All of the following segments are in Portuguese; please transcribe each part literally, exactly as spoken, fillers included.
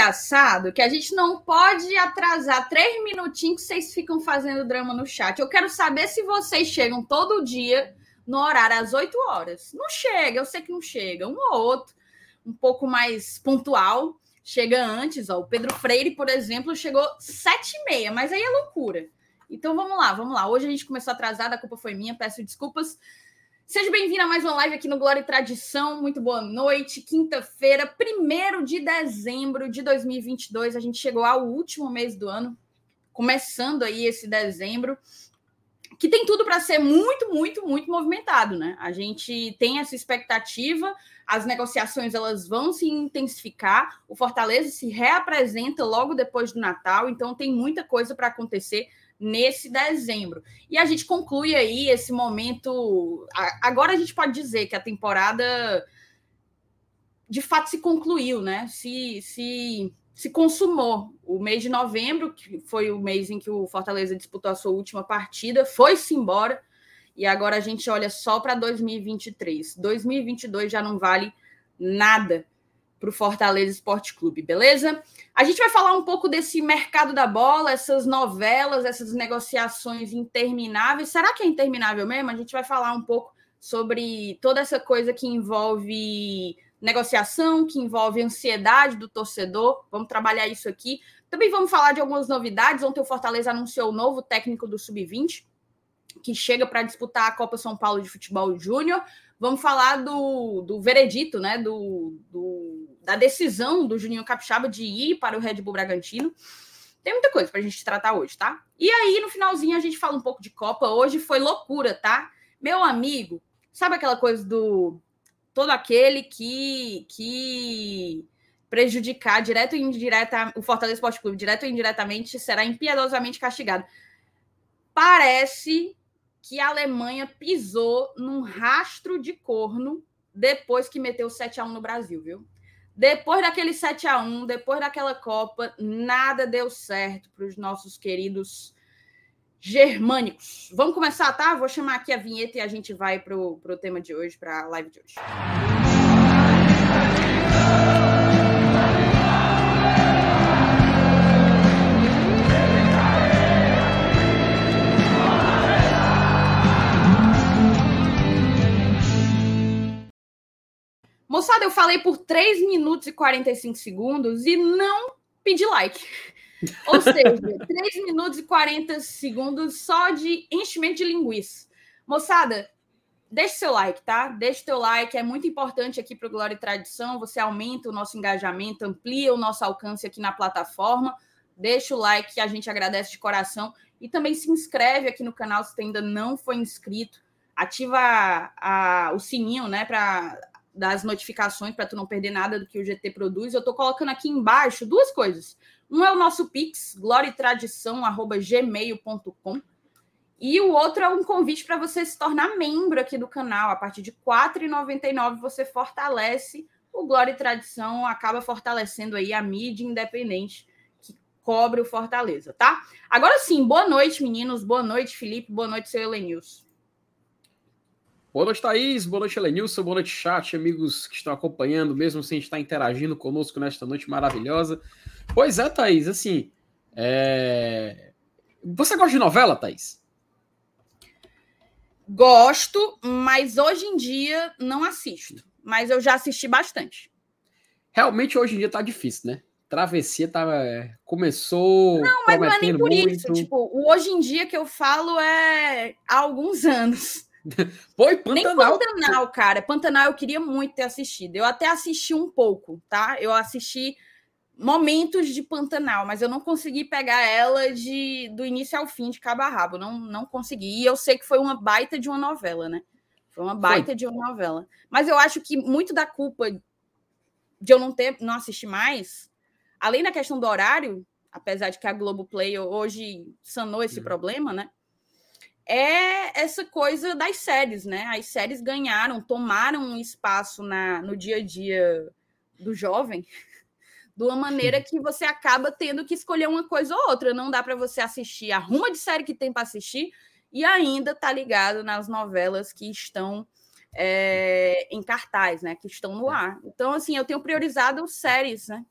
engraçado que a gente não pode atrasar três minutinhos que vocês ficam fazendo drama no chat. Eu quero saber se vocês chegam todo dia no horário às oito horas. Não chega, eu sei que não chega. Um ou outro, um pouco mais pontual, chega antes. Ó. O Pedro Freire, por exemplo, chegou sete e meia, mas aí é loucura. Então vamos lá, vamos lá. Hoje a gente começou atrasado, a culpa foi minha, peço desculpas. Seja bem-vindo a mais uma live aqui no Glória e Tradição. Muito boa noite. Quinta-feira, primeiro de dezembro de dois mil e vinte e dois. A gente chegou ao último mês do ano, começando aí esse dezembro, que tem tudo para ser muito, muito, muito movimentado, né? A gente tem essa expectativa, as negociações elas vão se intensificar, o Fortaleza se reapresenta logo depois do Natal, então tem muita coisa para acontecer nesse dezembro. E a gente conclui aí esse momento... Agora a gente pode dizer que a temporada de fato se concluiu, né? Se, se, se consumou. O mês de novembro, que foi o mês em que o Fortaleza disputou a sua última partida, foi-se embora, e agora a gente olha só para dois mil e vinte e três. dois mil e vinte e dois já não vale nada para o Fortaleza Esporte Clube, beleza? A gente vai falar um pouco desse mercado da bola, essas novelas, essas negociações intermináveis. Será que é interminável mesmo? A gente vai falar um pouco sobre toda essa coisa que envolve negociação, que envolve ansiedade do torcedor. Vamos trabalhar isso aqui. Também vamos falar de algumas novidades. Ontem o Fortaleza anunciou o novo técnico do sub vinte, que chega para disputar a Copa São Paulo de Futebol Júnior. Vamos falar do, do veredito, né? Do, do, da decisão do Juninho Capixaba de ir para o Red Bull Bragantino. Tem muita coisa para a gente tratar hoje, tá? E aí, no finalzinho, a gente fala um pouco de Copa. Hoje foi loucura, tá? Meu amigo, sabe aquela coisa do... todo aquele que, que prejudicar direto ou indireta o Fortaleza Esporte Clube, direto ou indiretamente, será impiedosamente castigado. Parece que a Alemanha pisou num rastro de corno depois que meteu sete a um no Brasil, viu? Depois daquele sete a um, depois daquela Copa, nada deu certo para os nossos queridos germânicos. Vamos começar, tá? Vou chamar aqui a vinheta e a gente vai para o tema de hoje, para a live de hoje. Moçada, eu falei por três minutos e quarenta e cinco segundos e não pedi like. Ou seja, três minutos e quarenta segundos só de enchimento de linguiça. Moçada, deixe seu like, tá? Deixe seu like, é muito importante aqui para o Glória e Tradição. Você aumenta o nosso engajamento, amplia o nosso alcance aqui na plataforma. Deixa o like que a gente agradece de coração. E também se inscreve aqui no canal se você ainda não foi inscrito. Ativa a, a, o sininho, né, para... das notificações para tu não perder nada do que o G T produz. Eu estou colocando aqui embaixo duas coisas. Um é o nosso Pix, glória e tradição arroba gmail ponto com, e o outro é um convite para você se tornar membro aqui do canal. A partir de quatro reais e noventa e nove centavos você fortalece o Glória e Tradição, acaba fortalecendo aí a mídia independente que cobre o Fortaleza, tá? Agora sim, boa noite, meninos. Boa noite, Felipe. Boa noite, seu Elenilson. Boa noite, Thaís. Boa noite, Elenilson. Boa noite, chat, amigos que estão acompanhando, mesmo sem estar interagindo conosco nesta noite maravilhosa. Pois é, Thaís, assim, é... você gosta de novela, Thaís? Gosto, mas hoje em dia não assisto. Mas eu já assisti bastante. Realmente, hoje em dia tá difícil, né? Travessia tá... começou Não, mas não é nem por muito. isso. Tipo, o hoje em dia que eu falo é há alguns anos. Foi Pantanal. Nem Pantanal, cara. Pantanal eu queria muito ter assistido. Eu até assisti um pouco, tá? Eu assisti momentos de Pantanal, mas eu não consegui pegar ela de, do início ao fim, de cabo a rabo. Não, não consegui. E eu sei que foi uma baita de uma novela, né? Foi uma baita foi. de uma novela. Mas eu acho que muito da culpa de eu não ter, não assistir mais, além da questão do horário, apesar de que a Globoplay hoje sanou esse hum. problema, né? É essa coisa das séries, né? As séries ganharam, tomaram um espaço na, no dia a dia do jovem de uma maneira que você acaba tendo que escolher uma coisa ou outra. Não dá para você assistir a ruma de série que tem para assistir e ainda tá ligado nas novelas que estão é, em cartaz, né? Que estão no ar. Então, assim, eu tenho priorizado séries, né?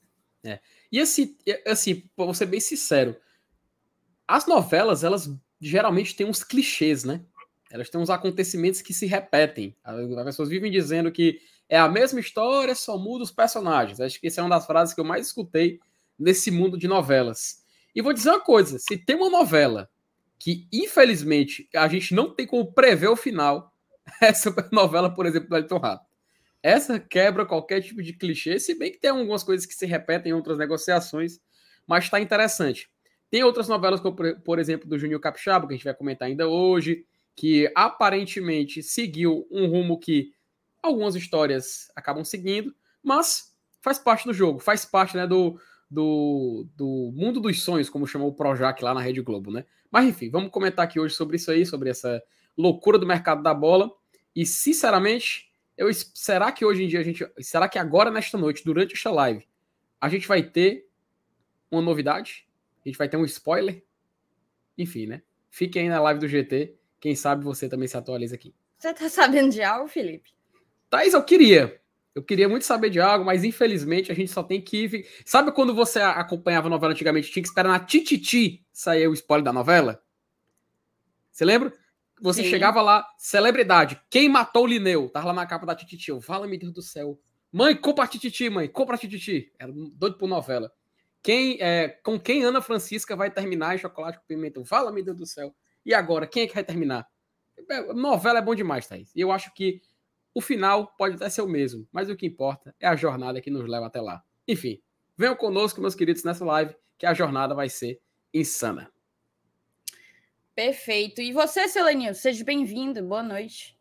É. E assim, assim, pra vou ser bem sincero, as novelas, elas geralmente têm uns clichês, né? Elas têm uns acontecimentos que se repetem. As pessoas vivem dizendo que é a mesma história, só muda os personagens. Acho que essa é uma das frases que eu mais escutei nesse mundo de novelas. E vou dizer uma coisa, se tem uma novela que, infelizmente, a gente não tem como prever o final, essa novela, por exemplo, do Elton Rato. Essa quebra qualquer tipo de clichê, se bem que tem algumas coisas que se repetem em outras negociações, mas está interessante. Tem outras novelas, como, por exemplo, do Juninho Capixaba, que a gente vai comentar ainda hoje, que aparentemente seguiu um rumo que algumas histórias acabam seguindo, mas faz parte do jogo, faz parte, né, do, do, do mundo dos sonhos, como chamou o Projac lá na Rede Globo, né? Mas enfim, vamos comentar aqui hoje sobre isso aí, sobre essa loucura do mercado da bola. E sinceramente, eu, será que hoje em dia a gente, será que agora nesta noite, durante esta live, a gente vai ter uma novidade? A gente vai ter um spoiler? Enfim, né? Fique aí na live do G T. Quem sabe você também se atualiza aqui. Você tá sabendo de algo, Felipe? Thaís, eu queria. Eu queria muito saber de algo, mas infelizmente a gente só tem que ir... Sabe quando você acompanhava a novela antigamente, tinha que esperar na Tititi sair o spoiler da novela? Você lembra? Você Sim. chegava lá, celebridade, quem matou o Lineu? Tava lá na capa da Tititi. Eu, fala, meu Deus do céu. Mãe, compra a Tititi, mãe, compra a Tititi. Era doido por novela. Quem, é, com quem Ana Francisca vai terminar em Chocolate com Pimentão? Fala, meu Deus do céu. E agora, quem é que vai terminar? Novela é bom demais, Thaís. E eu acho que o final pode até ser o mesmo, mas o que importa é a jornada que nos leva até lá. Enfim, venham conosco, meus queridos, nessa live, que a jornada vai ser insana. Perfeito. E você, Seleninho, seja bem-vindo. Boa noite.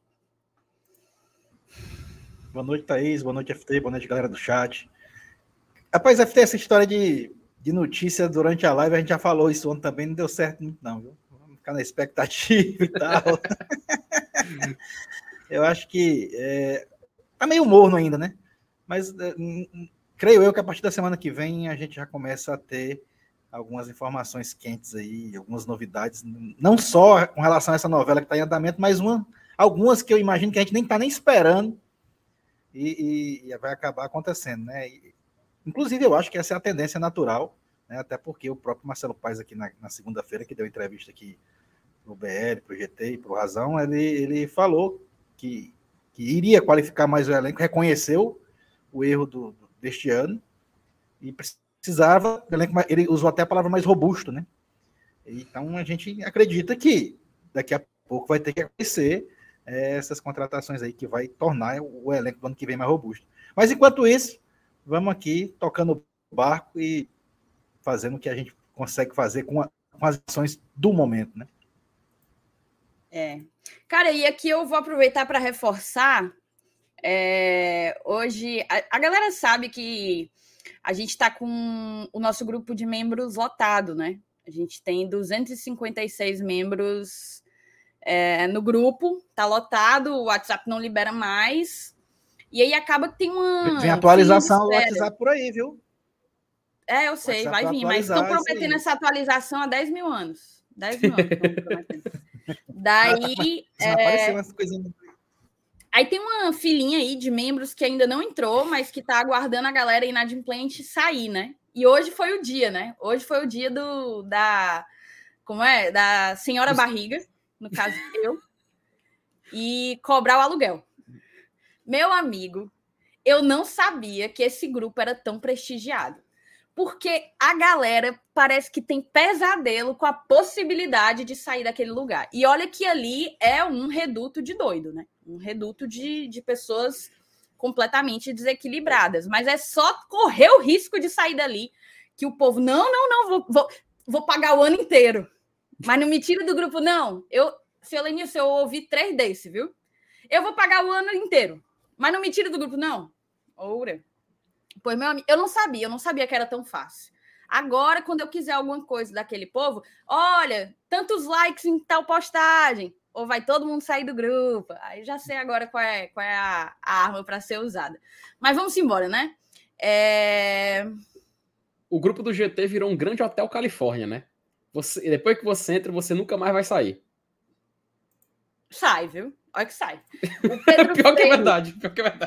Boa noite, Thaís. Boa noite, F T. Boa noite, galera do chat. Rapaz, F T, essa história de, de notícia durante a live, a gente já falou isso ontem também, não deu certo muito não, viu? Vamos ficar na expectativa e tal. Eu acho que é, tá meio morno ainda, né? Mas é, creio eu que a partir da semana que vem a gente já começa a ter algumas informações quentes aí, algumas novidades, não só com relação a essa novela que está em andamento, mas uma, algumas que eu imagino que a gente nem está nem esperando e, e, e vai acabar acontecendo, né? E, inclusive, eu acho que essa é a tendência natural, né? Até porque o próprio Marcelo Paes aqui na, na segunda-feira, que deu entrevista aqui pro B L, pro G T e pro Razão, ele, ele falou que, que iria qualificar mais o elenco, reconheceu o erro do, do, deste ano e precisava, ele usou até a palavra mais robusto, né? Então a gente acredita que daqui a pouco vai ter que acontecer é, essas contratações aí que vai tornar o, o elenco do ano que vem mais robusto. Mas enquanto isso, vamos aqui tocando o barco e fazendo o que a gente consegue fazer com, a, com as ações do momento, né? É. Cara, e aqui eu vou aproveitar para reforçar. É, hoje, a, a galera sabe que a gente está com o nosso grupo de membros lotado, né? A gente tem duzentos e cinquenta e seis membros é, no grupo, tá lotado, o WhatsApp não libera mais. E aí acaba que tem uma... Tem atualização do WhatsApp por aí, viu? É, eu sei, vai vir, mas estou prometendo essa atualização há dez mil anos. dez mil anos que eu tô prometendo. Daí... é... Aí tem uma filinha aí de membros que ainda não entrou, mas que tá aguardando a galera inadimplente sair, né? E hoje foi o dia, né? Hoje foi o dia do da como é? Da senhora barriga, no caso eu, e cobrar o aluguel. Meu amigo, eu não sabia que esse grupo era tão prestigiado. Porque a galera parece que tem pesadelo com a possibilidade de sair daquele lugar. E olha que ali é um reduto de doido, né? Um reduto de, de pessoas completamente desequilibradas. Mas é só correr o risco de sair dali que o povo, não, não, não, vou, vou, vou pagar o ano inteiro. Mas não me tira do grupo, não. Eu, seu Lenilson, eu ouvi três desse, viu? Eu vou pagar o ano inteiro. Mas não me tira do grupo, não. Oura. Pois, meu amigo, eu não sabia, eu não sabia que era tão fácil. Agora, quando eu quiser alguma coisa daquele povo, olha, tantos likes em tal postagem, ou vai todo mundo sair do grupo. Aí já sei agora qual é, qual é a, a arma para ser usada. Mas vamos embora, né? É... O grupo do G T virou um grande hotel Califórnia, né? Você, depois que você entra, você nunca mais vai sair. Sai, viu? Olha que sai. O Pedro pior Freire... que é verdade, pior que é verdade.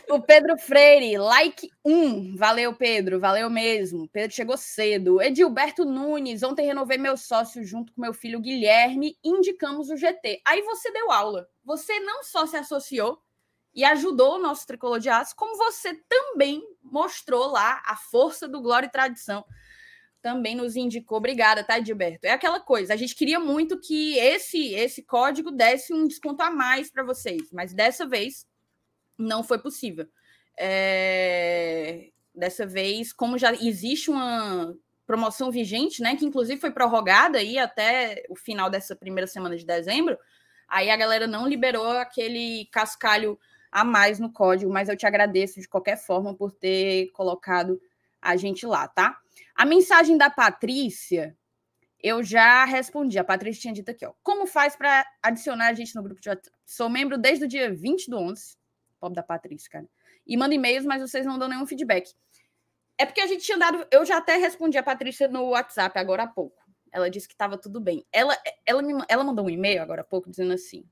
O Pedro Freire, like um. Valeu, Pedro. Valeu mesmo. Pedro chegou cedo. Edilberto Nunes, ontem renovei meu sócio junto com meu filho Guilherme e indicamos o G T. Aí você deu aula. Você não só se associou e ajudou o nosso Tricolor de Aço, como você também mostrou lá a força do Glória e Tradição. Também nos indicou. Obrigada, tá, Edilberto? É aquela coisa. A gente queria muito que esse, esse código desse um desconto a mais para vocês, mas dessa vez não foi possível. É... Dessa vez, como já existe uma promoção vigente, né, que inclusive foi prorrogada aí até o final dessa primeira semana de dezembro, aí a galera não liberou aquele cascalho a mais no código, mas eu te agradeço de qualquer forma por ter colocado a gente lá, tá? A mensagem da Patrícia, eu já respondi. A Patrícia tinha dito aqui, ó. Como faz para adicionar a gente no grupo de WhatsApp? Sou membro desde o dia vinte do onze. Pobre da Patrícia, cara. E manda e-mails, mas vocês não dão nenhum feedback. É porque a gente tinha dado... Eu já até respondi a Patrícia no WhatsApp agora há pouco. Ela disse que estava tudo bem. Ela, ela, me, ela mandou um e-mail agora há pouco dizendo assim: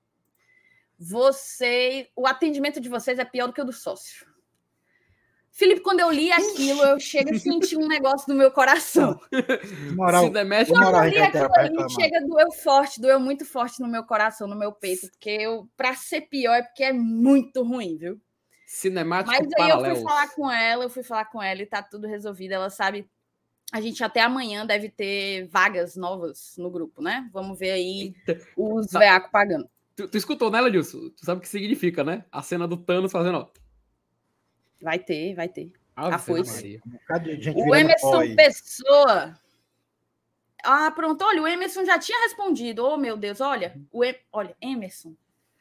Você, o atendimento de vocês é pior do que o do sócio. Felipe, quando eu li aquilo, eu chego a sentir um negócio no meu coração. Moral, Se demete, quando moral, eu li aquilo ali, reclamar. chega, doeu forte, doeu muito forte no meu coração, no meu peito, porque eu, pra ser pior, é porque é muito ruim, viu? Cinemático Mas aí paralelos. eu fui falar com ela, eu fui falar com ela e tá tudo resolvido. Ela sabe, a gente até amanhã deve ter vagas novas no grupo, né? Vamos ver aí Eita. os Tá. veacos pagando. Tu, tu escutou, né, Ledilson? Tu sabe o que significa, né? A cena do Thanos fazendo, ó. Vai ter, vai ter. Ave A foice. Maria. Um bocado de gente O virando Emerson pó aí. Pessoa. Ah, pronto. Olha, o Emerson já tinha respondido. Oh, meu Deus, olha. O em... Olha, Emerson.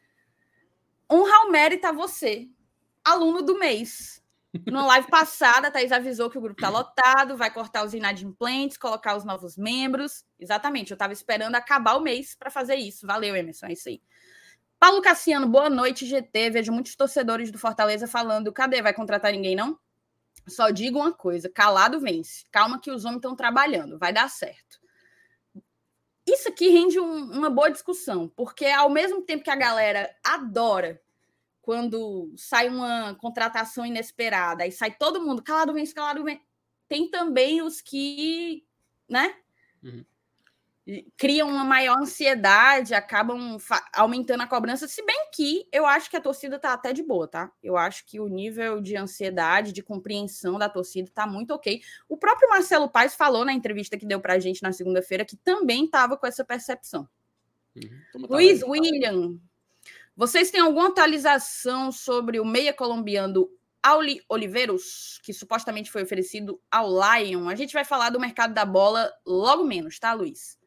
Honrar o mérito a você, aluno do mês. Na live passada, a Thaís avisou que o grupo tá lotado, vai cortar os inadimplentes, colocar os novos membros. Exatamente, eu estava esperando acabar o mês para fazer isso. Valeu, Emerson, é isso aí. Paulo Cassiano, boa noite, G T. Vejo muitos torcedores do Fortaleza falando, cadê? Vai contratar ninguém, não? Só digo uma coisa, calado vence. Calma que os homens estão trabalhando, vai dar certo. Isso aqui rende um, uma boa discussão, porque ao mesmo tempo que a galera adora quando sai uma contratação inesperada e sai todo mundo, calado vence, calado vence, tem também os que, né, uhum. criam uma maior ansiedade, acabam aumentando a cobrança, se bem que eu acho que a torcida tá até de boa, tá? Eu acho que o nível de ansiedade, de compreensão da torcida tá muito ok. O próprio Marcelo Paes falou na entrevista que deu pra gente na segunda-feira que também tava com essa percepção. Uhum. Luiz William, vocês têm alguma atualização sobre o meia colombiano Auli Oliveiros, que supostamente foi oferecido ao Lion? A gente vai falar do mercado da bola logo menos, tá, Luiz?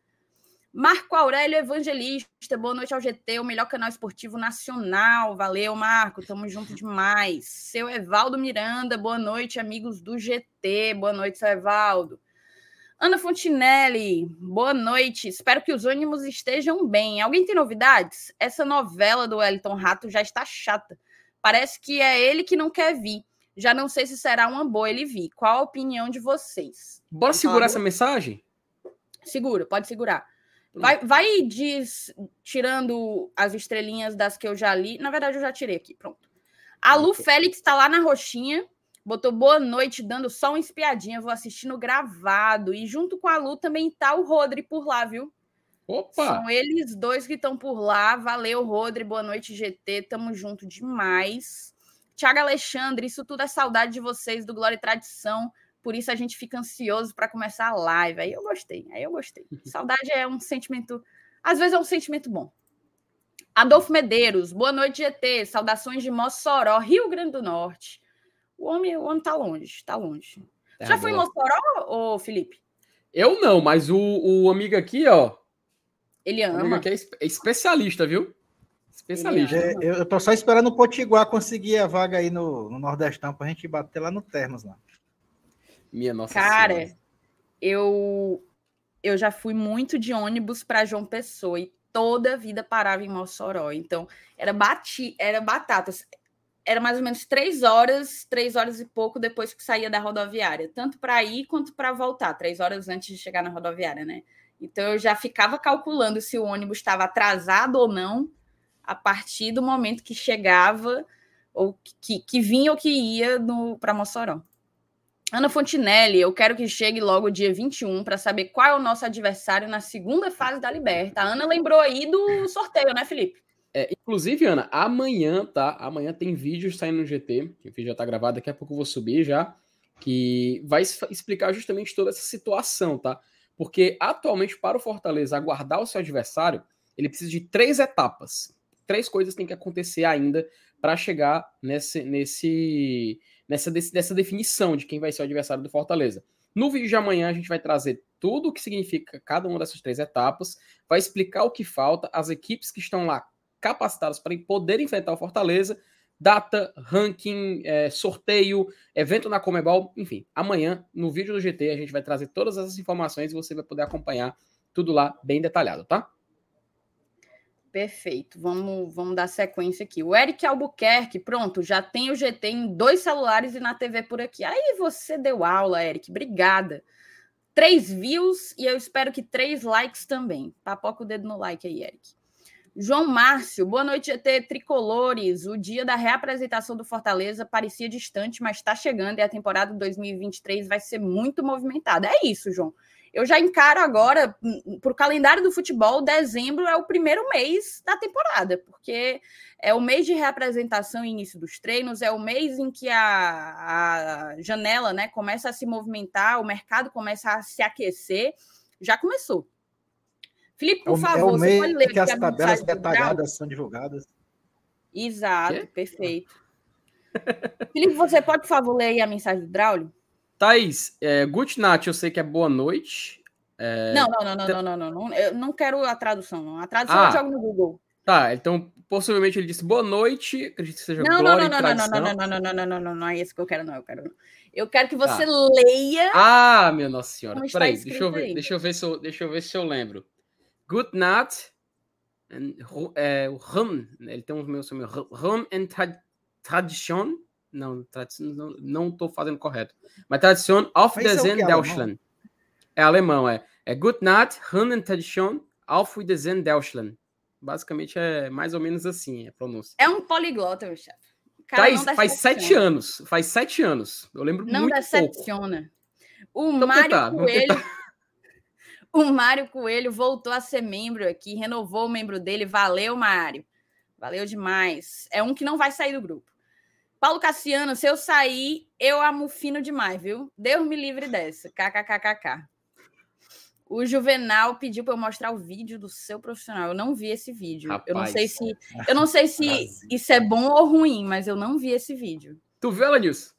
Marco Aurélio Evangelista, boa noite ao G T, o melhor canal esportivo nacional. Valeu, Marco, tamo junto demais. Seu Evaldo Miranda, boa noite, amigos do G T. Boa noite, seu Evaldo. Ana Fontinelli, boa noite. Espero que os ânimos estejam bem. Alguém tem novidades? Essa novela do Wellington Rato já está chata. Parece que é ele que não quer vir. Já não sei se será uma boa ele vir. Qual a opinião de vocês? Bora segurar essa mensagem? Segura, pode segurar. Vai, vai diz, tirando as estrelinhas das que eu já li. Na verdade, eu já tirei aqui, pronto. A Lu Félix está lá na roxinha. Botou boa noite, dando só uma espiadinha. Vou assistir no gravado. E junto com a Lu também tá o Rodri por lá, viu? Opa! São eles dois que estão por lá. Valeu, Rodri. Boa noite, G T. Tamo junto demais. Tiago Alexandre, isso tudo é saudade de vocês do Glória e Tradição. Por isso a gente fica ansioso para começar a live. Aí eu gostei, aí eu gostei. Saudade é um sentimento... Às vezes é um sentimento bom. Adolfo Medeiros, boa noite, G T. Saudações de Mossoró, Rio Grande do Norte. O homem, o homem tá longe, tá longe. É, já foi em Mossoró, ô Felipe? Eu não, mas o, o amigo aqui, ó... Ele ama. O amigo aqui é especialista, viu? Especialista. É, eu, eu tô só esperando o Potiguar conseguir a vaga aí no, no Nordestão pra gente bater lá no Termas, lá. Minha nossa Cara, senhora. eu, eu já fui muito de ônibus para João Pessoa e toda a vida parava em Mossoró. Então, era, bati, era batata. Era mais ou menos três horas, três horas e pouco depois que saía da rodoviária. Tanto para ir quanto para voltar. Três horas antes de chegar na rodoviária, né? Então, eu já ficava calculando se o ônibus estava atrasado ou não a partir do momento que chegava ou que, que vinha ou que ia para Mossoró. Ana Fontinelli, eu quero que chegue logo dia vinte e um para saber qual é o nosso adversário na segunda fase da Liberta. A Ana lembrou aí do sorteio, né, Felipe? É, inclusive, Ana, amanhã, tá? Amanhã tem vídeo saindo no G T, que o vídeo já tá gravado, daqui a pouco eu vou subir já, que vai explicar justamente toda essa situação, tá? Porque atualmente, para o Fortaleza aguardar o seu adversário, ele precisa de três etapas. Três coisas têm que acontecer ainda para chegar nesse, nesse, nessa, nessa definição de quem vai ser o adversário do Fortaleza. No vídeo de amanhã, a gente vai trazer tudo o que significa cada uma dessas três etapas, vai explicar o que falta, as equipes que estão lá capacitadas para poder enfrentar o Fortaleza, data, ranking, é, sorteio, evento na Comebol, enfim. Amanhã, no vídeo do G T, a gente vai trazer todas essas informações e você vai poder acompanhar tudo lá bem detalhado, tá? Perfeito. Vamos, vamos dar sequência aqui. O Eric Albuquerque, pronto, já tem o G T em dois celulares e na T V por aqui. Aí você deu aula, Eric. Obrigada. Três views e eu espero que três likes também. Papoca o dedo no like aí, Eric. João Márcio, boa noite, G T Tricolores. O dia da reapresentação do Fortaleza parecia distante, mas está chegando e a temporada dois mil e vinte e três vai ser muito movimentada. É isso, João. Eu já encaro agora, para o calendário do futebol, dezembro é o primeiro mês da temporada, porque é o mês de reapresentação e início dos treinos, é o mês em que a, a janela, né, começa a se movimentar, o mercado começa a se aquecer. Já começou. Felipe, por é favor, é o você pode ler que as tabelas detalhadas são divulgadas. Exato, que? Perfeito. Felipe, você pode, por favor, ler aí a mensagem do Braulio? Thaís, é, good night, eu sei que é boa noite. É... Não, não, não, não, não, não, não, não. Eu não quero a tradução, não. A tradução ah, eu jogo no Google. Tá, então, possivelmente ele disse boa noite, acredito que seja não, glória não, não, e tradição. Não, não, não, não, não, não, não, não, não é isso que eu quero, não. Eu quero, eu quero que você tá. leia. Ah, minha Nossa Senhora. Peraí, deixa eu ver, aí. deixa eu ver se eu, deixa eu ver se eu lembro. Good night. É, o Ram, ele tem um meu nome, Ram and Tradition. Não, não, não tô fazendo correto. Mas Tradition auf Wiedersehen Deutschland. É alemão, é. É Good night, Ram and Tradition auf Wiedersehen Deutschland. Basicamente é mais ou menos assim a pronúncia. É um poliglota, meu chefe. Thaís, faz sete anos. Faz sete anos. Eu lembro não muito decepciona. pouco. O Mário tentar, Coelho... O Mário Coelho voltou a ser membro aqui, renovou o membro dele. Valeu, Mário. Valeu demais. É um que não vai sair do grupo. Paulo Cassiano, se eu sair, eu amufino demais, viu? Deus me livre dessa. KKKKK. O Juvenal pediu para eu mostrar o vídeo do seu profissional. Eu não vi esse vídeo. Rapaz, eu não sei se, eu não sei se isso é bom ou ruim, mas eu não vi esse vídeo. Tu viu, Elenilson?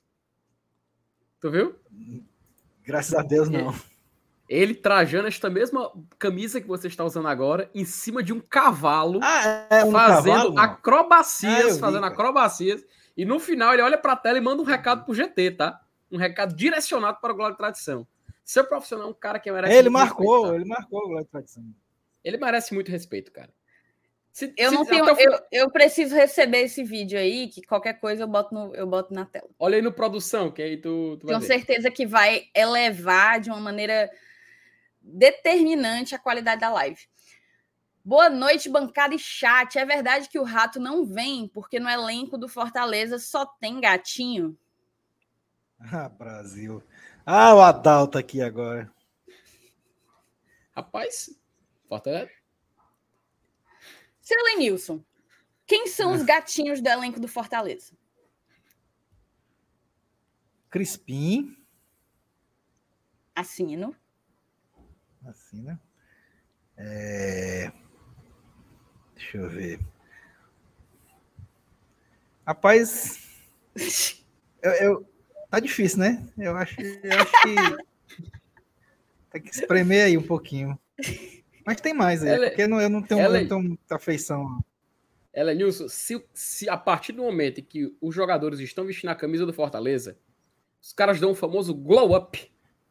Tu viu? Graças a Deus, não. Ele trajando esta mesma camisa que você está usando agora, em cima de um cavalo, ah, é um fazendo cavalo, acrobacias, ah, fazendo vi, acrobacias. E no final ele olha para a tela e manda um recado pro G T, tá? Um recado direcionado para o Glória e Tradição. Seu profissional é um cara que merece ele muito marcou, respeito, tá? Ele marcou o Glória e Tradição. Ele merece muito respeito, cara. Se, eu se, não tenho, eu, eu preciso receber esse vídeo aí, que qualquer coisa eu boto, no, eu boto na tela. Olha aí no produção, que aí tu, tu vai Tenho ver. certeza que vai elevar de uma maneira determinante a qualidade da live. Boa noite, bancada e chat. É verdade que o Rato não vem porque no elenco do Fortaleza só tem gatinho? Ah, Brasil. Ah, o Adalto aqui agora. Rapaz, Fortaleza. Seu Lenilson, quem são os gatinhos do elenco do Fortaleza? Crispim. Assino. Assina. É... Deixa eu ver. Rapaz, eu, eu... tá difícil, né? Eu acho, eu acho que tem que espremer aí um pouquinho. Mas tem mais aí, ela, porque eu não, eu não tenho, ela, eu não tenho muita afeição. Elenilson, se, se a partir do momento em que os jogadores estão vestindo a camisa do Fortaleza, os caras dão o famoso glow up.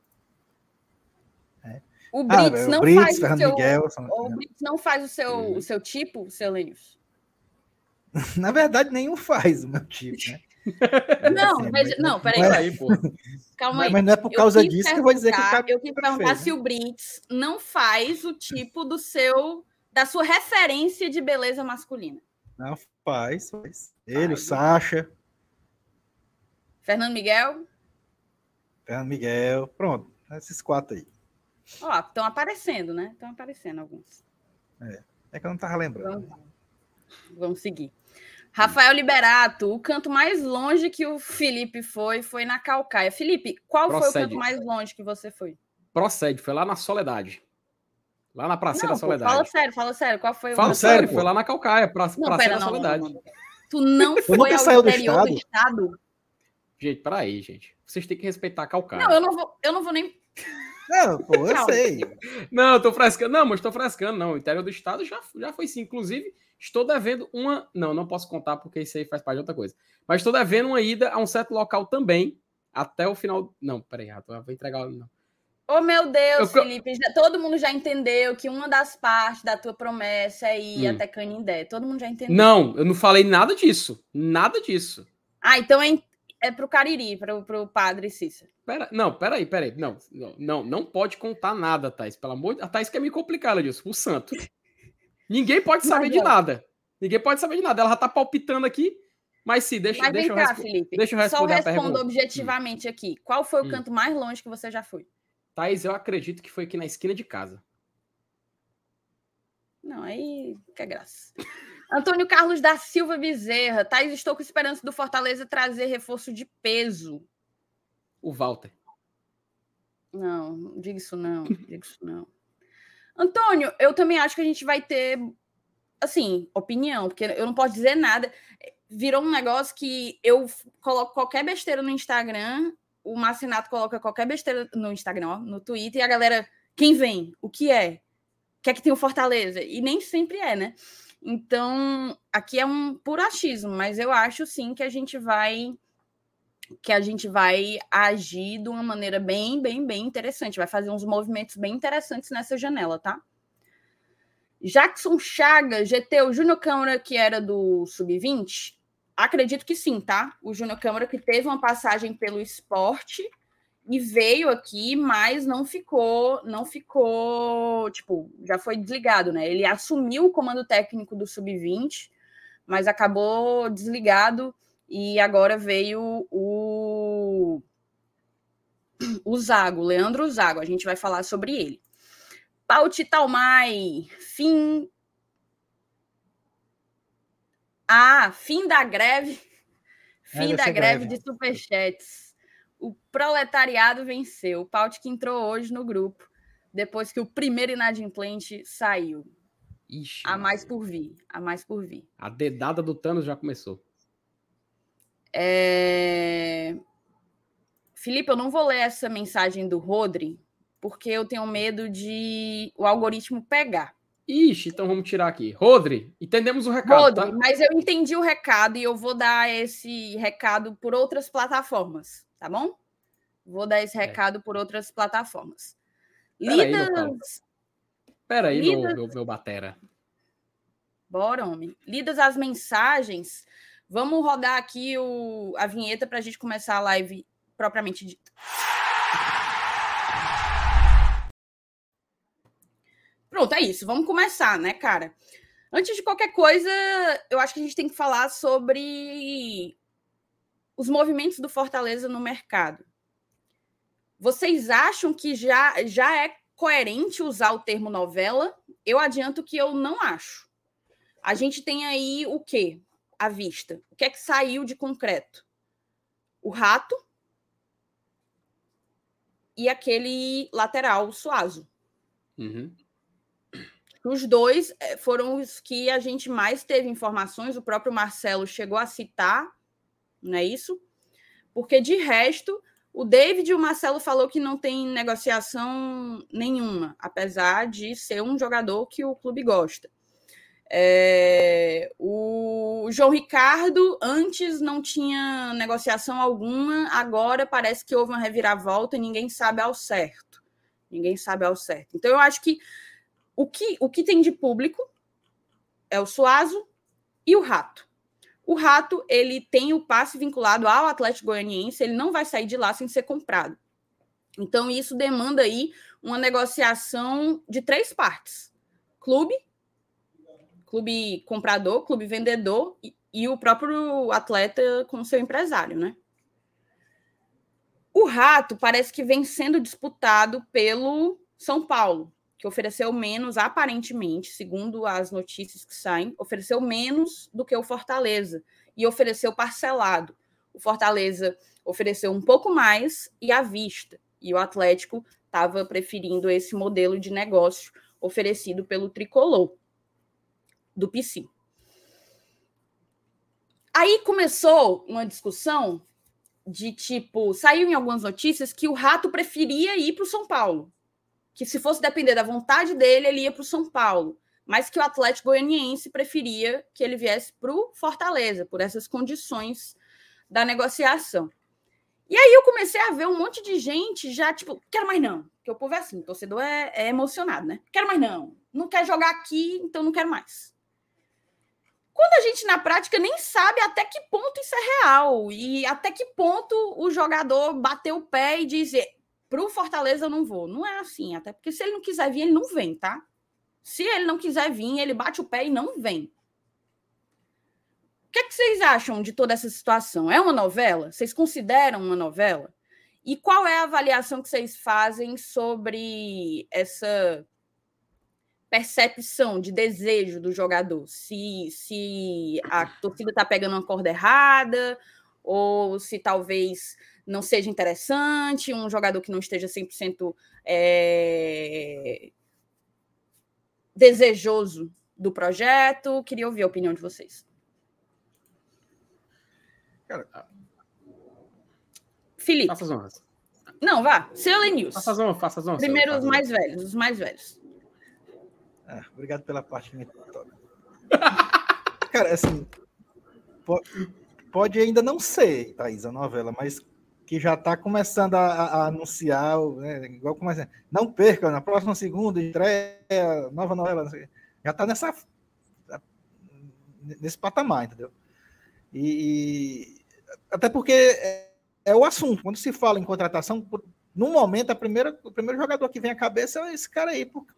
É. O Brits ah, não o Brits, faz o seu, Miguel, o Brits não faz o seu, hum. o seu tipo, seu Lenilson? Na verdade, nenhum faz o meu tipo, né? Não, assim, mas, não, peraí. Não é, aí, pô. Calma mas, aí. Mas não é por causa disso que eu vou dizer que o cara Eu quis perguntar fez, se né? o Brits não faz o tipo do seu, da sua referência de beleza masculina. Não, faz, faz. Ele, o Sacha. Fernando Miguel. Fernando Miguel. Pronto, esses quatro aí. Ó, estão aparecendo, né? Estão aparecendo alguns. É, é que eu não tava lembrando. Vamos, vamos seguir. Rafael Liberato, o canto mais longe que o Felipe foi, foi na Caucaia. Felipe, qual Procede. foi o canto mais longe que você foi? Procede, foi lá na Soledade. Lá na Pracinha Não, da Soledade. Pô, fala sério, fala sério. Qual foi fala o sério, pô. foi lá na Caucaia, pra, não, Pracinha pera, da não, Soledade. não, não, não. Tu não Tu foi nunca ao saiu do interior do estado? estado? Gente, peraí, gente. Vocês têm que respeitar a Caucaia. Não, eu não vou, eu não vou nem... Não, pô, eu Calma. sei. Não, eu tô frescando. Não, mas tô frescando, não. O interior do estado já, já foi sim. Inclusive, estou devendo uma. Não, não posso contar porque isso aí faz parte de outra coisa. Mas estou devendo uma ida a um certo local também até o final. Não, peraí, Rato, eu vou entregar. Não. Oh, meu Deus, Eu- Felipe, já- todo mundo já entendeu que uma das partes da tua promessa é ir Hum. até Canindé. Todo mundo já entendeu. Não, eu não falei nada disso. Nada disso. Ah, então é, em- é pro Cariri, pro, pro Padre Cícero. Pera, não, peraí, peraí. Não, não, não, não pode contar nada, Thaís. Pelo amor de Deus. A Thaís quer me complicar, ela disse. O santo. Ninguém pode saber Mas, de ó. nada. Ninguém pode saber de nada. Ela já tá palpitando aqui. Mas sim, deixa, Mas deixa, vem eu, cá, respo- Felipe. deixa eu Só responder a responda pergunta. objetivamente aqui. Qual foi o Hum. canto mais longe que você já foi? Thaís, eu acredito que foi aqui na esquina de casa. Não, aí que é graça. Antônio Carlos da Silva Bezerra. Thaís, estou com esperança do Fortaleza trazer reforço de peso. O Walter. Não, não diga isso não, não diga isso não. Antônio, eu também acho que a gente vai ter, assim, opinião, porque eu não posso dizer nada. Virou um negócio que eu coloco qualquer besteira no Instagram, o Marcinato coloca qualquer besteira no Instagram, ó, no Twitter, e a galera, quem vem? O que é? O que é que tem o Fortaleza? E nem sempre é, né? Então, aqui é um puro achismo, mas eu acho sim que a gente vai que a gente vai agir de uma maneira bem, bem, bem interessante. Vai fazer uns movimentos bem interessantes nessa janela, tá? Jackson Chaga, G T, o Júnior Câmara, que era do sub vinte, acredito que sim, tá? O Júnior Câmara que teve uma passagem pelo esporte e veio aqui, mas não ficou, não ficou, tipo, já foi desligado, né? Ele assumiu o comando técnico do sub vinte, mas acabou desligado e agora veio o, o Zago, Leandro Zago. A gente vai falar sobre ele. Pauti Talmai, fim... Ah, fim da greve. Fim É, da greve, greve de superchats. O proletariado venceu. O Pauti que entrou hoje no grupo, depois que o primeiro inadimplente saiu. Ixi, A mais por vir. A mais por vir. a dedada do Thanos já começou. É... Felipe, eu não vou ler essa mensagem do Rodri, porque eu tenho medo de o algoritmo pegar. Ixi, então vamos tirar aqui. Rodri, entendemos o recado, Rodri, tá? mas eu entendi o recado e eu vou dar esse recado por outras plataformas, tá bom? Vou dar esse recado é. por outras plataformas. Pera Lidas... aí, meu Pera aí, Lidas... meu, meu, meu batera. Bora, homem. Lidas as mensagens, vamos rodar aqui o... a vinheta para a gente começar a live propriamente dita. Pronto, é isso. Vamos começar, né, cara? Antes de qualquer coisa, eu acho que a gente tem que falar sobre os movimentos do Fortaleza no mercado. Vocês acham que já, já é coerente usar o termo novela? Eu adianto que eu não acho. A gente tem aí o quê? À vista. O que é que saiu de concreto? O Rato e aquele lateral, o Suazo. Uhum. Os dois foram os que a gente mais teve informações, o próprio Marcelo chegou a citar, não é isso? Porque, de resto, o David e o Marcelo falou que não tem negociação nenhuma, apesar de ser um jogador que o clube gosta. É, o João Ricardo, antes não tinha negociação alguma, agora parece que houve uma reviravolta e ninguém sabe ao certo. Ninguém sabe ao certo. Então, eu acho que O que, o que tem de público é o Suazo e o Rato. O Rato, ele tem o passe vinculado ao Atlético Goianiense, ele não vai sair de lá sem ser comprado. Então, isso demanda aí uma negociação de três partes. Clube, clube comprador, clube vendedor e, e o próprio atleta com o seu empresário, né? O Rato parece que vem sendo disputado pelo São Paulo, que ofereceu menos, aparentemente, segundo as notícias que saem, ofereceu menos do que o Fortaleza e ofereceu parcelado. O Fortaleza ofereceu um pouco mais e à vista, e o Atlético estava preferindo esse modelo de negócio oferecido pelo Tricolor, do P C. Aí começou uma discussão de tipo, saiu em algumas notícias que o Rato preferia ir para o São Paulo, que se fosse depender da vontade dele, ele ia para o São Paulo, mas que o Atlético Goianiense preferia que ele viesse para o Fortaleza, por essas condições da negociação. E aí eu comecei a ver um monte de gente já, tipo, quero mais não, porque o povo é assim, o torcedor é, é emocionado, né? Quero mais não, não quer jogar aqui, então não quero mais. Quando a gente, na prática, nem sabe até que ponto isso é real e até que ponto o jogador bateu o pé e dizer para o Fortaleza eu não vou. Não é assim, até porque se ele não quiser vir, ele não vem, tá? Se ele não quiser vir, ele bate o pé e não vem. O que, é que vocês acham de toda essa situação? É uma novela? Vocês consideram uma novela? E qual é a avaliação que vocês fazem sobre essa percepção de desejo do jogador? Se, se a torcida está pegando uma corda errada ou se talvez não seja interessante, um jogador que não esteja cem por cento é, desejoso do projeto. Queria ouvir a opinião de vocês. Cara, Felipe. Faça as honras. Não, vá. Seu News. Faça as honras, faça as honras. Primeiro os mais velhos, os mais velhos. Ah, obrigado pela parte minha. Cara, assim, pode, pode ainda não ser, Thaís, a novela, mas que já está começando a, a anunciar, né, igual começa, não perca, na próxima segunda estreia, nova novela, já está nessa nesse patamar, entendeu? E, e até porque é, é o assunto, quando se fala em contratação, no momento, a primeira, o primeiro jogador que vem à cabeça é esse cara aí, por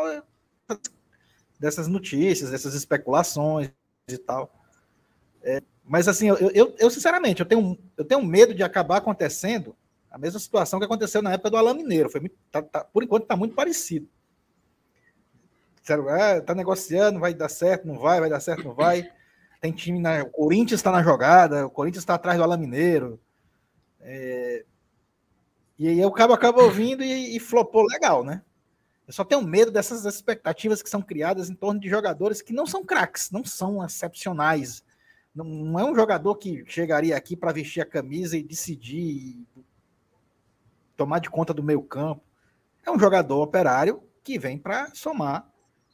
dessas notícias, dessas especulações e tal. É, mas assim, eu, eu, eu sinceramente, eu tenho, eu tenho medo de acabar acontecendo a mesma situação que aconteceu na época do Alain Mineiro. Foi muito, tá, tá, por enquanto está muito parecido. Sério, é, tá negociando, vai dar certo, não vai, vai dar certo, não vai. Tem time na. O Corinthians está na jogada, o Corinthians está atrás do Alain Mineiro. É, e aí o cabo acaba ouvindo e, e flopou legal, né? Eu só tenho medo dessas expectativas que são criadas em torno de jogadores que não são craques, não são excepcionais. Não, não é um jogador que chegaria aqui para vestir a camisa e decidir, tomar de conta do meio campo. É um jogador operário que vem para somar.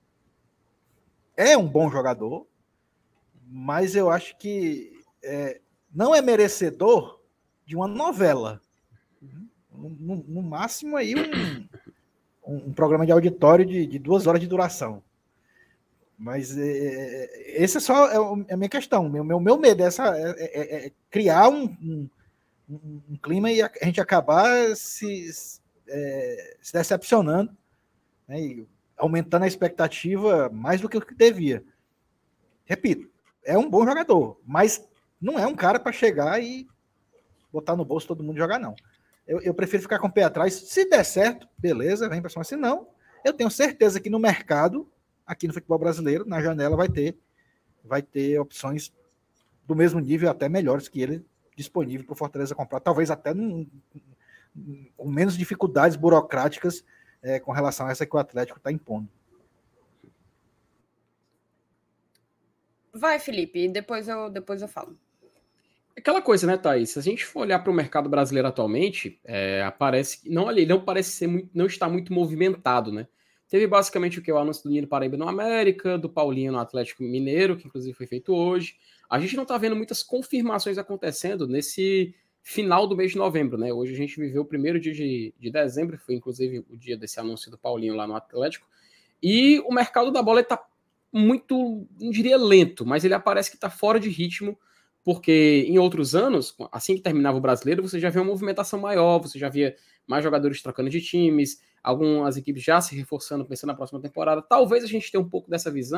É um bom jogador, mas eu acho que é, não é merecedor de uma novela. No, no, no máximo aí um... um programa de auditório de, de duas horas de duração. Mas é, esse é só é a minha questão. Meu, meu, meu medo é, essa, é, é, é criar um, um, um clima e a gente acabar se, é, se decepcionando, né, e aumentando a expectativa mais do que o que devia. Repito, é um bom jogador, mas não é um cara para chegar e botar no bolso todo mundo jogar, não. Eu, eu prefiro ficar com o pé atrás. Se der certo, beleza, vem para cima. Se não, eu tenho certeza que no mercado, aqui no futebol brasileiro, na janela, vai ter, vai ter opções do mesmo nível, até melhores que ele, disponível para o Fortaleza comprar. Talvez até num, com menos dificuldades burocráticas é, com relação a essa que o Atlético está impondo. Vai, Felipe, depois eu, depois eu falo. Aquela coisa, né, Thaís? Se a gente for olhar para o mercado brasileiro atualmente, é, aparece que não, ele não parece ser muito, não está muito movimentado, né? Teve basicamente o que? O anúncio do Nino Paraíba no América, do Paulinho no Atlético Mineiro, que inclusive foi feito hoje. A gente não está vendo muitas confirmações acontecendo nesse final do mês de novembro, né? Hoje a gente viveu o primeiro dia de, de dezembro, foi inclusive o dia desse anúncio do Paulinho lá no Atlético. E o mercado da bola está muito, não diria lento, mas ele parece que está fora de ritmo. Porque em outros anos, assim que terminava o brasileiro, você já via uma movimentação maior, você já via mais jogadores trocando de times, algumas equipes já se reforçando, pensando na próxima temporada. Talvez a gente tenha um pouco dessa visão,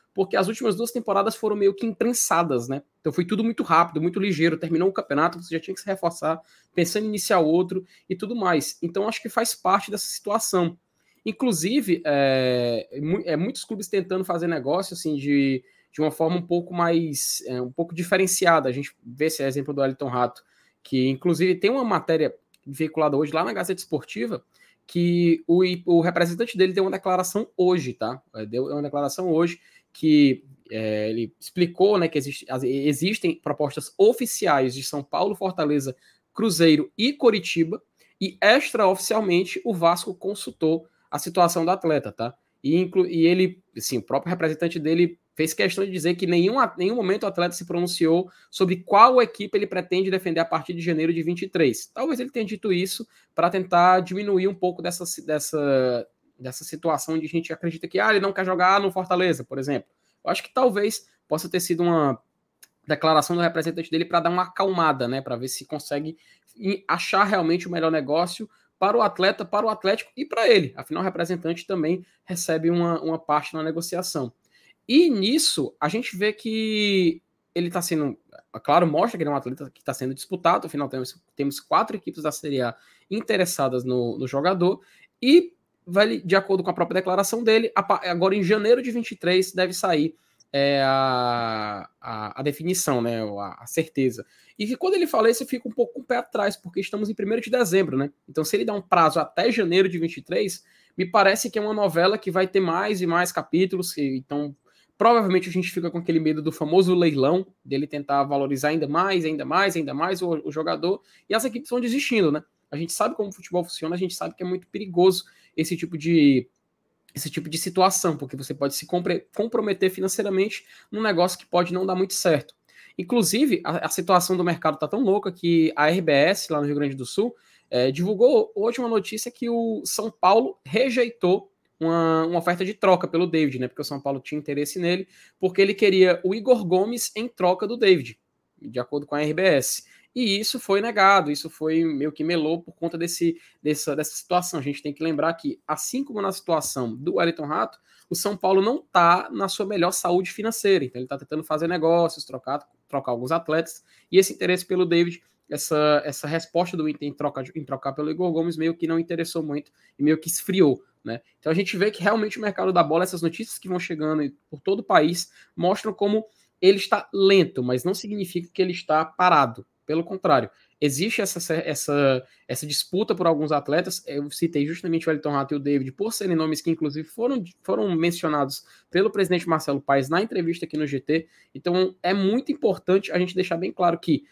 porque as últimas duas temporadas foram meio que imprensadas, né? Então foi tudo muito rápido, muito ligeiro, terminou o campeonato, você já tinha que se reforçar, pensando em iniciar outro e tudo mais. Então acho que faz parte dessa situação. Inclusive, é, é, muitos clubes tentando fazer negócio assim, de, de uma forma um pouco mais, é, um pouco diferenciada. A gente vê esse exemplo do Wellington Rato, que inclusive tem uma matéria veiculada hoje lá na Gazeta Esportiva, que o, o representante dele deu uma declaração hoje, tá? Deu uma declaração hoje que é, ele explicou, né, que existe, existem propostas oficiais de São Paulo, Fortaleza, Cruzeiro e Coritiba, e extraoficialmente o Vasco consultou a situação do atleta, tá? E, inclu, e ele, assim, o próprio representante dele fez questão de dizer que em nenhum, nenhum momento o atleta se pronunciou sobre qual equipe ele pretende defender a partir de janeiro de vinte e três. Talvez ele tenha dito isso para tentar diminuir um pouco dessa, dessa, dessa situação de gente que acredita que ah, ele não quer jogar no Fortaleza, por exemplo. Eu acho que talvez possa ter sido uma declaração do representante dele para dar uma acalmada, né, para ver se consegue achar realmente o melhor negócio para o atleta, para o Atlético e para ele. Afinal, o representante também recebe uma, uma parte na negociação. E nisso, a gente vê que ele está sendo, claro, mostra que ele é um atleta que está sendo disputado, afinal temos, temos quatro equipes da Série A interessadas no, no jogador, e vai, de acordo com a própria declaração dele, agora em janeiro de vinte e três deve sair é, a, a, a definição, né, a, a certeza. E que quando ele fala isso, eu fico um pouco com o pé atrás, porque estamos em primeiro de dezembro, né? Então, se ele dá um prazo até janeiro de vinte e três, me parece que é uma novela que vai ter mais e mais capítulos, então provavelmente a gente fica com aquele medo do famoso leilão, dele tentar valorizar ainda mais, ainda mais, ainda mais o, o jogador, e as equipes vão desistindo, né? A gente sabe como o futebol funciona, a gente sabe que é muito perigoso esse tipo de, esse tipo de situação, porque você pode se compre, comprometer financeiramente num negócio que pode não dar muito certo. Inclusive, a, a situação do mercado está tão louca que a R B S, lá no Rio Grande do Sul, é, divulgou hoje uma notícia que o São Paulo rejeitou Uma, uma oferta de troca pelo David, né? Porque o São Paulo tinha interesse nele, porque ele queria o Igor Gomes em troca do David, de acordo com a R B S. E isso foi negado, isso foi meio que melou por conta desse, dessa, dessa situação. A gente tem que lembrar que, assim como na situação do Wellington Rato, o São Paulo não está na sua melhor saúde financeira. Então ele está tentando fazer negócios, trocar, trocar alguns atletas, e esse interesse pelo David, essa, essa resposta do Inter em, troca, em trocar pelo Igor Gomes meio que não interessou muito e meio que esfriou. Né? Então a gente vê que realmente o mercado da bola, essas notícias que vão chegando por todo o país, mostram como ele está lento, mas não significa que ele está parado. Pelo contrário, existe essa, essa, essa disputa por alguns atletas. Eu citei justamente o Wellington Rato e o David, por serem nomes que inclusive foram, foram mencionados pelo presidente Marcelo Paes na entrevista aqui no G T. Então é muito importante a gente deixar bem claro que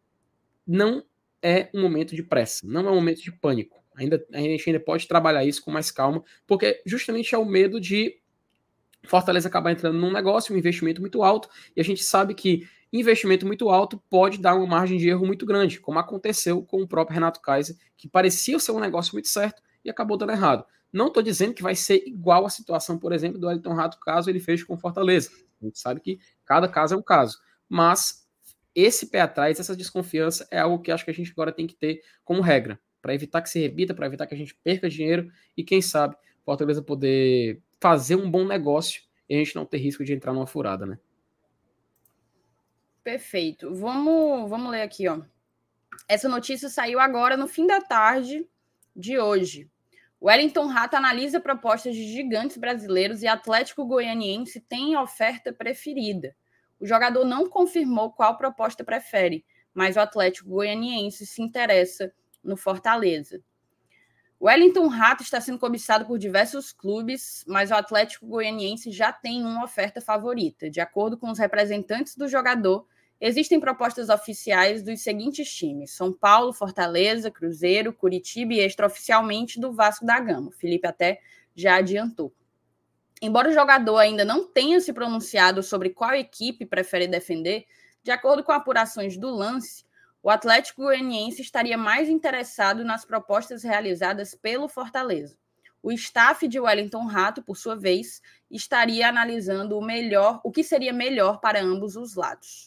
não é um momento de pressa, não é um momento de pânico. Ainda, a gente ainda pode trabalhar isso com mais calma, porque justamente é o medo de Fortaleza acabar entrando num negócio, um investimento muito alto, e a gente sabe que investimento muito alto pode dar uma margem de erro muito grande, como aconteceu com o próprio Renato Kaiser, que parecia ser um negócio muito certo e acabou dando errado. Não estou dizendo que vai ser igual a situação, por exemplo, do Wellington Rato, caso ele feche com Fortaleza. A gente sabe que cada caso é um caso, mas esse pé atrás, essa desconfiança é algo que acho que a gente agora tem que ter como regra, para evitar que se repita, para evitar que a gente perca dinheiro e, quem sabe, Fortaleza poder fazer um bom negócio e a gente não ter risco de entrar numa furada, né? Perfeito. Vamos, vamos ler aqui, ó. Essa notícia saiu agora no fim da tarde de hoje. Wellington Rato analisa propostas de gigantes brasileiros e Atlético Goianiense tem oferta preferida. O jogador não confirmou qual proposta prefere, mas o Atlético Goianiense se interessa no Fortaleza. Wellington Rato está sendo cobiçado por diversos clubes, mas o Atlético Goianiense já tem uma oferta favorita. De acordo com os representantes do jogador, existem propostas oficiais dos seguintes times: São Paulo, Fortaleza, Cruzeiro, Curitiba e extraoficialmente do Vasco da Gama. O Felipe até já adiantou. Embora o jogador ainda não tenha se pronunciado sobre qual equipe prefere defender, de acordo com apurações do Lance, o Atlético Goianiense estaria mais interessado nas propostas realizadas pelo Fortaleza. O staff de Wellington Rato, por sua vez, estaria analisando o melhor, o que seria melhor para ambos os lados.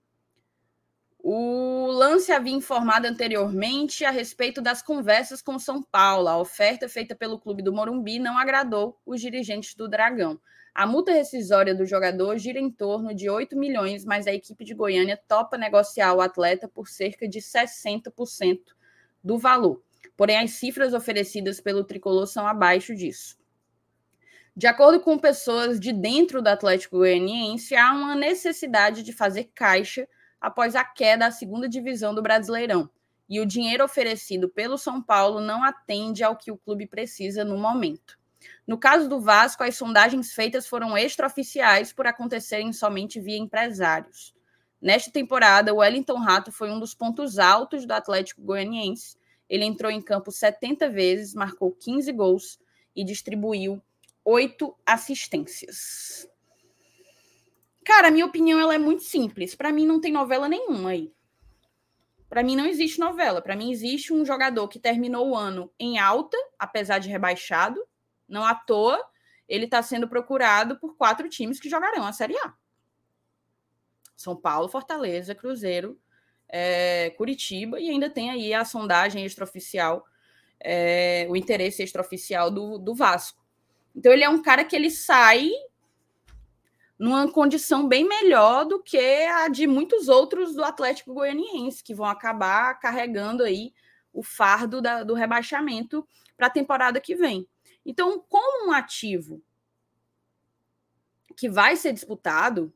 O Lance havia informado anteriormente a respeito das conversas com São Paulo. A oferta feita pelo clube do Morumbi não agradou os dirigentes do Dragão. A multa rescisória do jogador gira em torno de oito milhões, mas a equipe de Goiânia topa negociar o atleta por cerca de sessenta por cento do valor. Porém, as cifras oferecidas pelo tricolor são abaixo disso. De acordo com pessoas de dentro do Atlético Goianiense, há uma necessidade de fazer caixa após a queda à segunda divisão do Brasileirão. E o dinheiro oferecido pelo São Paulo não atende ao que o clube precisa no momento. No caso do Vasco, as sondagens feitas foram extraoficiais por acontecerem somente via empresários. Nesta temporada, o Wellington Rato foi um dos pontos altos do Atlético Goianiense. Ele entrou em campo setenta vezes, marcou quinze gols e distribuiu oito assistências. Cara, a minha opinião ela é muito simples. Para mim não tem novela nenhuma aí. Para mim não existe novela. Para mim existe um jogador que terminou o ano em alta, apesar de rebaixado. Não à toa, ele está sendo procurado por quatro times que jogarão a Série A. São Paulo, Fortaleza, Cruzeiro, é, Curitiba, e ainda tem aí a sondagem extraoficial, é, o interesse extraoficial do, do Vasco. Então ele é um cara que ele sai numa condição bem melhor do que a de muitos outros do Atlético Goianiense, que vão acabar carregando aí o fardo da, do rebaixamento para a temporada que vem. Então, como um ativo que vai ser disputado,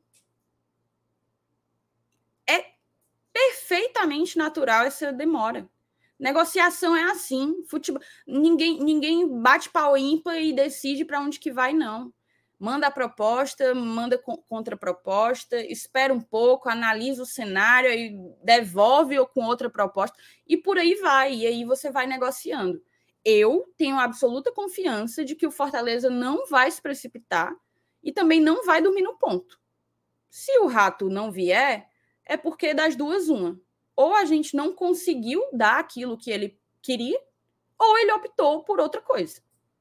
é perfeitamente natural essa demora. Negociação é assim. Futebol, ninguém, ninguém bate pau ímpar e decide para onde que vai, não. Manda a proposta, manda contraproposta, espera um pouco, analisa o cenário, aí devolve com outra proposta e por aí vai. E aí você vai negociando. Eu tenho absoluta confiança de que o Fortaleza não vai se precipitar e também não vai dormir no ponto. Se o Rato não vier, é porque das duas, uma. Ou a gente não conseguiu dar aquilo que ele queria, ou ele optou por outra coisa.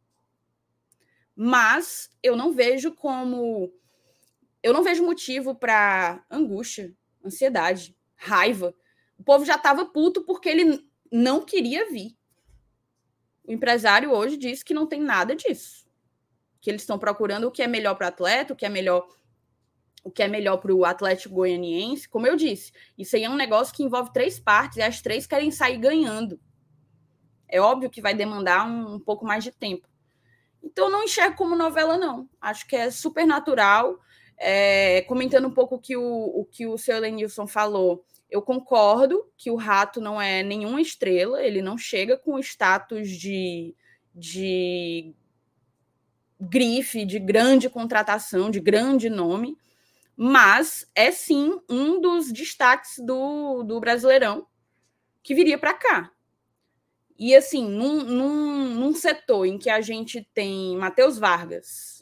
Mas eu não vejo como... Eu não vejo motivo para angústia, ansiedade, raiva. O povo já estava puto porque ele não queria vir. O empresário hoje disse que não tem nada disso. Que eles estão procurando o que é melhor para o atleta, o que é melhor, o que é melhor para o Atlético Goianiense. Como eu disse, isso aí é um negócio que envolve três partes e as três querem sair ganhando. É óbvio que vai demandar um, um pouco mais de tempo. Então, não enxergo como novela, não. Acho que é super natural. É, comentando um pouco o que o, o, que o seu Lenilson falou, eu concordo que o Rato não é nenhuma estrela, ele não chega com o status de, de grife, de grande contratação, de grande nome, mas é sim um dos destaques do, do Brasileirão que viria para cá. E assim, num, num, num setor em que a gente tem Matheus Vargas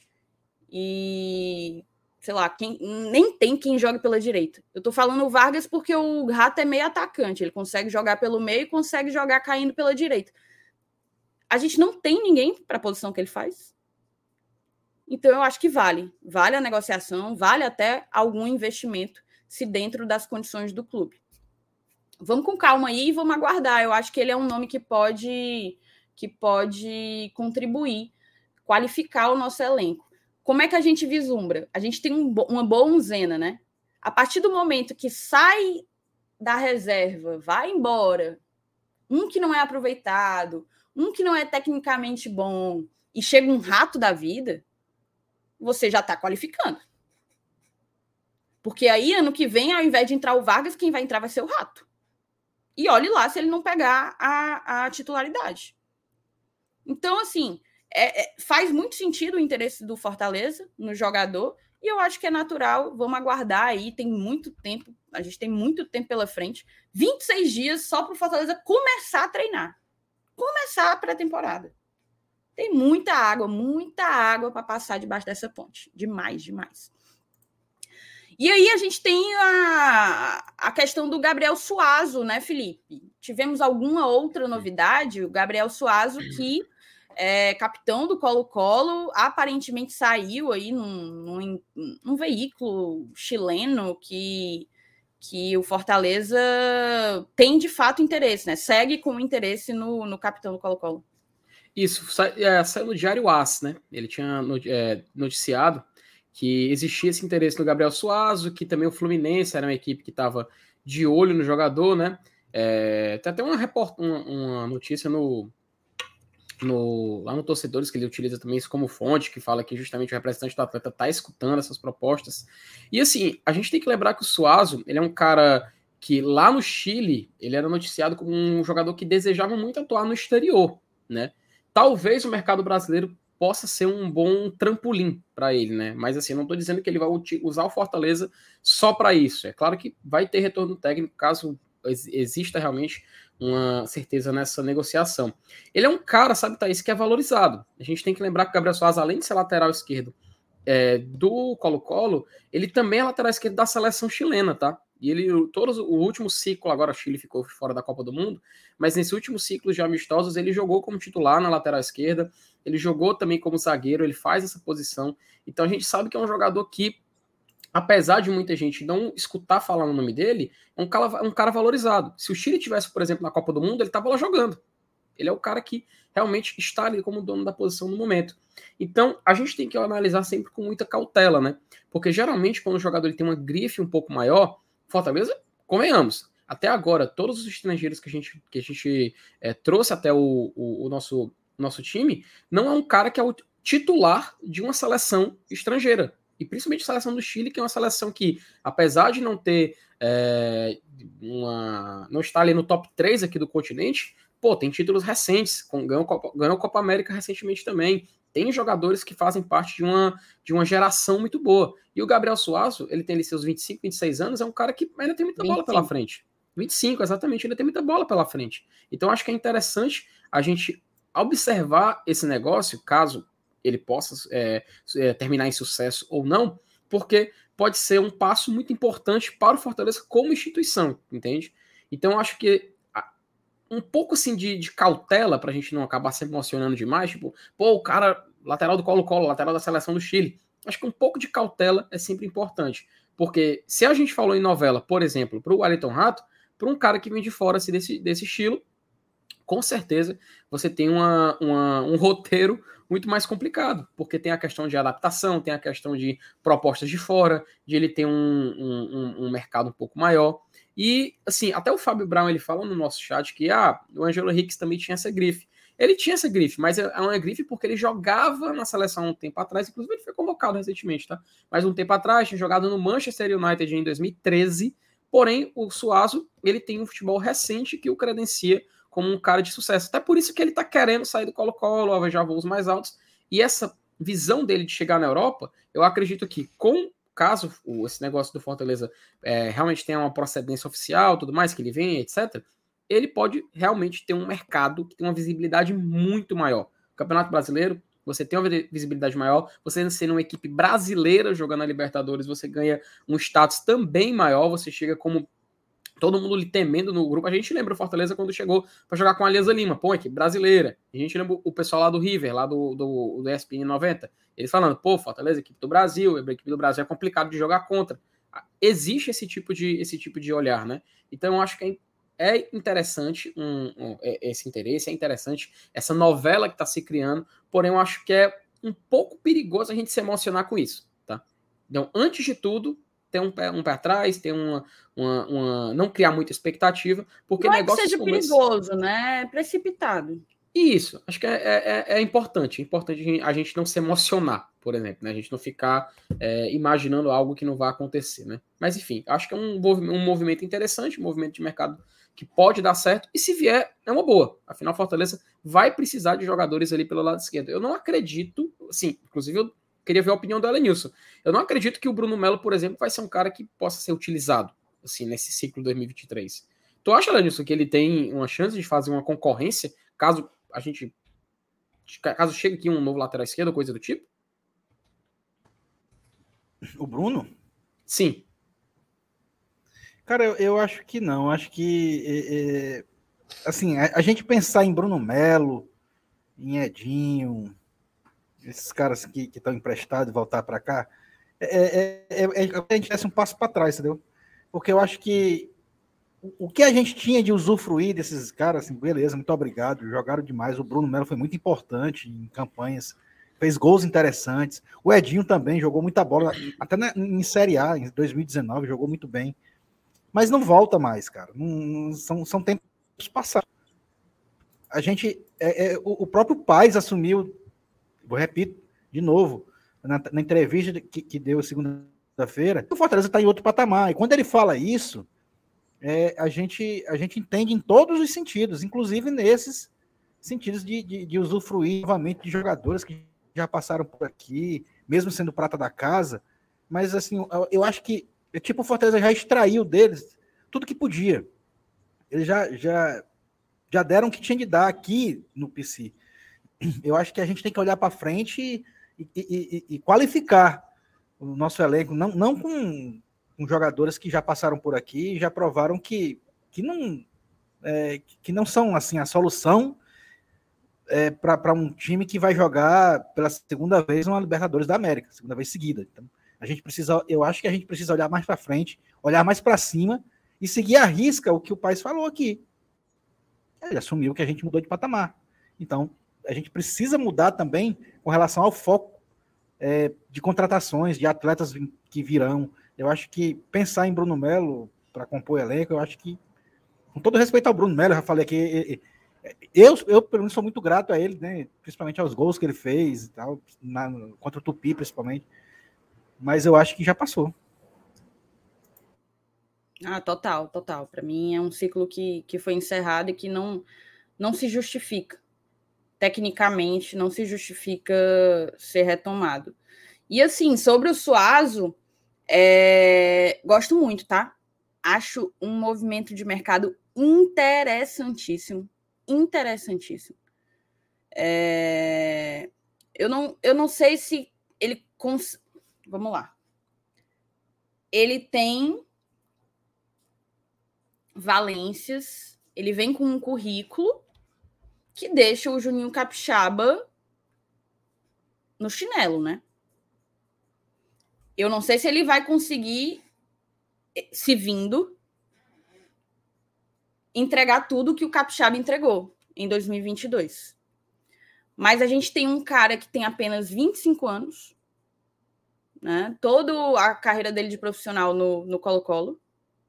e... sei lá, quem, nem tem quem jogue pela direita. Eu tô falando o Vargas porque o Rato é meio atacante, ele consegue jogar pelo meio e consegue jogar caindo pela direita. A gente não tem ninguém para a posição que ele faz. Então eu acho que vale. Vale a negociação, vale até algum investimento, se dentro das condições do clube. Vamos com calma aí e vamos aguardar. Eu acho que ele é um nome que pode, que pode contribuir, qualificar o nosso elenco. Como é que a gente vislumbra? A gente tem um, uma boa onzena, né? A partir do momento que sai da reserva, vai embora, um que não é aproveitado, um que não é tecnicamente bom, e chega um Rato da vida, você já está qualificando. Porque aí, ano que vem, ao invés de entrar o Vargas, quem vai entrar vai ser o Rato. E olhe lá se ele não pegar a, a titularidade. Então, assim... É, é, faz muito sentido o interesse do Fortaleza no jogador e eu acho que é natural, vamos aguardar aí, tem muito tempo, a gente tem muito tempo pela frente, vinte e seis dias só para o Fortaleza começar a treinar, começar a pré-temporada. Tem muita água, muita água para passar debaixo dessa ponte, demais, demais. E aí a gente tem a, a questão do Gabriel Suazo, né, Felipe? Tivemos alguma outra novidade? O Gabriel Suazo que... É, capitão do Colo-Colo, aparentemente saiu aí num, num, num veículo chileno que, que o Fortaleza tem de fato interesse, né? Segue com interesse no, no capitão do Colo-Colo. Isso, sa- é, saiu no Diário AS, né? Ele tinha no- é, noticiado que existia esse interesse no Gabriel Suazo, que também o Fluminense era uma equipe que estava de olho no jogador, né? É, tem até uma, report, uma, uma notícia no, no, lá no Torcedores, que ele utiliza também isso como fonte, que fala que justamente o representante do atleta está escutando essas propostas. E assim, a gente tem que lembrar que o Suazo, ele é um cara que lá no Chile, ele era noticiado como um jogador que desejava muito atuar no exterior, né? Talvez o mercado brasileiro possa ser um bom trampolim para ele, né? Mas assim, não estou dizendo que ele vai usar o Fortaleza só para isso. É claro que vai ter retorno técnico caso exista realmente uma certeza nessa negociação. Ele é um cara, sabe, Thaís, que é valorizado. A gente tem que lembrar que o Gabriel Soares, além de ser lateral esquerdo é, do Colo-Colo, ele também é lateral esquerdo da seleção chilena, tá? E ele, todos, o último ciclo, agora o Chile ficou fora da Copa do Mundo, mas nesse último ciclo de amistosos, ele jogou como titular na lateral esquerda, ele jogou também como zagueiro, ele faz essa posição. Então a gente sabe que é um jogador que, apesar de muita gente não escutar falar no nome dele, é um cara, um cara valorizado. Se o Chile tivesse, por exemplo, na Copa do Mundo, ele estava lá jogando. Ele é o cara que realmente está ali como dono da posição no momento. Então, a gente tem que analisar sempre com muita cautela, né? Porque geralmente, quando o jogador ele tem uma grife um pouco maior, Fortaleza, convenhamos, até agora, todos os estrangeiros que a gente, que a gente é, trouxe até o, o, o nosso, nosso time, não é um cara que é o titular de uma seleção estrangeira. E principalmente a seleção do Chile, que é uma seleção que, apesar de não ter é, uma. não estar ali no top três aqui do continente, pô, tem títulos recentes, com, ganhou, Copa, ganhou a Copa América recentemente também. Tem jogadores que fazem parte de uma, de uma geração muito boa. E o Gabriel Suazo, ele tem ali seus vinte e cinco, vinte e seis anos, é um cara que ainda tem muita bola pela frente. vinte e cinco, exatamente, ainda tem muita bola pela frente. Então acho que é interessante a gente observar esse negócio, caso ele possa é, é, terminar em sucesso ou não, porque pode ser um passo muito importante para o Fortaleza como instituição, entende? Então acho que um pouco assim de, de cautela pra gente não acabar se emocionando demais, tipo, pô, o cara, lateral do Colo-Colo, lateral da seleção do Chile. Acho que um pouco de cautela é sempre importante. Porque se a gente falou em novela, por exemplo, pro Wellington Rato, para um cara que vem de fora assim, desse, desse estilo, com certeza você tem uma, uma, um roteiro muito mais complicado, porque tem a questão de adaptação, tem a questão de propostas de fora, de ele ter um, um, um mercado um pouco maior. E, assim, até o Fábio Brown, ele fala no nosso chat que ah, o Ângelo Henriques também tinha essa grife. Ele tinha essa grife, mas é uma grife porque ele jogava na seleção um tempo atrás, inclusive ele foi convocado recentemente, tá? Mas um tempo atrás, tinha jogado no Manchester United em dois mil e treze, porém o Suazo, ele tem um futebol recente que o credencia como um cara de sucesso. Até por isso que ele tá querendo sair do Colo-Colo, alvejar voos mais altos, e essa visão dele de chegar na Europa, eu acredito que com caso esse negócio do Fortaleza é, realmente tenha uma procedência oficial, tudo mais, que ele venha, etcétera, ele pode realmente ter um mercado que tem uma visibilidade muito maior. O Campeonato Brasileiro, você tem uma visibilidade maior, você sendo uma equipe brasileira jogando a Libertadores, você ganha um status também maior, você chega como todo mundo lhe temendo no grupo. A gente lembra o Fortaleza quando chegou para jogar com a Alianza Lima, pô, equipe brasileira. A gente lembra o pessoal lá do River, lá do, do, do E S P N noventa, eles falando, pô, Fortaleza, equipe do Brasil, a equipe do Brasil é complicado de jogar contra. Existe esse tipo de, esse tipo de olhar, né? Então eu acho que é interessante um, um, esse interesse, é interessante essa novela que está se criando, porém eu acho que é um pouco perigoso a gente se emocionar com isso, tá? Então, antes de tudo, ter um pé, um pé atrás, ter uma, uma, uma, não criar muita expectativa, porque não é negócios que seja como perigoso, esse... né? É precipitado. Isso, acho que é, é, é importante, é importante a gente não se emocionar, por exemplo, né? A gente não ficar é, imaginando algo que não vai acontecer, né? Mas enfim, acho que é um, um movimento interessante, um movimento de mercado que pode dar certo, e se vier, é uma boa. Afinal, Fortaleza vai precisar de jogadores ali pelo lado esquerdo. Eu não acredito, assim, inclusive eu queria ver a opinião do Elenilson. Eu não acredito que o Bruno Melo, por exemplo, vai ser um cara que possa ser utilizado, assim, nesse ciclo dois mil e vinte e três. Tu acha, Elenilson, que ele tem uma chance de fazer uma concorrência, caso a gente caso chegue aqui um novo lateral esquerdo, coisa do tipo? O Bruno? Sim. Cara, eu, eu acho que não. Acho que é, é, assim, a, a gente pensar em Bruno Melo, em Edinho, esses caras que estão emprestados e voltar para cá, é, é, é, é, a gente desse um passo para trás, entendeu? Porque eu acho que o que a gente tinha de usufruir desses caras, assim, beleza, muito obrigado, jogaram demais. O Bruno Melo foi muito importante em campanhas, fez gols interessantes. O Edinho também jogou muita bola, até na, em Série A, em dois mil e dezenove, jogou muito bem. Mas não volta mais, cara. Não, são, são tempos passados. A gente, é, é, o, o próprio Paes assumiu, vou repito de novo, na, na entrevista que, que deu segunda-feira, o Fortaleza está em outro patamar. E quando ele fala isso, É, a, gente, a gente entende em todos os sentidos, inclusive nesses sentidos de, de, de usufruir novamente de jogadores que já passaram por aqui, mesmo sendo prata da casa, mas assim, eu, eu acho que tipo, o Fortaleza já extraiu deles tudo que podia. Eles já, já, já deram o que tinha de dar aqui no P C. Eu acho que a gente tem que olhar para frente e, e, e, e qualificar o nosso elenco, não, não com com jogadores que já passaram por aqui e já provaram que, que, não, é, que não são assim a solução é, para um time que vai jogar pela segunda vez uma Libertadores da América, segunda vez seguida. Então, a gente precisa, eu acho que a gente precisa olhar mais para frente, olhar mais para cima e seguir à risca o que o Paes falou aqui. Ele assumiu que a gente mudou de patamar. Então, a gente precisa mudar também com relação ao foco é, de contratações, de atletas que virão. Eu acho que pensar em Bruno Melo para compor elenco, eu acho que, com todo respeito ao Bruno Melo, eu já falei aqui, eu, eu pelo menos sou muito grato a ele, né, principalmente aos gols que ele fez e tal, na, contra o Tupi principalmente, mas eu acho que já passou. Ah, total, total. Para mim é um ciclo que, que foi encerrado e que não, não se justifica. Tecnicamente, não se justifica ser retomado. E assim, sobre o Suazo, É... gosto muito, tá? Acho um movimento de mercado interessantíssimo. Interessantíssimo. É... Eu, não, eu não sei se ele... Cons... Vamos lá. Ele tem valências, ele vem com um currículo que deixa o Juninho Capixaba no chinelo, né? Eu não sei se ele vai conseguir, se vindo, entregar tudo que o Capixaba entregou em dois mil e vinte e dois. Mas a gente tem um cara que tem apenas vinte e cinco anos, né? Toda a carreira dele de profissional no, no Colo-Colo.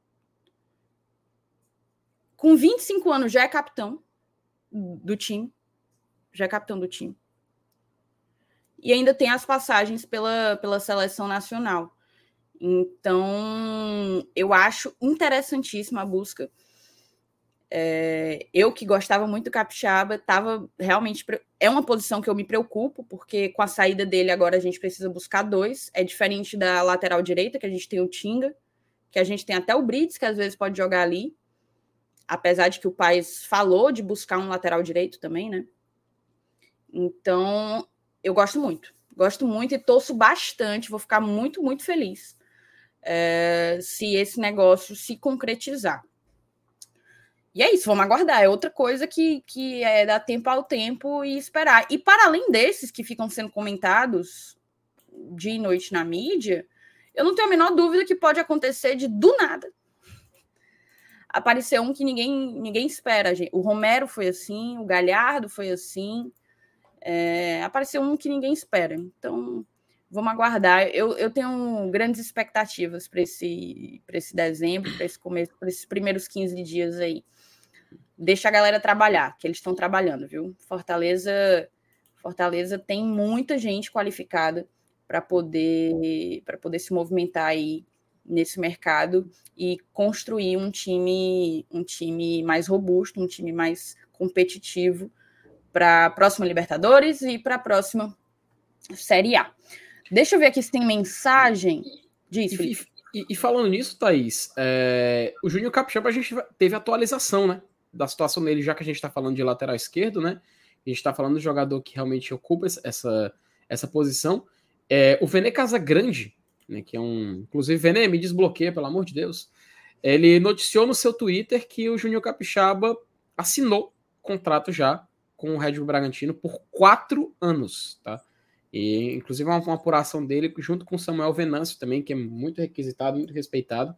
Com vinte e cinco anos já é capitão do time. Já é capitão do time. E ainda tem as passagens pela, pela seleção nacional. Então, eu acho interessantíssima a busca. É, eu que gostava muito do Capixaba, estava realmente... É uma posição que eu me preocupo, porque com a saída dele agora a gente precisa buscar dois. É diferente da lateral direita, que a gente tem o Tinga, que a gente tem até o Brits, que às vezes pode jogar ali. Apesar de que o Paes falou de buscar um lateral direito também, né? Então... eu gosto muito, gosto muito e torço bastante, vou ficar muito, muito feliz é, se esse negócio se concretizar. E é isso, vamos aguardar, é outra coisa que, que é dar tempo ao tempo e esperar. E para além desses que ficam sendo comentados dia e noite na mídia, eu não tenho a menor dúvida que pode acontecer de, do nada, aparecer um que ninguém, ninguém espera. Gente. O Romero foi assim, o Galhardo foi assim... É, apareceu um que ninguém espera. Então, vamos aguardar. Eu, eu tenho grandes expectativas para esse, para esse dezembro, para esse começo, para esses primeiros quinze dias aí. Deixa a galera trabalhar, que eles estão trabalhando, viu? Fortaleza, Fortaleza tem muita gente qualificada para poder, para poder se movimentar aí nesse mercado e construir um time, um time mais robusto, um time mais competitivo para a próxima Libertadores e para a próxima Série A. Deixa eu ver aqui se tem mensagem. Diz, Felipe. E, e, e falando nisso, Thaís, é, o Júnior Capixaba a gente teve atualização, né, da situação dele, já que a gente está falando de lateral esquerdo, né? A gente está falando do jogador que realmente ocupa essa, essa posição. É, o Vene Casagrande, né, que é um... Inclusive, Vene, me desbloqueia, pelo amor de Deus. Ele noticiou no seu Twitter que o Júnior Capixaba assinou contrato já com o Red Bull Bragantino por quatro anos, tá? E, inclusive, uma, uma apuração dele junto com o Samuel Venâncio também, que é muito requisitado, muito respeitado.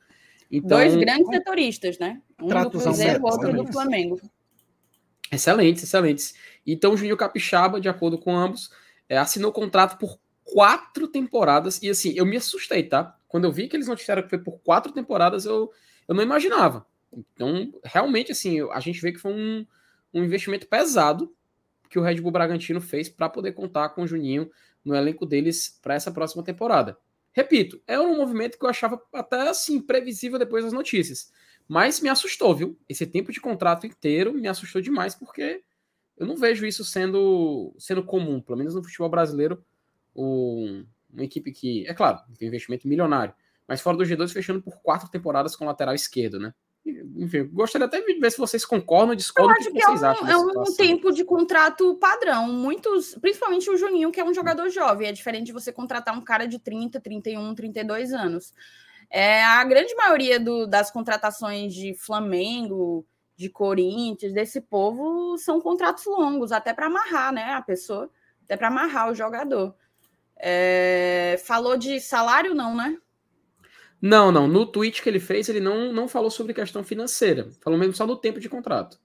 Então, dois grandes setoristas, né? Um do Tratuzão Cruzeiro, o outro exatamente. do Flamengo. Excelentes, excelentes. Então, o Juninho Capixaba, de acordo com ambos, é, assinou contrato por quatro temporadas. E assim, eu me assustei, tá? Quando eu vi que eles noticiaram que foi por quatro temporadas, eu, eu não imaginava. Então, realmente, assim, a gente vê que foi um, um investimento pesado que o Red Bull Bragantino fez para poder contar com o Juninho no elenco deles para essa próxima temporada. Repito, é um movimento que eu achava até assim previsível depois das notícias. Mas me assustou, viu? Esse tempo de contrato inteiro me assustou demais, porque eu não vejo isso sendo, sendo comum, pelo menos no futebol brasileiro, um, uma equipe que, é claro, tem investimento milionário, mas fora do G dois fechando por quatro temporadas com lateral esquerdo, né? Enfim, gostaria até de ver se vocês concordam ou discordam. Eu acho O que, que, que vocês é um, acham é dessa um situação? tempo de contrato padrão. Muitos, principalmente o Juninho, que é um jogador jovem. É diferente de você contratar um cara de trinta, trinta e um, trinta e dois anos. É, a grande maioria do, das contratações de Flamengo, de Corinthians, desse povo, são contratos longos, até para amarrar, né, a pessoa, até para amarrar o jogador. É, falou de salário, não, né? Não, não. No tweet que ele fez, ele não, não falou sobre questão financeira. Falou mesmo só no tempo de contrato.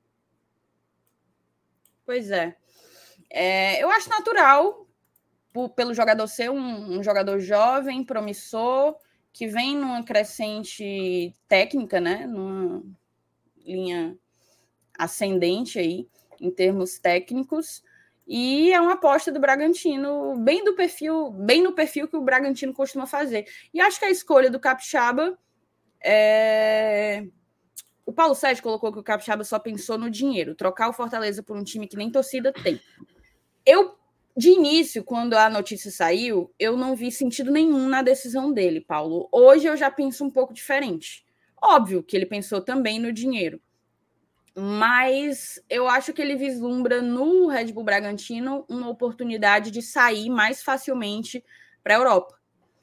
Pois é. é eu acho natural, por, pelo jogador ser um, um jogador jovem, promissor, que vem numa crescente técnica, né? Numa linha ascendente aí, em termos técnicos. E é uma aposta do Bragantino, bem do perfil, bem no perfil que o Bragantino costuma fazer. E acho que a escolha do Capixaba é... O Paulo Sérgio colocou que o Capixaba só pensou no dinheiro, trocar o Fortaleza por um time que nem torcida tem. Eu, de início, quando a notícia saiu, eu não vi sentido nenhum na decisão dele, Paulo. Hoje eu já penso um pouco diferente. Óbvio que ele pensou também no dinheiro, mas eu acho que ele vislumbra no Red Bull Bragantino uma oportunidade de sair mais facilmente para a Europa.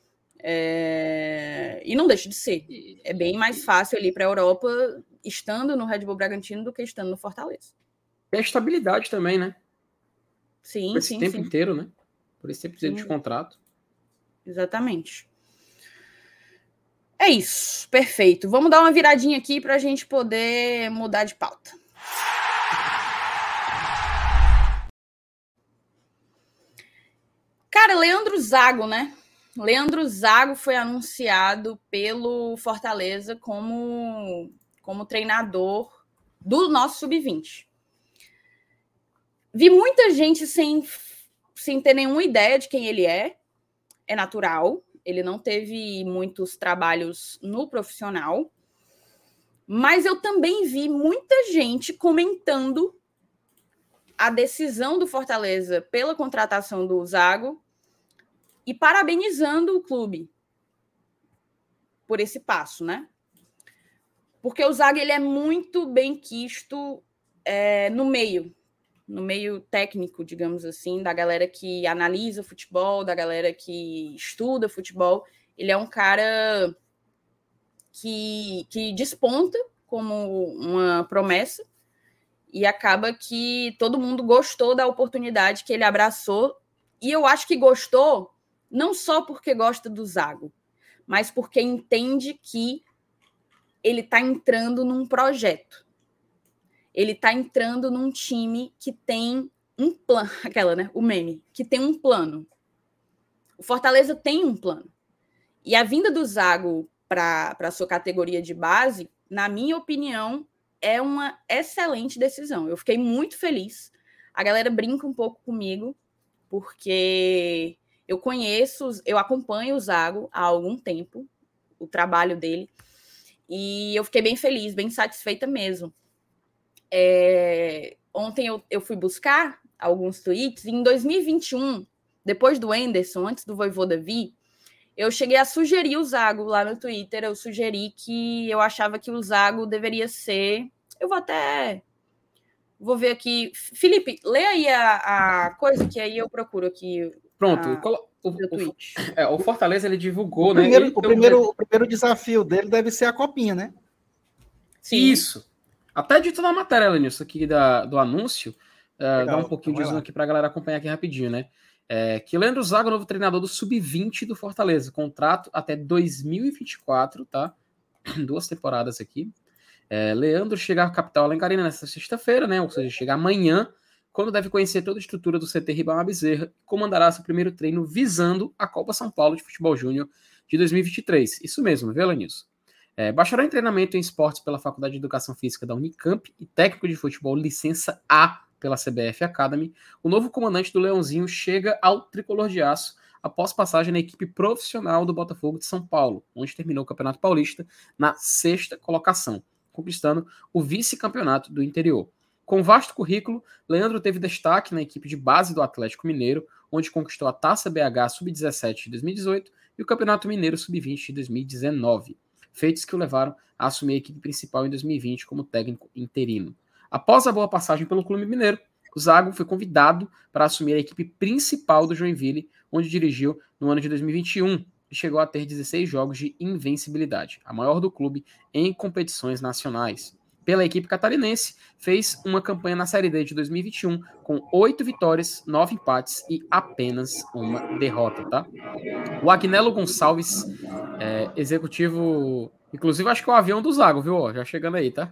É... E não deixa de ser. É bem mais fácil ele ir para a Europa estando no Red Bull Bragantino do que estando no Fortaleza. E a estabilidade também, né? Sim, Por esse sim, tempo sim. inteiro, né? Por esse tempo Sim. de contrato. Exatamente. É isso, perfeito. Vamos dar uma viradinha aqui para a gente poder mudar de pauta. Cara, Leandro Zago, né? Leandro Zago foi anunciado pelo Fortaleza como, como treinador do nosso sub vinte. Vi muita gente sem, sem ter nenhuma ideia de quem ele é. É natural. Ele não teve muitos trabalhos no profissional. Mas eu também vi muita gente comentando a decisão do Fortaleza pela contratação do Zago e parabenizando o clube por esse passo, né? Porque o Zago ele é muito bem quisto é, no meio, no meio técnico, digamos assim, da galera que analisa futebol, da galera que estuda futebol. Ele é um cara que, que desponta como uma promessa e acaba que todo mundo gostou da oportunidade que ele abraçou. E eu acho que gostou não só porque gosta do Zago, mas porque entende que ele está entrando num projeto. Ele está entrando num time que tem um plano, aquela, né? O meme, que tem um plano. O Fortaleza tem um plano. E a vinda do Zago para a sua categoria de base, na minha opinião, é uma excelente decisão. Eu fiquei muito feliz. A galera brinca um pouco comigo, porque eu conheço, eu acompanho o Zago há algum tempo, o trabalho dele, e eu fiquei bem feliz, bem satisfeita mesmo. É, ontem eu, eu fui buscar alguns tweets, e em dois mil e vinte e um, depois do Anderson, antes do Vojvoda vir, eu cheguei a sugerir o Zago lá no Twitter, eu sugeri que eu achava que o Zago deveria ser... Eu vou até... Vou ver aqui... Felipe, lê aí a, a coisa, que aí eu procuro aqui. Pronto. A, o, o, o, é, o Fortaleza, ele divulgou, o primeiro, né? Ele o, primeiro, o primeiro desafio dele deve ser a copinha, né? Sim. Isso. Até dito na matéria, Lenilson, aqui da, do anúncio, uh, dá um pouquinho então de zoom aqui para a galera acompanhar aqui rapidinho, né? É, que Leandro Zago, novo treinador do sub vinte do Fortaleza, contrato até dois mil e vinte e quatro, tá? duas temporadas aqui. É, Leandro chega à capital alencarina nesta sexta-feira, né? Ou seja, chega amanhã, quando deve conhecer toda a estrutura do C T Ribamar Bezerra, e comandará seu primeiro treino visando a Copa São Paulo de Futebol Júnior de dois mil e vinte e três. Isso mesmo, viu, Lenilson? É, bacharel em treinamento em esportes pela Faculdade de Educação Física da Unicamp e técnico de futebol licença A pela C B F Academy, o novo comandante do Leãozinho chega ao Tricolor de Aço após passagem na equipe profissional do Botafogo de São Paulo, onde terminou o Campeonato Paulista na sexta colocação, conquistando o vice-campeonato do interior. Com vasto currículo, Leandro teve destaque na equipe de base do Atlético Mineiro, onde conquistou a Taça B H sub dezessete de dois mil e dezoito e o Campeonato Mineiro sub vinte de dois mil e dezenove, feitos que o levaram a assumir a equipe principal em dois mil e vinte como técnico interino. Após a boa passagem pelo clube mineiro, o Zago foi convidado para assumir a equipe principal do Joinville, onde dirigiu no ano de dois mil e vinte e um e chegou a ter dezesseis jogos de invencibilidade, a maior do clube em competições nacionais. Pela equipe catarinense, fez uma campanha na Série D de dois mil e vinte e um com oito vitórias, nove empates e apenas uma derrota, tá? O Agnello Gonçalves, é, executivo... Inclusive, acho que é o avião do Zago, viu? Ó, já chegando aí, tá?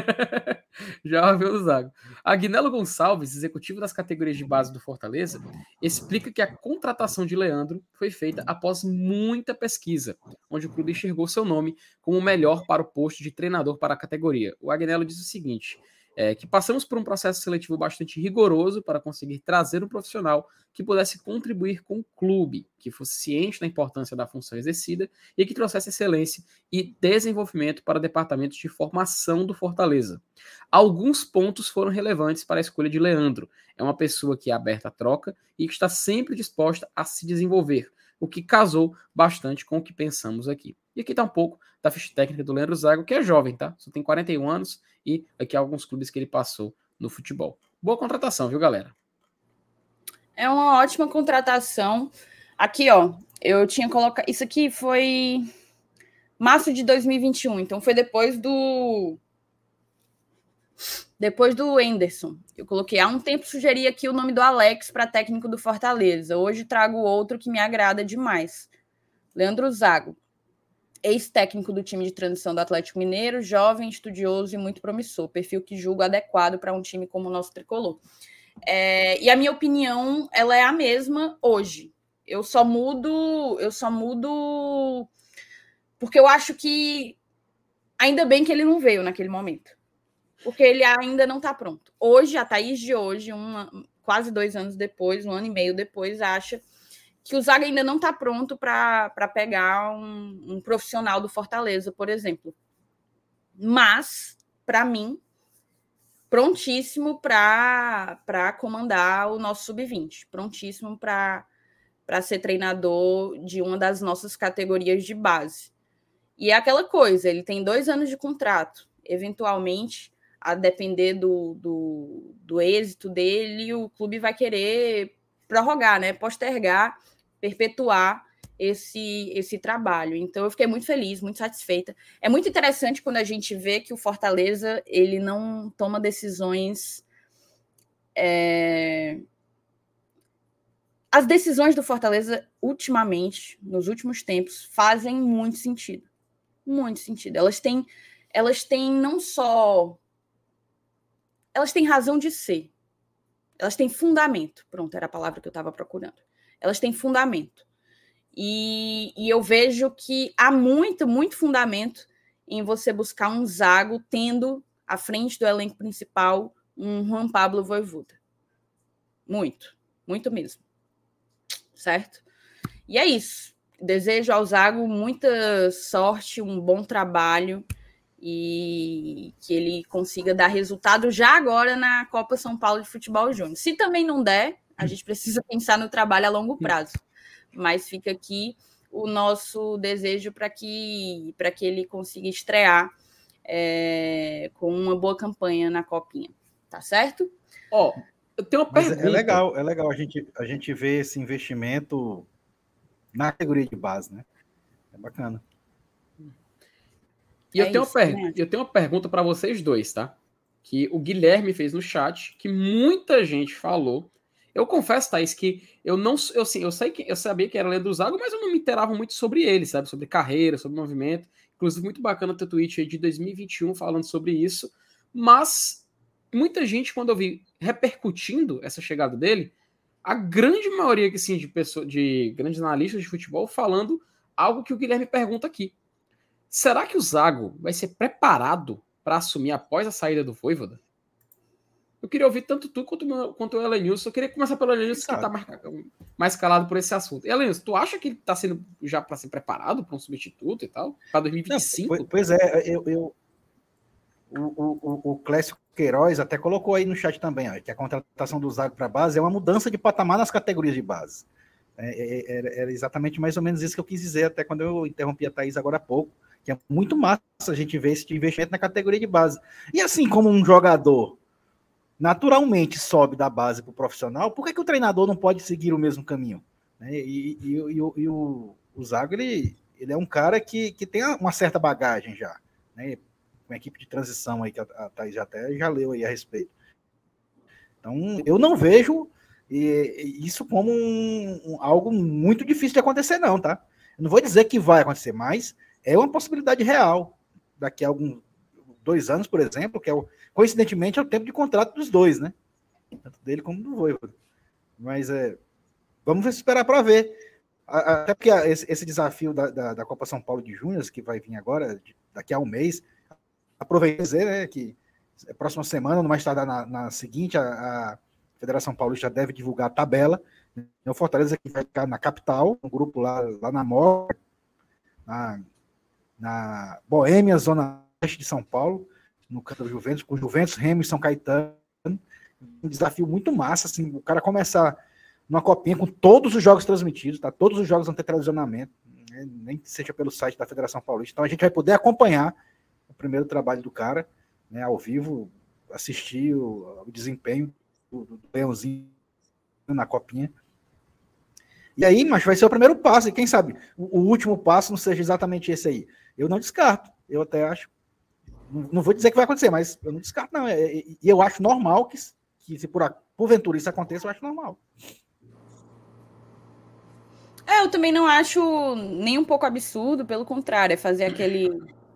Já o avião do Zago. Agnello Gonçalves, executivo das categorias de base do Fortaleza, explica que a contratação de Leandro foi feita após muita pesquisa, onde o clube enxergou seu nome como o melhor para o posto de treinador para a categoria. O Agnello diz o seguinte... É, que passamos por um processo seletivo bastante rigoroso para conseguir trazer um profissional que pudesse contribuir com o clube, que fosse ciente da importância da função exercida e que trouxesse excelência e desenvolvimento para departamentos de formação do Fortaleza. Alguns pontos foram relevantes para a escolha de Leandro. É uma pessoa que é aberta à troca e que está sempre disposta a se desenvolver, o que casou bastante com o que pensamos aqui. E aqui está um pouco da ficha técnica do Leandro Zago, que é jovem, tá? Só tem quarenta e um anos e aqui há alguns clubes que ele passou no futebol. Boa contratação, viu, galera? É uma ótima contratação. Aqui, ó, eu tinha colocado... Isso aqui foi março de dois mil e vinte e um, então foi depois do... Depois do Henderson. Eu coloquei, há um tempo sugeri aqui o nome do Alex para técnico do Fortaleza. Hoje trago outro que me agrada demais. Leandro Zago. Ex-técnico do time de transição do Atlético Mineiro, jovem, estudioso e muito promissor. Perfil que julgo adequado para um time como o nosso tricolor. É, e a minha opinião, ela é a mesma hoje. Eu só mudo, eu só mudo porque eu acho que ainda bem que ele não veio naquele momento. Porque ele ainda não está pronto. Hoje, a Thaís de hoje, uma, quase dois anos depois, um ano e meio depois, acha que o Zaga ainda não está pronto para pegar um, um profissional do Fortaleza, por exemplo. Mas, para mim, prontíssimo para comandar o nosso sub vinte. Prontíssimo para ser treinador de uma das nossas categorias de base. E é aquela coisa, ele tem dois anos de contrato. Eventualmente, a depender do, do, do êxito dele, o clube vai querer prorrogar, né? Postergar, perpetuar esse, esse trabalho. Então, eu fiquei muito feliz, muito satisfeita. É muito interessante quando a gente vê que o Fortaleza ele não toma decisões... É... As decisões do Fortaleza, ultimamente, nos últimos tempos, fazem muito sentido. Muito sentido. Elas têm, elas têm não só... Elas têm razão de ser. Elas têm fundamento. Pronto, era a palavra que eu estava procurando. Elas têm fundamento. E, e eu vejo que há muito, muito fundamento em você buscar um Zago tendo à frente do elenco principal um Juan Pablo Vojvoda. Muito, muito mesmo. Certo? E é isso. Desejo ao Zago muita sorte, um bom trabalho e que ele consiga dar resultado já agora na Copa São Paulo de Futebol Júnior. Se também não der, a gente precisa pensar no trabalho a longo prazo. Mas fica aqui o nosso desejo para que, para que ele consiga estrear é, com uma boa campanha na Copinha. Tá certo? Ó, oh, eu tenho uma Mas pergunta. É legal, é legal a gente, a gente ver esse investimento na categoria de base, né? É bacana. E eu, é tenho isso, uma per... eu tenho uma pergunta para vocês dois, tá? Que o Guilherme fez no chat, que muita gente falou. Eu confesso, Thaís, que eu não eu, assim, eu, sei que, eu sabia que era Leandro Zago, mas eu não me inteirava muito sobre ele, sabe? Sobre carreira, sobre movimento. Inclusive, muito bacana o teu tweet aí de dois mil e vinte e um falando sobre isso. Mas muita gente, quando eu vi repercutindo essa chegada dele, a grande maioria assim, de, pessoa, de grandes analistas de futebol falando algo que o Guilherme pergunta aqui. Será que o Zago vai ser preparado para assumir após a saída do Vojvoda? Eu queria ouvir tanto tu quanto, quanto o Elenilson. Eu queria começar pelo Elenilson, que está mais, mais calado por esse assunto. Elenilson, tu acha que ele está sendo já para ser preparado para um substituto e tal? Para dois mil e vinte e cinco? Não, pois é, eu, eu, o, o, o Clécio Queiroz até colocou aí no chat também, ó, que a contratação do Zago para a base é uma mudança de patamar nas categorias de base. É, é, era, era exatamente mais ou menos isso que eu quis dizer, até quando eu interrompi a Thaís agora há pouco, que é muito massa a gente ver esse investimento na categoria de base. E assim como um jogador naturalmente sobe da base para o profissional, por que, que o treinador não pode seguir o mesmo caminho? Né? E, e, e, e, o, e o, o Zago, ele, ele é um cara que, que tem uma certa bagagem já, né? Uma equipe de transição aí, que a, a Thaís já até já leu aí a respeito. Então, eu não vejo e, isso como um, um, algo muito difícil de acontecer, não, tá? Eu não vou dizer que vai acontecer, mas é uma possibilidade real. Daqui a alguns dois anos, por exemplo, que é o, coincidentemente é o tempo de contrato dos dois, né? Tanto dele como do Vojvoda. Mas é, vamos esperar para ver. Até porque esse, esse desafio da, da, da Copa São Paulo de Júnior, que vai vir agora, daqui a um mês, aproveitei dizer, né, que próxima semana, no mais tardar na, na seguinte, a, a Federação Paulista deve divulgar a tabela. O Fortaleza que vai ficar na capital, no grupo lá, lá na Moca, na, na Boêmia, zona oeste de São Paulo, no canto do Juventus, com Juventus, Remo e São Caetano. Um desafio muito massa, assim, o cara começar numa copinha com todos os jogos transmitidos, tá? Todos os jogos vão ter televisionamento, né? Nem que seja pelo site da Federação Paulista. Então a gente vai poder acompanhar o primeiro trabalho do cara, né, ao vivo, assistir o, o desempenho do, do Leãozinho na copinha. E aí, mas vai ser o primeiro passo, e quem sabe o, o último passo não seja exatamente esse aí. Eu não descarto, eu até acho, não, não vou dizer que vai acontecer, mas eu não descarto não, e eu acho normal que, que se por, porventura isso aconteça, eu acho normal. É, eu também não acho nem um pouco absurdo, pelo contrário, é fazer aquele...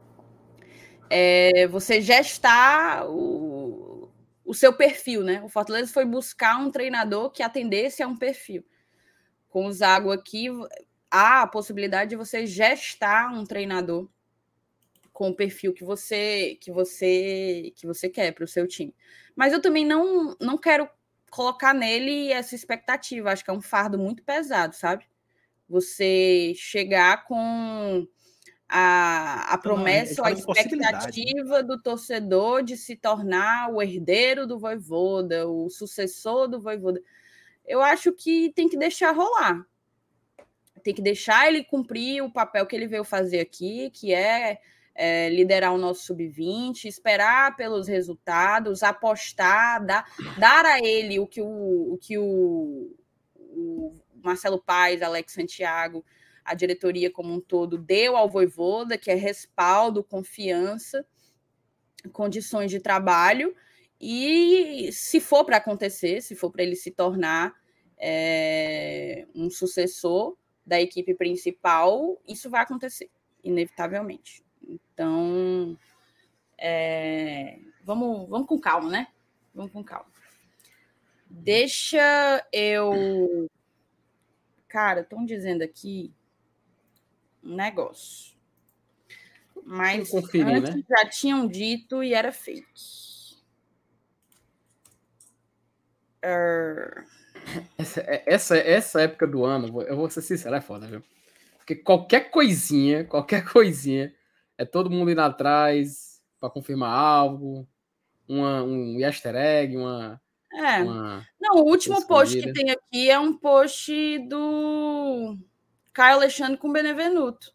É, você gestar o, o seu perfil, né? O Fortaleza foi buscar um treinador que atendesse a um perfil. Com o Zago aqui, há a possibilidade de você gestar um treinador com o perfil que você que você que você quer para o seu time. Mas eu também não, não quero colocar nele essa expectativa. Acho que é um fardo muito pesado, sabe? Você chegar com a, a promessa ou a expectativa do torcedor de se tornar o herdeiro do Vojvoda, o sucessor do Vojvoda. Eu acho que tem que deixar rolar. Tem que deixar ele cumprir o papel que ele veio fazer aqui, que é, é liderar o nosso sub vinte, esperar pelos resultados, apostar, dar, dar a ele o que o, o, que o, o Marcelo Paes, Alex Santiago, a diretoria como um todo deu ao Vojvoda, que é respaldo, confiança, condições de trabalho, e se for para acontecer, se for para ele se tornar é, um sucessor da equipe principal, isso vai acontecer, inevitavelmente. Então, é, vamos, vamos com calma, né? Vamos com calma. Deixa eu... Cara, estão dizendo aqui um negócio. Mas conferir, antes né? Já tinham dito e era fake. Uh... Essa, essa, essa época do ano, eu vou ser sincero, é foda, viu? Porque qualquer coisinha, qualquer coisinha, é todo mundo indo atrás para confirmar algo, uma, um easter egg, uma... É. Uma Não, o último post que tem aqui é um post do Caio Alexandre com Benevenuto.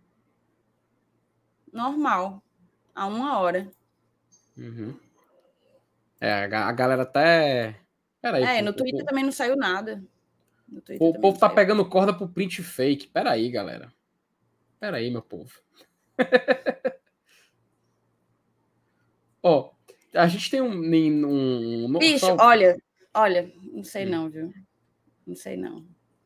Normal. Há uma hora. Uhum. É, a galera até... Peraí, é, pô, no Twitter pô, também não saiu nada. O povo tá pegando corda pro print fake. Peraí, galera. Peraí, meu povo. Ó, a gente tem um... um, um Bicho, só... olha, Olha, não sei não, viu? Não sei não.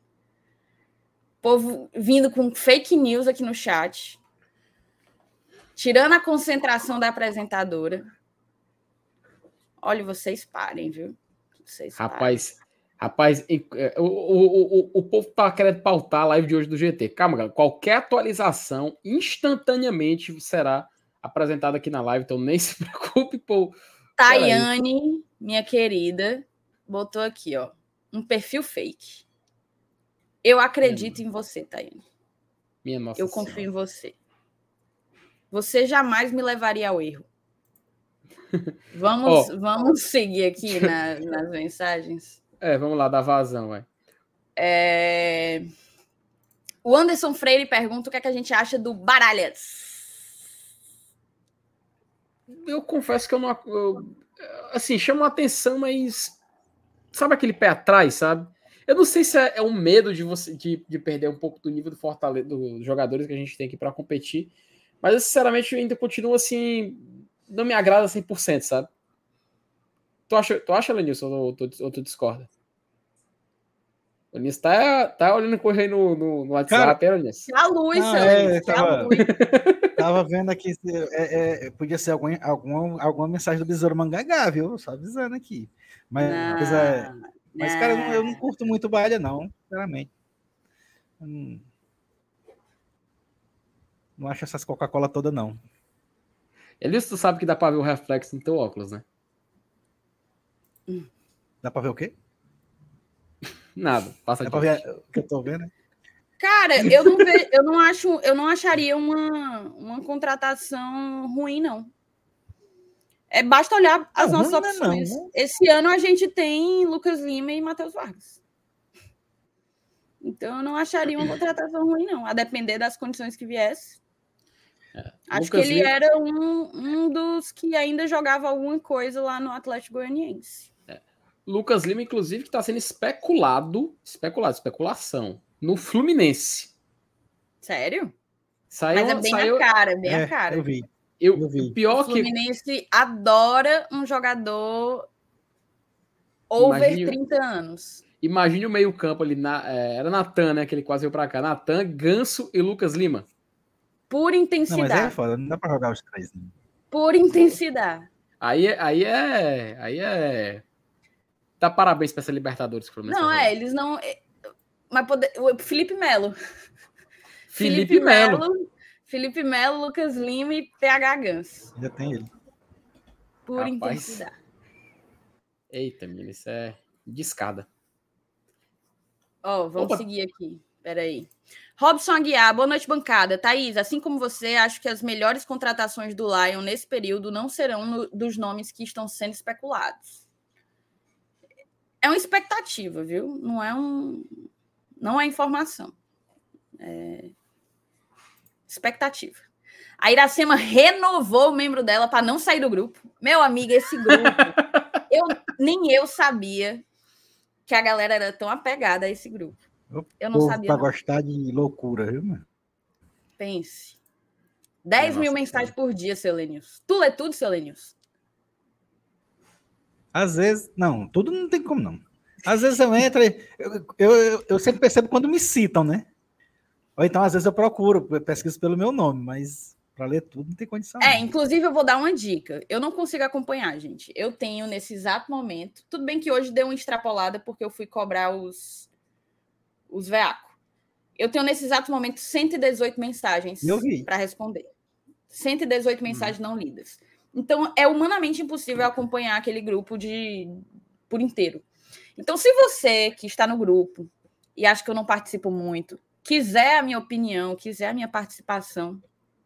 Povo vindo com fake news aqui no chat. Tirando a concentração da apresentadora. Olha, vocês parem, viu? Vocês rapaz, parem. rapaz, o, o, o, o povo tá querendo pautar a live de hoje do G T. Calma, galera. Qualquer atualização instantaneamente será apresentada aqui na live, então nem se preocupe, pô. Tayane, minha querida, botou aqui, ó, um perfil fake. Eu acredito em você, Tayane. Minha nossa Eu confio senhora. em você. Você jamais me levaria ao erro. Vamos, oh, vamos seguir aqui na, nas mensagens. É, vamos lá, dar vazão, ué. É... O Anderson Freire pergunta o que, é que a gente acha do Baralhas. Eu confesso que eu não... Eu, assim, chama atenção, mas... Sabe aquele pé atrás, sabe? Eu não sei se é, é um medo de você de, de perder um pouco do nível do Fortaleza, dos jogadores que a gente tem aqui para competir. Mas, eu, sinceramente, eu ainda continuo assim... Não me agrada cem por cento, sabe? Tu acha, tu acha Lenilson, ou tu, ou tu discorda? O Lenilson tá, tá olhando correr no, no, no WhatsApp, é, Lenilson? A luz, não, é, tava, tava vendo aqui, é, é, podia ser algum, alguma, alguma mensagem do Besouro Mangagá, viu? Só avisando aqui. Mas, não, mas, é, mas cara, eu não, eu não curto muito Baralha, não, sinceramente. Hum, não acho essas Coca-Cola toda, não. Elis, tu sabe que dá pra ver o reflexo no teu óculos, né? Dá pra ver o quê? Nada, passa Dá pra ver o que eu tô vendo? Cara, eu não, ve... eu não, acho, eu não acharia uma, uma contratação ruim, não. É, basta olhar as não, nossas ruim, opções. Não, né? Esse ano a gente tem Lucas Lima e Matheus Vargas. Então eu não acharia uma contratação ruim, não. A depender das condições que viesse. É. Acho Lucas que ele Lima... era um, um dos que ainda jogava alguma coisa lá no Atlético Goianiense. É. Lucas Lima, inclusive, que está sendo especulado, especulado, especulação, no Fluminense. Sério? Saiu, Mas é bem saiu... a cara, bem é, a cara. Eu vi. Eu, eu vi. Pior o Fluminense que... adora um jogador over Imagine... trinta anos. Imagine o meio campo ali, na, é, era Natan, né, que ele quase veio pra cá. Natan, Ganso e Lucas Lima. Por intensidade. Não, mas é foda, não dá pra jogar os três. Né? Por intensidade. Aí, aí é... Aí é... Dá parabéns pra essa Libertadores. Que não, é, eles não... Mas poder... o Felipe Melo. Felipe, Felipe Melo. Melo. Felipe Melo, Lucas Lima e P H Ganso. Já tem ele. Por Rapaz. intensidade. Eita, menina, isso é de escada. Ó, oh, vamos Opa. seguir aqui. Peraí. Robson Aguiar, boa noite, bancada. Thaís, assim como você, acho que as melhores contratações do Lion nesse período não serão no, dos nomes que estão sendo especulados. É uma expectativa, viu? Não é um... Não é informação. É... Expectativa. A Iracema renovou o membro dela para não sair do grupo. Meu amigo, esse grupo... eu, nem eu sabia que a galera era tão apegada a esse grupo. Eu não sabia. Para gostar de loucura, viu, mano? Pense. dez mil mensagens por dia, seu Lenilson. Tu lê tudo, seu Lenilson? Às vezes, não, tudo não tem como não. Às vezes eu entro, eu, eu, eu, eu sempre percebo quando me citam, né? Ou então, às vezes eu procuro, eu pesquiso pelo meu nome, mas para ler tudo não tem condição. É, não. Inclusive eu vou dar uma dica. Eu não consigo acompanhar, gente. Eu tenho nesse exato momento, tudo bem que hoje deu uma extrapolada porque eu fui cobrar os os veacos. Eu tenho nesse exato momento cento e dezoito mensagens para responder. cento e dezoito hum. mensagens não lidas. Então, é humanamente impossível acompanhar aquele grupo de por inteiro. Então, se você que está no grupo e acha que eu não participo muito, quiser a minha opinião, quiser a minha participação,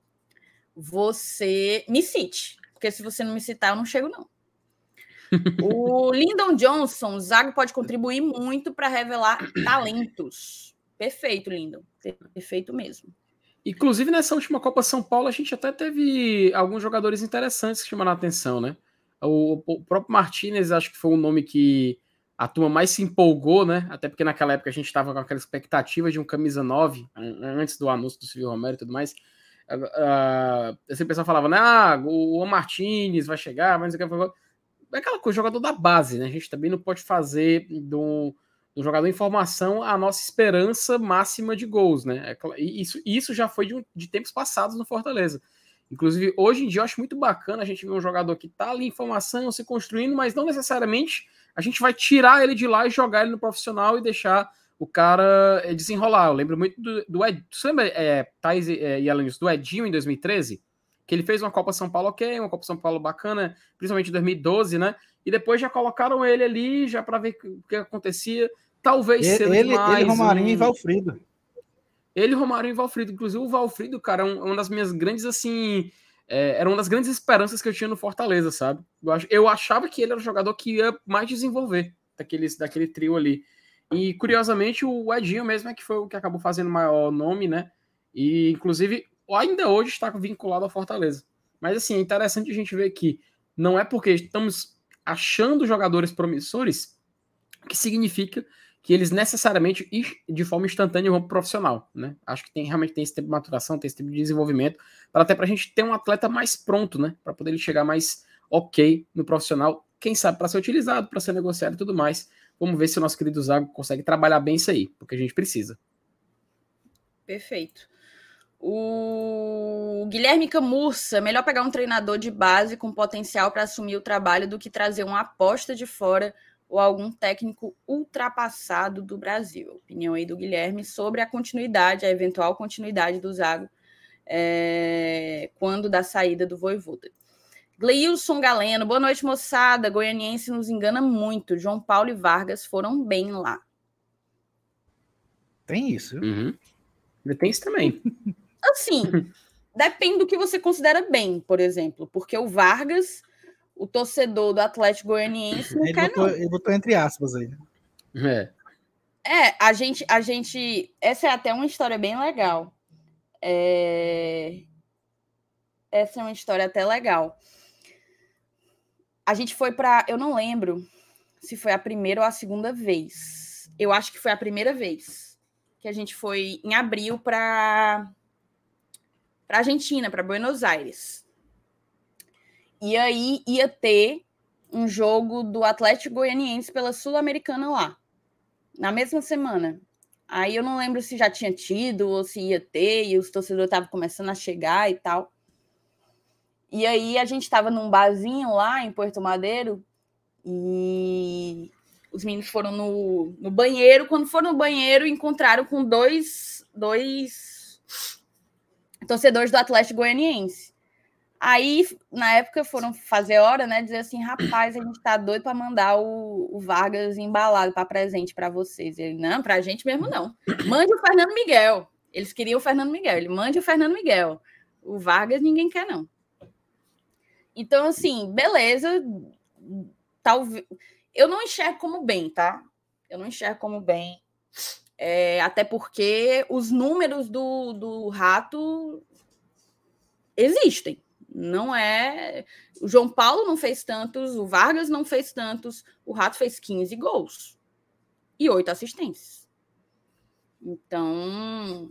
você me cite. Porque se você não me citar, eu não chego, não. O Lyndon Johnson, o Zago pode contribuir muito para revelar talentos. Perfeito, Lyndon. Perfeito mesmo. Inclusive, nessa última Copa São Paulo, a gente até teve alguns jogadores interessantes que chamaram a atenção, né? O, o próprio Martínez, acho que foi um nome que a turma mais se empolgou, né? Até porque naquela época a gente estava com aquela expectativa de um camisa nove, antes do anúncio do Silvio Romero e tudo mais. Uh, esse pessoal falava, né? Ah, o, o Martínez vai chegar, mas não sei o que. é aquela coisa, jogador da base, né? A gente também não pode fazer do, do jogador em formação a nossa esperança máxima de gols, né? E isso, isso já foi de, de tempos passados no Fortaleza. Inclusive, hoje em dia eu acho muito bacana a gente ver um jogador que tá ali em formação, se construindo, mas não necessariamente a gente vai tirar ele de lá e jogar ele no profissional e deixar o cara desenrolar. Eu lembro muito do, do Ed, você lembra, é, Thais é, e Alanis, do Edinho em dois mil e treze? Que ele fez uma Copa São Paulo ok, uma Copa São Paulo bacana, principalmente em dois mil e doze, né? E depois já colocaram ele ali, já para ver o que acontecia. Talvez ele, cedo ele, demais. Ele, Romarinho um... e Valfrido. Ele, Romarinho e Valfrido. Inclusive o Valfrido, cara, é uma das minhas grandes, assim... É, era uma das grandes esperanças que eu tinha no Fortaleza, sabe? Eu, ach, eu achava que ele era o jogador que ia mais desenvolver daquele, daquele trio ali. E, curiosamente, o Edinho mesmo é que foi o que acabou fazendo o maior nome, né? E, inclusive, ainda hoje está vinculado ao Fortaleza. Mas, assim, é interessante a gente ver que não é porque estamos achando jogadores promissores que significa que eles necessariamente, de forma instantânea, vão para o profissional, né? Acho que tem, realmente tem esse tempo de maturação, tem esse tempo de desenvolvimento, para até para a gente ter um atleta mais pronto, né? Para poder ele chegar mais ok no profissional, quem sabe para ser utilizado, para ser negociado e tudo mais. Vamos ver se o nosso querido Zago consegue trabalhar bem isso aí, porque a gente precisa. Perfeito. O Guilherme Camurça, melhor pegar um treinador de base com potencial para assumir o trabalho do que trazer uma aposta de fora ou algum técnico ultrapassado do Brasil. Opinião aí do Guilherme sobre a continuidade, a eventual continuidade do Zago é, quando da saída do Vojvoda. Gleilson Galeno, boa noite, moçada. Goianiense nos engana muito. João Paulo e Vargas foram bem lá. Tem isso. Uhum. Tem isso também. Assim, depende do que você considera bem, por exemplo. Porque o Vargas, o torcedor do Atlético Goianiense, não ele quer, botou, não. Ele botou entre aspas aí. É. É, a gente, a gente... Essa é até uma história bem legal. É... Essa é uma história até legal. A gente foi para... Eu não lembro se foi a primeira ou a segunda vez. Eu acho que foi a primeira vez que a gente foi em abril para para Argentina, para Buenos Aires. E aí ia ter um jogo do Atlético Goianiense pela Sul-Americana lá, na mesma semana. Aí eu não lembro se já tinha tido ou se ia ter, e os torcedores estavam começando a chegar e tal. E aí a gente estava num barzinho lá em Puerto Madeiro e os meninos foram no, no banheiro. Quando foram no banheiro, encontraram com dois, dois torcedores do Atlético Goianiense. Aí, na época, foram fazer hora, né? Dizer assim, rapaz, a gente tá doido para mandar o, o Vargas embalado para presente para vocês. Ele, não, pra gente mesmo não. Mande o Fernando Miguel. Eles queriam o Fernando Miguel. Ele, mande o Fernando Miguel. O Vargas ninguém quer, não. Então, assim, beleza. Talvez... Eu não enxergo como bem, tá? Eu não enxergo como bem. É, até porque os números do, do Rato existem. Não é... O João Paulo não fez tantos, o Vargas não fez tantos, o Rato fez quinze gols e oito assistências. Então...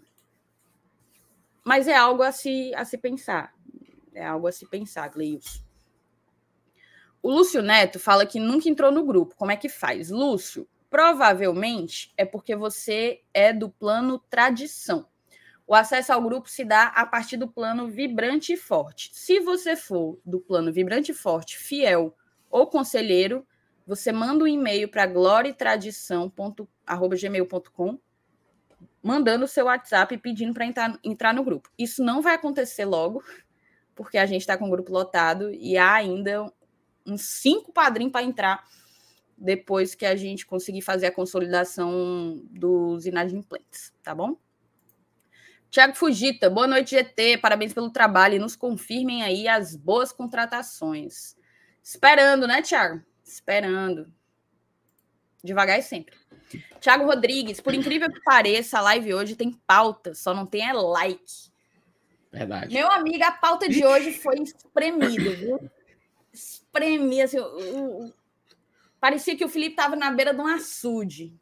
Mas é algo a se, a se pensar. É algo a se pensar, Gleilson. O Lúcio Neto fala que nunca entrou no grupo. Como é que faz? Lúcio, provavelmente é porque você é do plano tradição. O acesso ao grupo se dá a partir do plano vibrante e forte. Se você for do plano vibrante e forte, fiel ou conselheiro, você manda um e-mail para gloriatradição arroba gmail ponto com mandando o seu WhatsApp e pedindo para entrar, entrar no grupo. Isso não vai acontecer logo, porque a gente está com o grupo lotado e há ainda uns cinco padrinhos para entrar depois que a gente conseguir fazer a consolidação dos inadimplentes, tá bom? Tiago Fugita, boa noite, G T, parabéns pelo trabalho e nos confirmem aí as boas contratações. Esperando, né, Tiago? Esperando. Devagar e sempre. Tiago Rodrigues, por incrível que pareça, a live hoje tem pauta, só não tem é like. Verdade. Meu amigo, a pauta de hoje foi espremida, viu? Espremida, assim, o, o... parecia que o Felipe estava na beira de um açude.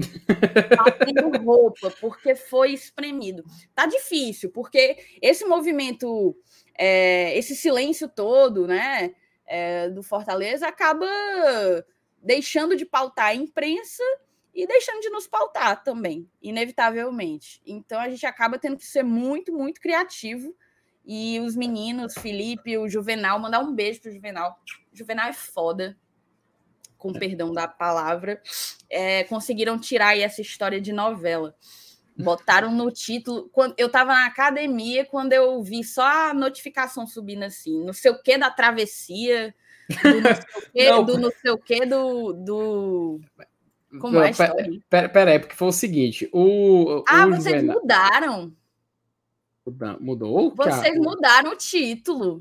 Batendo roupa, porque foi espremido. Tá difícil, porque esse movimento, é, esse silêncio todo, né? é, do Fortaleza acaba deixando de pautar a imprensa e deixando de nos pautar também, inevitavelmente. Então, a gente acaba tendo que ser muito, muito criativo. E os meninos, Felipe, o Juvenal, mandar um beijo pro Juvenal. O Juvenal é foda, com perdão da palavra. É, conseguiram tirar aí essa história de novela. Botaram no título. Quando eu estava na academia, quando eu vi só a notificação subindo assim, não sei o que da travessia, do não sei o que, do não sei o que, do... do... Como é a história? Pera, pera aí, porque foi o seguinte, o... Ah, o vocês Juvenal... mudaram. Mudou? Vocês a... mudaram o título.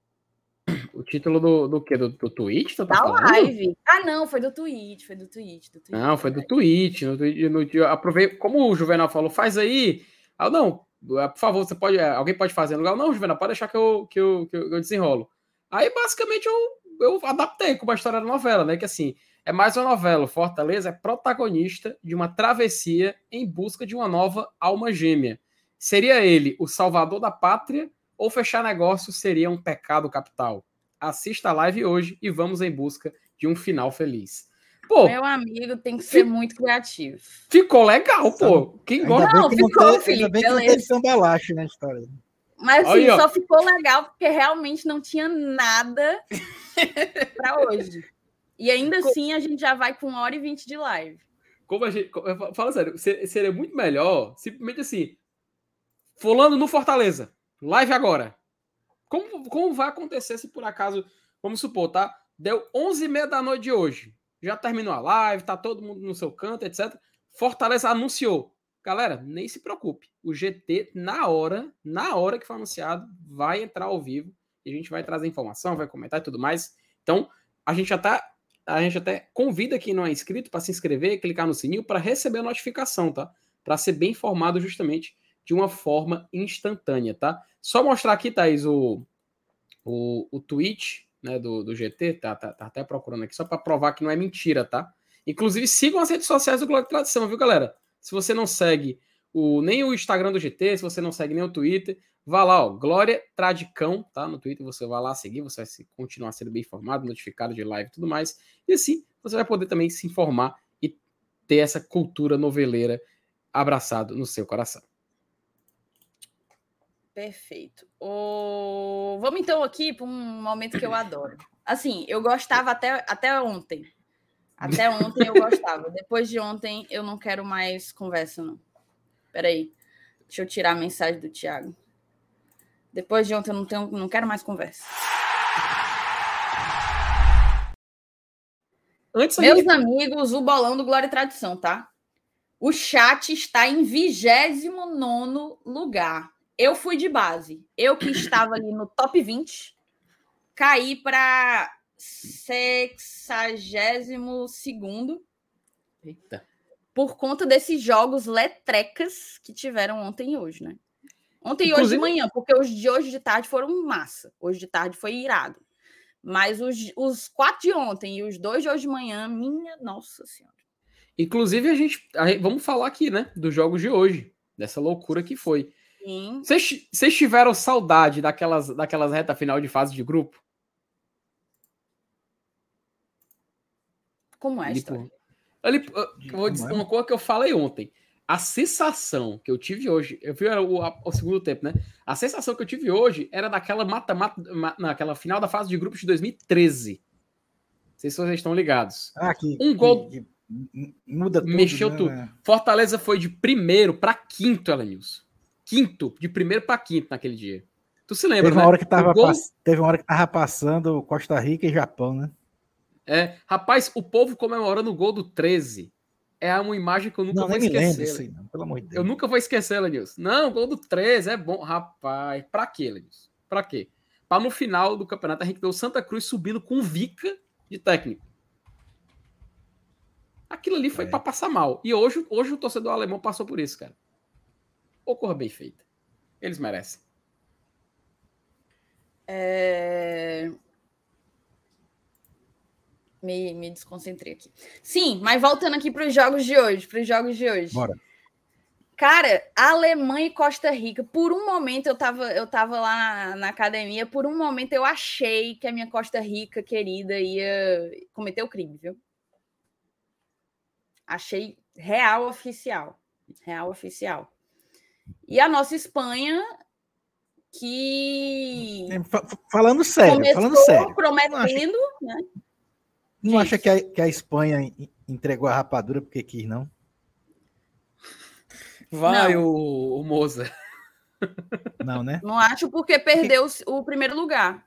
O título do, do quê? Do, do tweet? Tá da falando? live. Ah, não, foi do tweet, foi do tweet. Do tweet não, foi do tweet. No, no, no, aproveitei, como o Juvenal falou, faz aí. Ah, não, por favor, você pode, alguém pode fazer no lugar? Não, Juvenal, pode deixar que eu, que eu, que eu desenrolo. Aí, basicamente, eu, eu adaptei com uma história da novela, né? Que assim, é mais uma novela. O Fortaleza é protagonista de uma travessia em busca de uma nova alma gêmea. Seria ele o salvador da pátria ou fechar negócio seria um pecado capital? Assista a live hoje e vamos em busca de um final feliz. Pô, meu amigo tem que ser fico, muito criativo. Ficou legal, pô. Quem gosta? Não, ficou, não ter, Felipe, ainda bem que não teve cambalache na história. Mas assim, Aí, só ficou legal porque realmente não tinha nada para hoje. E ainda assim a gente já vai com uma hora e vinte de live. Como a gente, fala sério, seria muito melhor simplesmente assim, fulano no Fortaleza, live agora. Como, como vai acontecer se por acaso, vamos supor, tá? Deu onze e meia da noite de hoje. Já terminou a live, tá todo mundo no seu canto, etcétera. Fortaleza anunciou. Galera, nem se preocupe. O G T, na hora, na hora que for anunciado, vai entrar ao vivo. E a gente vai trazer informação, vai comentar e tudo mais. Então, a gente até, a gente até convida quem não é inscrito para se inscrever, clicar no sininho para receber a notificação, tá? Para ser bem informado justamente de uma forma instantânea, tá? Só mostrar aqui, Thaís, o, o, o tweet, né, do, do G T, tá, tá, tá até procurando aqui, só para provar que não é mentira, tá? Inclusive, sigam as redes sociais do Glória e Tradição, viu, galera? Se você não segue o, nem o Instagram do G T, se você não segue nem o Twitter, vá lá, ó, Glória Tradicão, tá? No Twitter você vai lá seguir, você vai se, continuar sendo bem informado, notificado de live e tudo mais. E assim, você vai poder também se informar e ter essa cultura noveleira abraçado no seu coração. Perfeito. O... Vamos então aqui para um momento que eu adoro. Assim, eu gostava até, até ontem. Até ontem eu gostava. Depois de ontem, eu não quero mais conversa, não. Peraí. Deixa eu tirar a mensagem do Thiago. Depois de ontem, eu não, tenho, não quero mais conversa. Antes Meus gente... amigos, o bolão do Glória e Tradição, tá? O chat está em vigésimo nono lugar. Eu fui de base. Eu que estava ali no top vinte, caí para sexagésimo segundo. Eita. Por conta desses jogos letrecas que tiveram ontem e hoje, né? Ontem Inclusive... e hoje de manhã, porque os de hoje de tarde foram massa. Hoje de tarde foi irado. Mas os, os quatro de ontem e os dois de hoje de manhã, minha nossa senhora. Inclusive, a gente, a gente vamos falar aqui, né? Dos jogos de hoje. Dessa loucura que foi. Sim. Vocês, vocês tiveram saudade daquelas, daquelas reta final de fase de grupo? Como é a história? Ali, eu vou dizer uma coisa que eu falei ontem. A sensação que eu tive hoje, eu vi o, a, o segundo tempo, né? A sensação que eu tive hoje era daquela mata-mata, naquela final da fase de grupos de dois mil e treze. Não sei se vocês estão ligados. Ah, que, um gol que, que muda tudo. Mexeu né? tudo. Fortaleza foi de primeiro para quinto, Elenilson. Quinto, de primeiro para quinto naquele dia. Tu se lembra, teve uma né? Hora que tava gol... pass... Teve uma hora que tava passando Costa Rica e Japão, né? É, rapaz, o povo comemorando o gol do treze. É uma imagem que eu nunca não, vou nem esquecer. Me lembro, assim, não, pelo amor de Deus. Eu nunca vou esquecer, Elenilson. Não, gol do treze é bom. Rapaz, pra quê, Elenilson? Pra quê? Pra no final do campeonato a gente ver o Santa Cruz subindo com Vica de técnico. Aquilo ali foi é. pra passar mal. E hoje, hoje o torcedor alemão passou por isso, cara. Ou cor bem feita. Eles merecem. É... Me, me desconcentrei aqui. Sim, mas voltando aqui para os jogos de hoje. Para os jogos de hoje. Bora. Cara, Alemanha e Costa Rica, por um momento eu tava, eu tava lá na, na academia, por um momento eu achei que a minha Costa Rica querida ia cometer o crime, viu? Achei real oficial. Real oficial. E a nossa Espanha, que... Falando sério, começou falando sério. prometendo, não acha, né? Não acha que a, que a Espanha entregou a rapadura porque quis, não? Vai, Não. o, o Moza. Não, né? Não acho porque perdeu o, o primeiro lugar.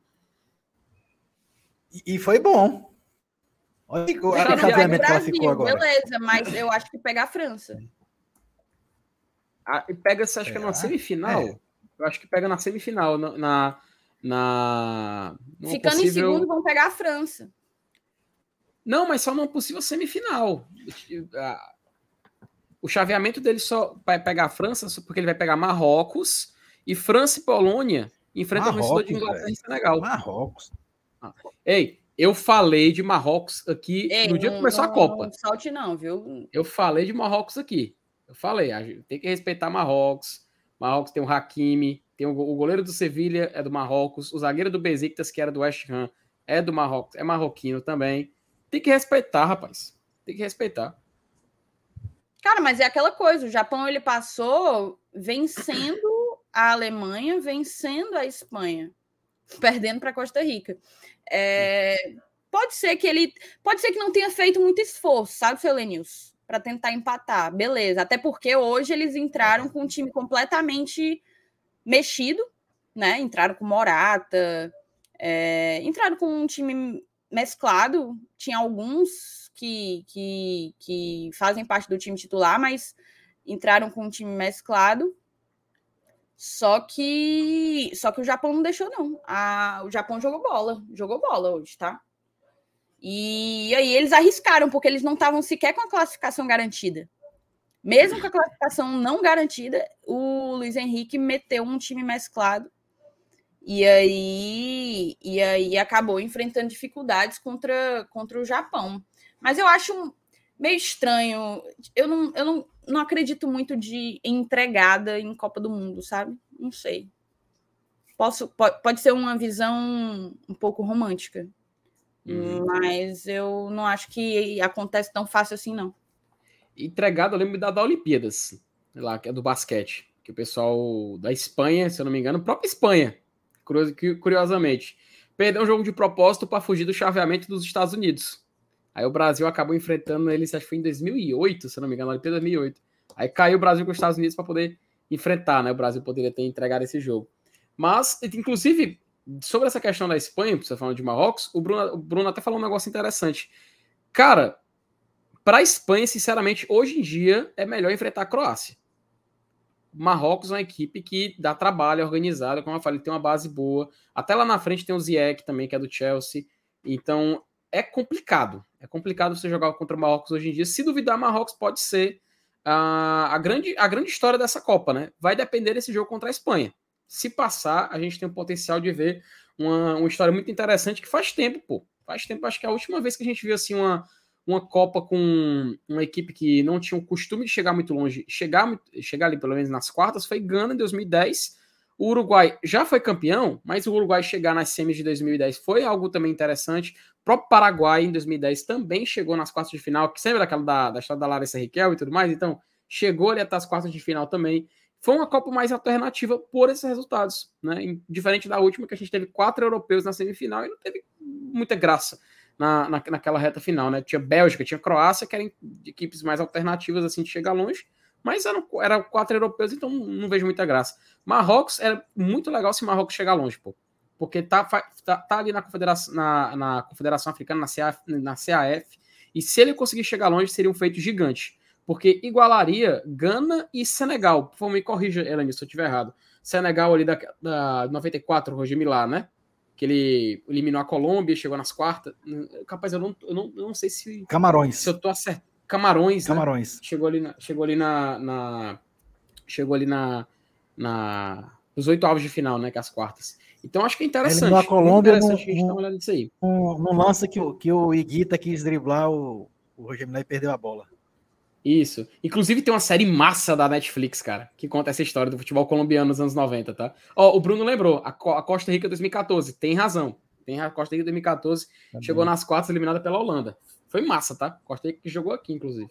E, e foi bom. Olha o É que não chaveamento pega o que ela Brasil, ficou agora. beleza, mas eu acho que pega a França. Ah, e pega, acho que é na semifinal. É. Eu acho que pega na semifinal. Na, na, na Ficando possível... em segundo, vão pegar a França. Não, mas só numa possível semifinal. O chaveamento dele só vai pegar a França porque ele vai pegar Marrocos e França e Polônia enfrentam o vencedor de Inglaterra velho. e Senegal. Marrocos. Ah. Ei, eu falei de Marrocos aqui Ei, no dia não, que começou não, a Copa. Não salte não, viu? Eu falei de Marrocos aqui. Eu falei, a gente tem que respeitar Marrocos. Marrocos tem o Hakimi, tem o, o goleiro do Sevilha é do Marrocos, o zagueiro do Besiktas, que era do West Ham, é do Marrocos, é marroquino também. Tem que respeitar, rapaz. Tem que respeitar. Cara, mas é aquela coisa, o Japão ele passou vencendo a Alemanha, vencendo a Espanha, perdendo para Costa Rica. É, pode ser que ele, pode ser que não tenha feito muito esforço, sabe, seu Lenilson, para tentar empatar, beleza? Até porque hoje eles entraram com um time completamente mexido, né? Entraram com Morata, é, entraram com um time mesclado, tinha alguns Que, que, que fazem parte do time titular, mas entraram com um time mesclado. Só que só que o Japão não deixou, não. A, o Japão jogou bola, jogou bola hoje, tá? E aí eles arriscaram, porque eles não estavam sequer com a classificação garantida. Mesmo com a classificação não garantida, o Luiz Henrique meteu um time mesclado e aí, e aí acabou enfrentando dificuldades contra, contra o Japão. Mas eu acho meio estranho. Eu não, eu não, não acredito muito de entregada em Copa do Mundo, sabe? Não sei. Posso, pode, pode ser uma visão um pouco romântica. Uhum. Mas eu não acho que acontece tão fácil assim, não. Entregada, eu lembro da, da Olimpíadas, lá, que é do basquete. Que o pessoal da Espanha, se eu não me engano, a própria Espanha, curiosamente, perdeu um jogo de propósito para fugir do chaveamento dos Estados Unidos. Aí o Brasil acabou enfrentando eles, acho que foi em dois mil e oito, se eu não me engano, na Olimpíada dois mil e oito. Aí caiu o Brasil com os Estados Unidos para poder enfrentar, né? O Brasil poderia ter entregado esse jogo. Mas, inclusive, sobre essa questão da Espanha, você falando de Marrocos, o Bruno, o Bruno até falou um negócio interessante. Cara, para a Espanha, sinceramente, hoje em dia é melhor enfrentar a Croácia. Marrocos é uma equipe que dá trabalho, é organizada, como eu falei, tem uma base boa. Até lá na frente tem o Ziyech também, que é do Chelsea. Então, é complicado. É complicado você jogar contra o Marrocos hoje em dia. Se duvidar, Marrocos pode ser a, a, grande, a grande história dessa Copa, né? Vai depender desse jogo contra a Espanha. Se passar, a gente tem o potencial de ver uma, uma história muito interessante que faz tempo, pô. Faz tempo, acho que é a última vez que a gente viu assim uma, uma Copa com uma equipe que não tinha o costume de chegar muito longe, chegar, chegar ali pelo menos nas quartas, foi Gana em dois mil e dez. O Uruguai já foi campeão, mas o Uruguai chegar nas semis de dois mil e dez foi algo também interessante. O próprio Paraguai, em dois mil e dez, também chegou nas quartas de final, que sempre daquela da, da história da Larissa Riquel e tudo mais, então chegou ali até as quartas de final também. Foi uma Copa mais alternativa por esses resultados, né? Diferente da última, que a gente teve quatro europeus na semifinal e não teve muita graça na, na, naquela reta final, né? Tinha Bélgica, tinha Croácia, que eram equipes mais alternativas assim de chegar longe, mas eram, eram quatro europeus, então não vejo muita graça. Marrocos, era muito legal se Marrocos chegar longe, pô. Porque tá, tá, tá ali na Confederação, na, na Confederação Africana, na, C A F, na C A F, e se ele conseguir chegar longe, seria um feito gigante. Porque igualaria Gana e Senegal. Por favor, me corrija, Elane, se eu estiver errado. Senegal ali da, da noventa e quatro, Roger Milá, né? Que ele eliminou a Colômbia, chegou nas quartas. Capaz, eu não, eu não, eu não sei se... Camarões. Se eu tô acertando. Camarões, Camarões. Né? Chegou ali na... Chegou ali na, na chegou ali na... na os oito avos de final, né? Que é as quartas. Então, acho que é interessante. Eliminou a Colômbia interessante no, a gente dar uma olhada nisso aí. No, no lance que o, que o Higuita quis driblar, o, o Roger Milá perdeu a bola. Isso. Inclusive tem uma série massa da Netflix, cara, que conta essa história do futebol colombiano nos anos noventa, tá? Ó, o Bruno lembrou, a, Co- a Costa Rica dois mil e quatorze, tem razão. Tem a Costa Rica dois mil e quatorze, Também. chegou nas quartas eliminada pela Holanda. Foi massa, tá? Costa Rica que jogou aqui, inclusive.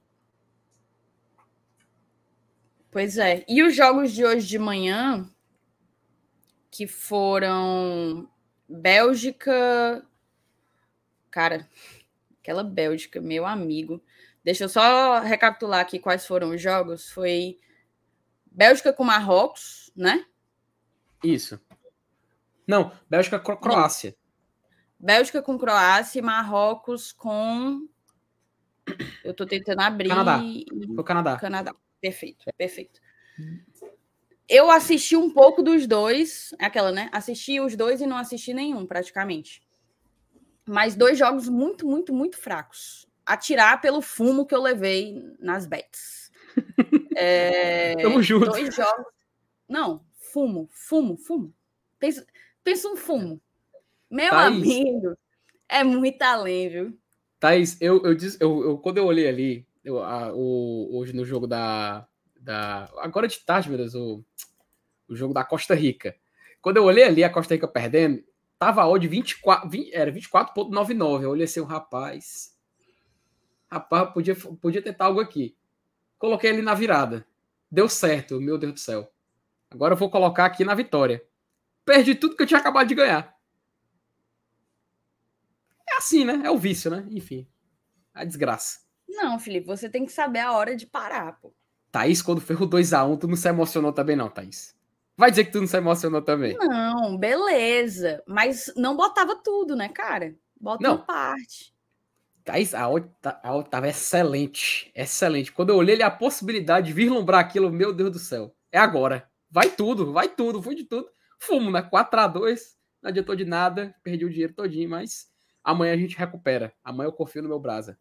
Pois é. E os jogos de hoje de manhã, que foram Bélgica... Cara, aquela Bélgica, meu amigo. Deixa eu só recapitular aqui quais foram os jogos. Foi Bélgica com Marrocos, né? Isso. Não, Bélgica com Croácia. Bélgica com Croácia e Marrocos com... Eu tô tentando abrir... Canadá. Foi o Canadá. Canadá. Perfeito, perfeito. Eu assisti um pouco dos dois, aquela, né? Assisti os dois e não assisti nenhum, praticamente. Mas dois jogos muito, muito, muito fracos. Atirar pelo fumo que eu levei nas bets. É, Tamo junto. Dois jogos... Não, fumo, fumo, fumo. Pensa, pensa um fumo. Meu Thaís, amigo, é muito além, viu? Thaís, eu, eu, disse, eu, eu quando eu olhei ali, eu, a, o, hoje no jogo da, da... Agora de tarde, meu Deus, o, o jogo da Costa Rica. Quando eu olhei ali a Costa Rica perdendo, tava a odd vinte e quatro, vinte, era vinte e quatro vírgula noventa e nove. Eu olhei assim, o rapaz... Rapaz, podia, podia tentar algo aqui. Coloquei ali na virada. Deu certo, meu Deus do céu. Agora eu vou colocar aqui na vitória. Perdi tudo que eu tinha acabado de ganhar. É assim, né? É o vício, né? Enfim. A desgraça. Não, Felipe, você tem que saber a hora de parar, pô. Thaís, quando ferrou dois a um, tu não se emocionou também não, Thaís? Vai dizer que tu não se emocionou também. Não, beleza. Mas não botava tudo, né, cara? Bota Não. uma parte. Thaís, a odd tava excelente. Excelente. Quando eu olhei ali a possibilidade de vislumbrar aquilo, meu Deus do céu. É agora. Vai tudo, vai tudo, fui de tudo. Fumo, né? quatro a dois. Não adiantou de nada. Perdi o dinheiro todinho, mas amanhã a gente recupera. Amanhã eu confio no meu brasa.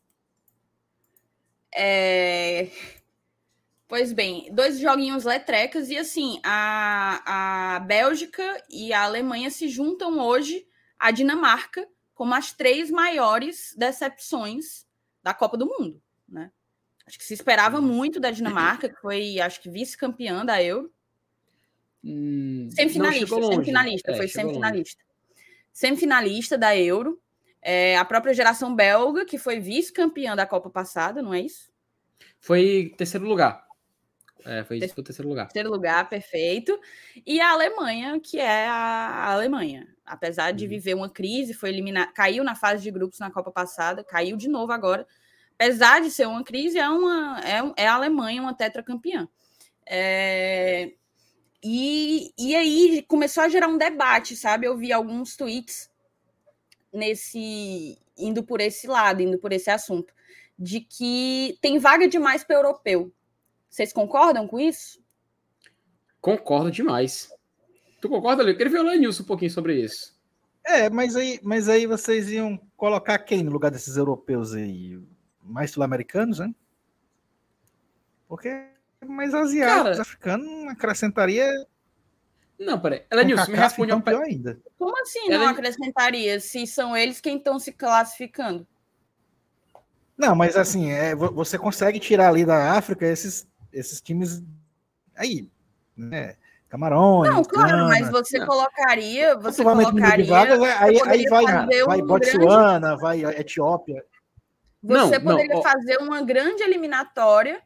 É... Pois bem, dois joguinhos letrecas e assim, a, a Bélgica e a Alemanha se juntam hoje à Dinamarca como as três maiores decepções da Copa do Mundo, né? Acho que se esperava muito da Dinamarca, que foi, acho que, vice-campeã da Euro. Hum, Semifinalista, não, semifinalista, é, foi semifinalista. Longe. Semifinalista da Euro. É, a própria geração belga, que foi vice-campeã da Copa passada, não é isso? Foi terceiro lugar. É, foi isso, foi o terceiro lugar. Terceiro lugar, perfeito. E a Alemanha, que é a Alemanha. Apesar de uhum. viver uma crise, foi eliminado, caiu na fase de grupos na Copa passada, caiu de novo agora. Apesar de ser uma crise, é, uma, é, é a Alemanha uma tetracampeã. É... E, e aí começou a gerar um debate, sabe? Eu vi alguns tweets nesse indo por esse lado, indo por esse assunto, de que tem vaga demais para europeu. Vocês concordam com isso? Concordo demais. Tu concorda, Lê? Eu queria ver o Lenilson um pouquinho sobre isso. É, mas aí, mas aí vocês iam colocar quem no lugar desses europeus aí? Mais sul-americanos, né? Porque mais asiáticos, Cara, africanos, acrescentaria... Não, peraí. Lenilson, me responde então, uma... pior ainda. Como assim Ela... não acrescentaria, se são eles quem estão se classificando? Não, mas assim, é, você consegue tirar ali da África esses, esses times aí, né? Camarões. Não, claro, Gana, mas você não. colocaria. Você Provavelmente colocaria. De vagas, aí, aí vai, um vai Botsuana, grande... vai Etiópia. Você não, poderia não, fazer uma grande eliminatória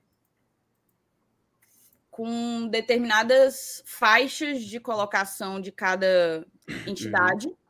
com determinadas faixas de colocação de cada entidade. Uhum.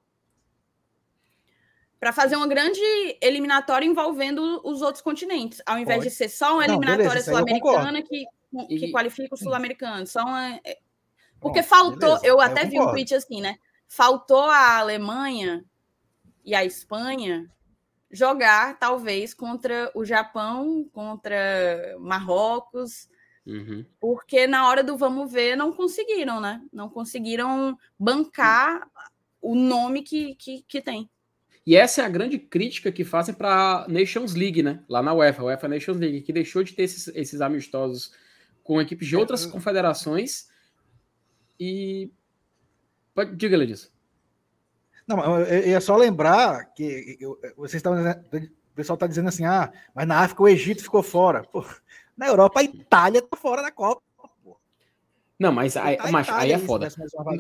Para fazer uma grande eliminatória envolvendo os outros continentes, ao invés Pode. de ser só uma eliminatória sul-americana que, que e... qualifica os sul-americanos. Só uma... Porque Pronto, faltou, beleza. eu até eu vi um tweet assim, né? Faltou a Alemanha e a Espanha jogar, talvez, contra o Japão, contra Marrocos, uhum. porque na hora do vamos ver não conseguiram, né? Não conseguiram bancar o nome que, que, que tem. E essa é a grande crítica que fazem para a Nations League, né? Lá na UEFA, a UEFA Nations League, que deixou de ter esses, esses amistosos com equipes de outras é, confederações. E. Pode, diga, Ledis. Não, eu ia só lembrar que eu, vocês estavam pessoal está dizendo assim, ah, mas na África o Egito ficou fora. Pô, na Europa a Itália tá fora da Copa. Pô. Não, mas, aí, Tá mas aí é aí, foda.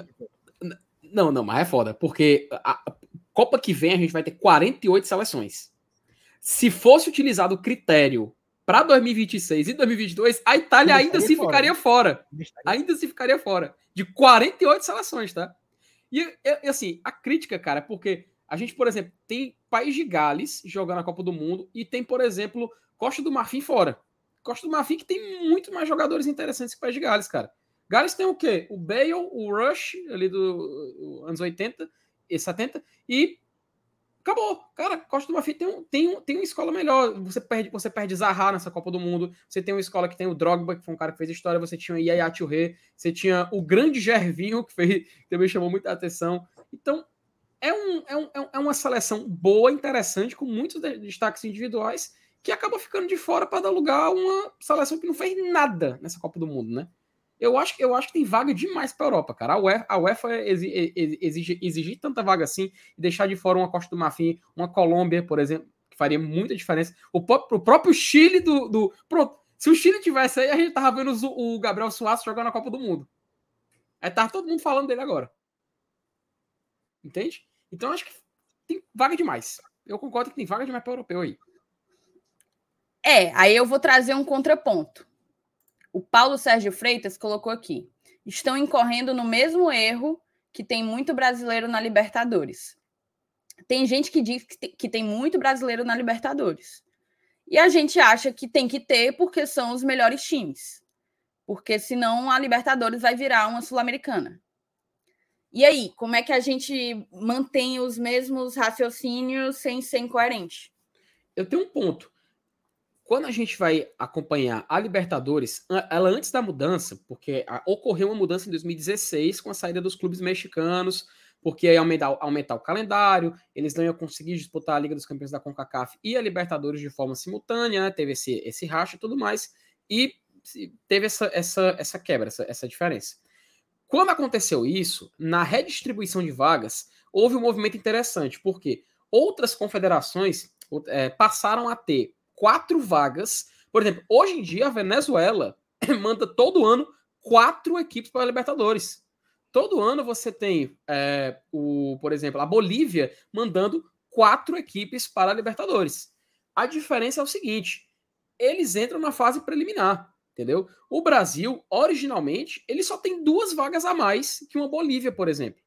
Não, não, mas é foda, porque a Copa que vem a gente vai ter quarenta e oito seleções. Se fosse utilizado o critério para dois mil e vinte e seis e dois mil e vinte e dois, a Itália ainda, ainda se fora, ficaria né? fora. Ainda se ficaria fora. De quarenta e oito seleções, tá? E, e assim, a crítica, cara, é porque a gente, por exemplo, tem País de Gales jogando a Copa do Mundo e tem, por exemplo, Costa do Marfim fora. Costa do Marfim que tem muito mais jogadores interessantes que o País de Gales, cara. Gales tem o quê? O Bale, o Rush, ali dos anos oitenta e setenta, e acabou. Cara, Costa do Marfim tem, um, tem, um, tem uma escola melhor. Você perde, você perde Zaha nessa Copa do Mundo, você tem uma escola que tem o Drogba, que foi um cara que fez história, você tinha o Yaya Touré, você tinha o grande Gervinho, que fez, também chamou muita atenção. Então, é, um, é, um, é uma seleção boa, interessante, com muitos destaques individuais, que acaba ficando de fora para dar lugar a uma seleção que não fez nada nessa Copa do Mundo, né? Eu acho, eu acho que tem vaga demais para a Europa, cara. A UEFA, a UEFA exige, exige, exigir tanta vaga assim e deixar de fora uma Costa do Marfim, uma Colômbia, por exemplo, que faria muita diferença. O, o próprio Chile do, do... Pronto, se o Chile tivesse aí, a gente tava vendo o, o Gabriel Suárez jogando na Copa do Mundo. Aí tava todo mundo falando dele agora. Entende? Então acho que tem vaga demais. Eu concordo que tem vaga demais para o europeu aí. É, aí eu vou trazer um contraponto. O Paulo Sérgio Freitas colocou aqui. Estão incorrendo no mesmo erro que tem muito brasileiro na Libertadores. Tem gente que diz que tem muito brasileiro na Libertadores. E a gente acha que tem que ter porque são os melhores times. Porque senão a Libertadores vai virar uma Sul-Americana. E aí, como é que a gente mantém os mesmos raciocínios sem ser incoerente? Eu tenho um ponto. Quando a gente vai acompanhar a Libertadores, ela antes da mudança, porque ocorreu uma mudança em dois mil e dezesseis com a saída dos clubes mexicanos, porque ia aumentar, aumentar o calendário, eles não iam conseguir disputar a Liga dos Campeões da CONCACAF e a Libertadores de forma simultânea, né? Teve esse, esse racha e tudo mais, e teve essa, essa, essa quebra, essa, essa diferença. Quando aconteceu isso, na redistribuição de vagas, houve um movimento interessante, porque outras confederações é, passaram a ter quatro vagas. Por exemplo, hoje em dia a Venezuela manda todo ano quatro equipes para a Libertadores. Todo ano você tem, é, o, por exemplo, a Bolívia mandando quatro equipes para a Libertadores. A diferença é o seguinte, eles entram na fase preliminar, entendeu? O Brasil, originalmente, ele só tem duas vagas a mais que uma Bolívia, por exemplo.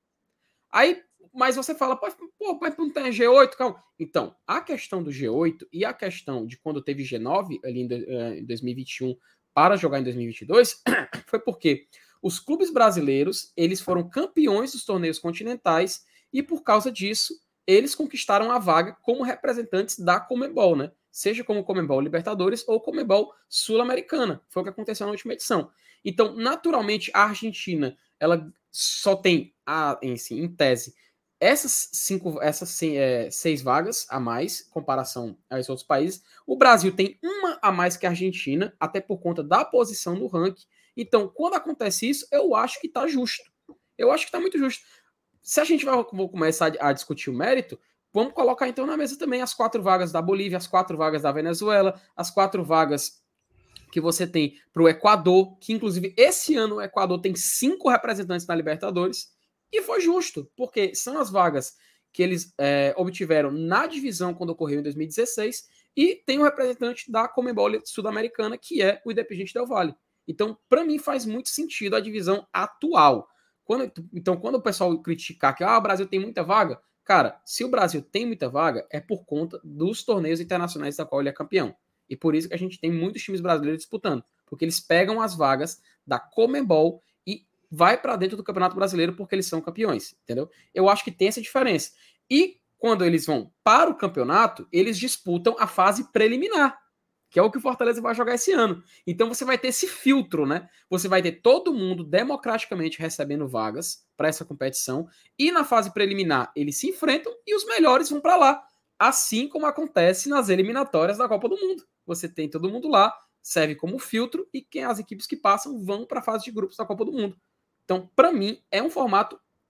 Aí, mas você fala, pô, mas não tem G oito, calma. Então, a questão do G oito e a questão de quando teve G nove, ali em dois mil e vinte e um, para jogar em dois mil e vinte e dois, foi porque os clubes brasileiros, eles foram campeões dos torneios continentais e, por causa disso, eles conquistaram a vaga como representantes da Conmebol, né? Seja como Conmebol Libertadores ou Conmebol Sul-Americana. Foi o que aconteceu na última edição. Então, naturalmente, a Argentina, ela só tem, a, em, si, em tese, essas, cinco, essas é, seis vagas a mais, em comparação aos outros países. O Brasil tem uma a mais que a Argentina, até por conta da posição no ranking. Então, quando acontece isso, eu acho que está justo. Eu acho que está muito justo. Se a gente vai vou começar a, a discutir o mérito, vamos colocar então na mesa também as quatro vagas da Bolívia, as quatro vagas da Venezuela, as quatro vagas que você tem para o Equador, que inclusive esse ano o Equador tem cinco representantes na Libertadores, e foi justo, porque são as vagas que eles é, obtiveram na divisão quando ocorreu em dois mil e dezesseis, e tem um representante da Conmebol Sul-Americana, que é o Independiente Del Valle. Então, para mim, faz muito sentido a divisão atual. Quando, então, quando o pessoal criticar que ah, o Brasil tem muita vaga, cara, se o Brasil tem muita vaga, é por conta dos torneios internacionais da qual ele é campeão. E por isso que a gente tem muitos times brasileiros disputando, porque eles pegam as vagas da Conmebol e vai para dentro do Campeonato Brasileiro porque eles são campeões, entendeu? Eu acho que tem essa diferença. E quando eles vão para o campeonato, eles disputam a fase preliminar, que é o que o Fortaleza vai jogar esse ano. Então você vai ter esse filtro, né? Você vai ter todo mundo democraticamente recebendo vagas para essa competição, e na fase preliminar eles se enfrentam e os melhores vão para lá, assim como acontece nas eliminatórias da Copa do Mundo. Você tem todo mundo lá, serve como filtro, e quem as equipes que passam vão para a fase de grupos da Copa do Mundo. Então, para mim, é um formato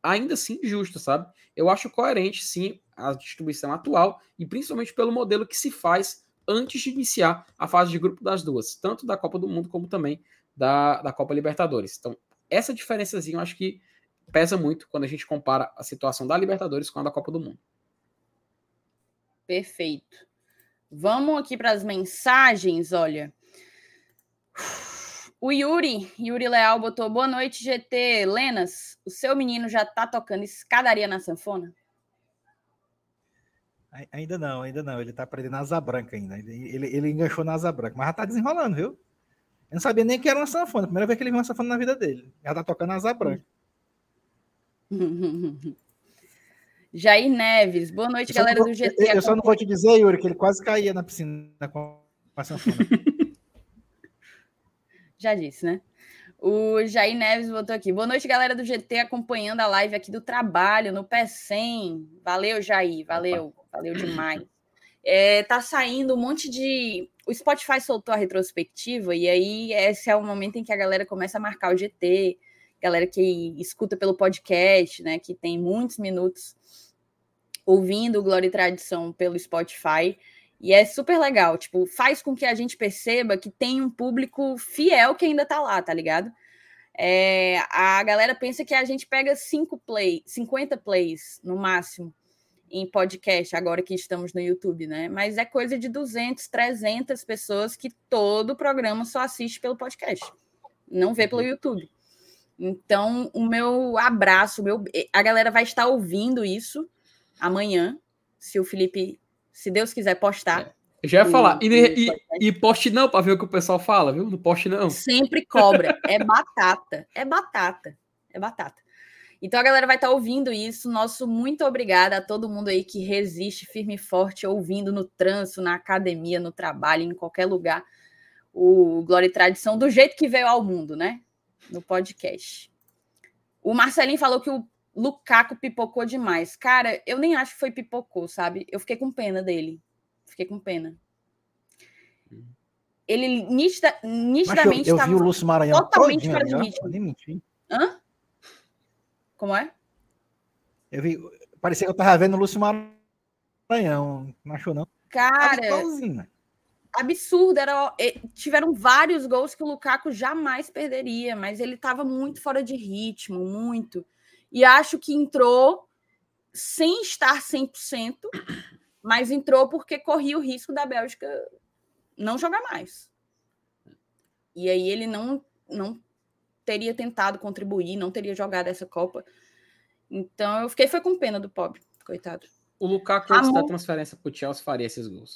ainda assim justo, sabe? Eu acho coerente, sim, a distribuição atual e principalmente pelo modelo que se faz antes de iniciar a fase de grupo das duas, tanto da Copa do Mundo como também da, da Copa Libertadores. Então, essa diferençazinha eu acho que pesa muito quando a gente compara a situação da Libertadores com a da Copa do Mundo. Perfeito. Vamos aqui para as mensagens, olha. O Yuri, Yuri Leal botou, boa noite, G T. Lenas, o seu menino já tá tocando escadaria na sanfona? Ainda não, ainda não. Ele tá aprendendo asa branca ainda. Ele, ele, ele enganchou na asa branca, mas já tá desenrolando, viu? Eu não sabia nem que era uma sanfona. Primeira vez que ele viu uma sanfona na vida dele. Já tá tocando asa branca. Jair Neves, boa noite, Eu galera vou, do G T. Eu, eu só não vou te dizer, Yuri, que ele quase caía na piscina com a sanfona. Já disse, né? O Jair Neves botou aqui. Boa noite, galera do G T, acompanhando a live aqui do trabalho, no P cem. Valeu, Jair. Valeu. Opa. Valeu demais. É, tá saindo um monte de... O Spotify soltou a retrospectiva e aí esse é o momento em que a galera começa a marcar o G T. Galera que escuta pelo podcast, né? Que tem muitos minutos ouvindo Glória e Tradição pelo Spotify. E é super legal, tipo, faz com que a gente perceba que tem um público fiel que ainda tá lá, tá ligado? É, a galera pensa que a gente pega cinco play, cinquenta plays no máximo em podcast, agora que estamos no YouTube, né? Mas é coisa de duzentas, trezentas pessoas que todo o programa só assiste pelo podcast, não vê pelo YouTube. Então, o meu abraço, o meu... a galera vai estar ouvindo isso amanhã, se o Felipe... Se Deus quiser postar. É. Eu já ia o, falar. E, e, e poste não, para ver o que o pessoal fala, viu? Não poste não. Sempre cobra. É batata. É batata. É batata. Então a galera vai estar ouvindo isso. Nosso muito obrigada a todo mundo aí que resiste firme e forte, ouvindo no trânsito, na academia, no trabalho, em qualquer lugar. O Glória e Tradição, do jeito que veio ao mundo, né? No podcast. O Marcelinho falou que o Lukaku pipocou demais. Cara, eu nem acho que foi pipocou, sabe? Eu fiquei com pena dele. Fiquei com pena. Ele nitida, nitidamente eu, eu vi o Lúcio Maranhão totalmente fora de ritmo. Nem menti. Hã? Como é? Eu vi... Parecia que eu tava vendo o Lúcio Maranhão. Não achou, não? Cara, absurdo. Era... Tiveram vários gols que o Lukaku jamais perderia, mas ele tava muito fora de ritmo, muito. E acho que entrou sem estar cem por cento, mas entrou porque corria o risco da Bélgica não jogar mais. E aí ele não, não teria tentado contribuir, não teria jogado essa Copa. Então eu fiquei foi com pena do pobre, coitado. O Lukaku, antes Ramon... da transferência para o Chelsea, faria esses gols.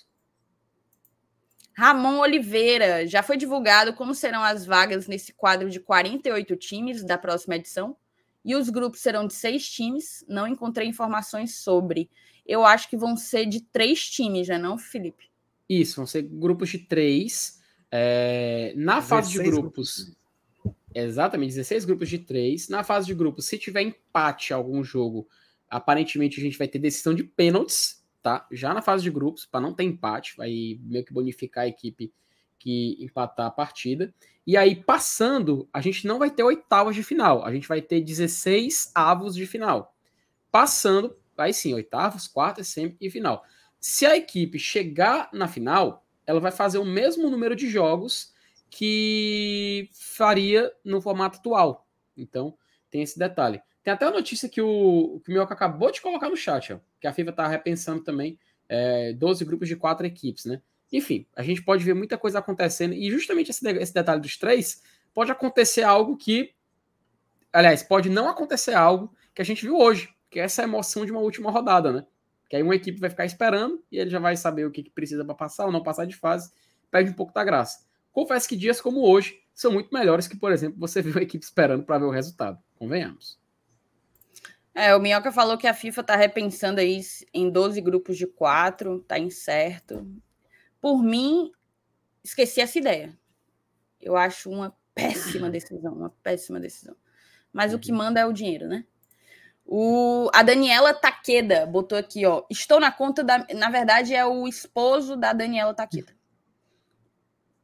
Ramon Oliveira, já foi divulgado como serão as vagas nesse quadro de quarenta e oito times da próxima edição. E os grupos serão de seis times. Não encontrei informações sobre. Eu acho que vão ser de três times, já não, Felipe? Isso, vão ser grupos de três. É... Na fase de grupos... grupos... Exatamente, dezesseis grupos de três. Na fase de grupos, se tiver empate algum jogo, aparentemente a gente vai ter decisão de pênaltis, tá? Já na fase de grupos, para não ter empate, vai meio que bonificar a equipe que empatar a partida. E aí, passando, a gente não vai ter oitavas de final. A gente vai ter dezesseis avos de final. Passando, aí sim, oitavos, quartas, semi e final. Se a equipe chegar na final, ela vai fazer o mesmo número de jogos que faria no formato atual. Então, tem esse detalhe. Tem até a notícia que o, que o Mioca acabou de colocar no chat, ó, que a FIFA está repensando também é, doze grupos de quatro equipes, né? Enfim, a gente pode ver muita coisa acontecendo e justamente esse, esse detalhe dos três pode acontecer algo que, aliás, pode não acontecer algo que a gente viu hoje, que é essa emoção de uma última rodada, né? Que aí uma equipe vai ficar esperando e ele já vai saber o que, que precisa para passar ou não passar de fase, perde um pouco da graça. Confesso que dias como hoje são muito melhores que, por exemplo, você viu a equipe esperando para ver o resultado. Convenhamos. É, o Minhoca falou que a FIFA está repensando aí em doze grupos de quatro, tá incerto. Por mim, esqueci essa ideia. Eu acho uma péssima decisão, uma péssima decisão. Mas o que manda é o dinheiro, né? O, a Daniela Taqueda botou aqui, ó. Estou na conta da... Na verdade, é o esposo da Daniela Taqueda.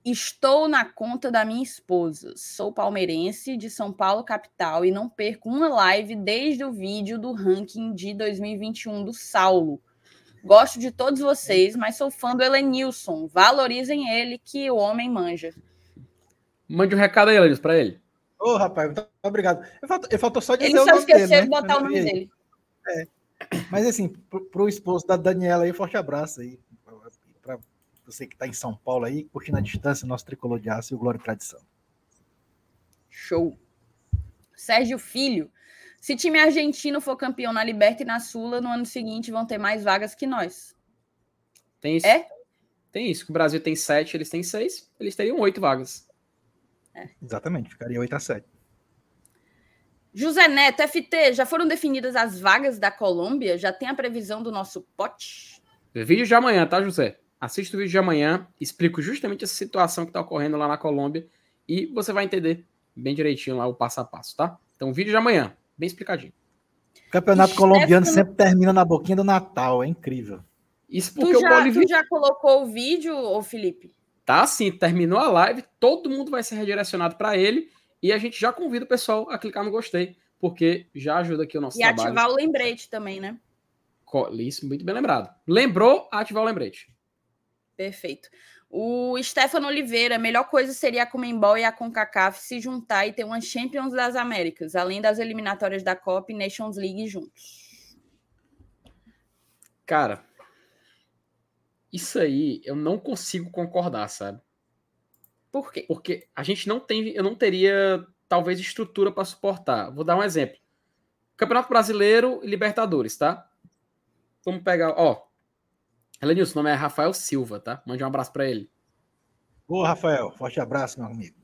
Estou na conta da minha esposa. Sou palmeirense de São Paulo, capital, e não perco uma live desde o vídeo do ranking de dois mil e vinte e um do Saulo. Gosto de todos vocês, mas sou fã do Elenilson. Valorizem ele, que o homem manja. Mande um recado aí, Elenilson, para ele. Ô, oh, rapaz, muito obrigado. Eu faltou, eu faltou só dizer ele o só nome dele, esqueceu né? de botar o nome dele. É. Mas assim, pro, pro esposo da Daniela aí, forte abraço aí. Para você que está em São Paulo aí, curtindo a distância, nosso tricolor de aço e o Glória e Tradição. Show. Sérgio Filho. Se time argentino for campeão na Liberta e na Sula, no ano seguinte vão ter mais vagas que nós. Tem isso. É? Tem isso. O Brasil tem sete, eles têm seis, eles teriam oito vagas. É. Exatamente, ficaria oito a sete. José Neto, F T, já foram definidas as vagas da Colômbia? Já tem a previsão do nosso pote? Vídeo de amanhã, tá, José? Assista o vídeo de amanhã, explico justamente essa situação que está ocorrendo lá na Colômbia e você vai entender bem direitinho lá o passo a passo, tá? Então, vídeo de amanhã, bem explicadinho. O campeonato Stefano... colombiano sempre termina na boquinha do Natal, é incrível. Isso porque tu, já, o Bolívia... tu já colocou o vídeo, ô Felipe? Tá, sim, terminou a live, todo mundo vai ser redirecionado para ele e a gente já convida o pessoal a clicar no gostei, porque já ajuda aqui o nosso e trabalho. E ativar o lembrete também, né? Isso, muito bem lembrado. Lembrou, ativar o lembrete. Perfeito. O Stefano Oliveira, a melhor coisa seria a Conmebol e a CONCACAF se juntar e ter uma Champions das Américas, além das eliminatórias da Copa e Nations League juntos. Cara, isso aí eu não consigo concordar, sabe? Por quê? Porque a gente não tem, eu não teria talvez estrutura para suportar. Vou dar um exemplo. Campeonato Brasileiro e Libertadores, tá? Vamos pegar, ó. Elenilson, o nome é Rafael Silva, tá? Mande um abraço para ele. Ô, Rafael, forte abraço, meu amigo.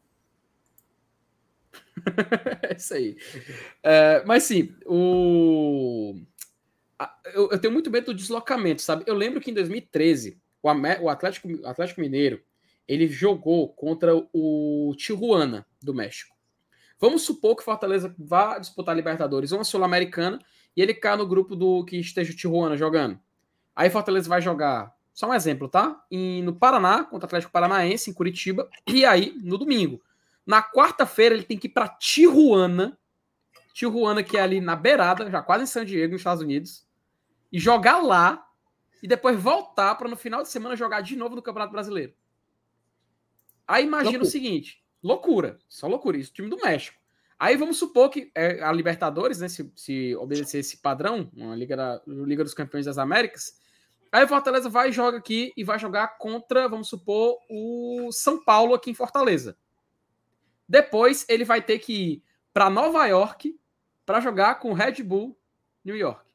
É isso aí. É, mas sim, o... eu, eu tenho muito medo do deslocamento, sabe? Eu lembro que em dois mil e treze, o, Amé... o Atlético, Atlético Mineiro, ele jogou contra o Tijuana, do México. Vamos supor que o Fortaleza vá disputar a Libertadores ou uma Sul-Americana e ele cai no grupo do que esteja o Tijuana jogando. Aí Fortaleza vai jogar, só um exemplo, tá? Em, no Paraná, contra o Atlético Paranaense, em Curitiba, e aí no domingo. Na quarta-feira ele tem que ir para Tijuana, Tijuana que é ali na beirada, já quase em San Diego, nos Estados Unidos, e jogar lá, e depois voltar para no final de semana jogar de novo no Campeonato Brasileiro. Aí imagina loucura. O seguinte, loucura, só loucura, isso, time do México. Aí vamos supor que é, a Libertadores, né, se, se obedecer esse padrão, uma Liga, da, Liga dos Campeões das Américas, aí o Fortaleza vai e joga aqui e vai jogar contra, vamos supor, o São Paulo aqui em Fortaleza. Depois ele vai ter que ir para Nova York para jogar com o Red Bull New York.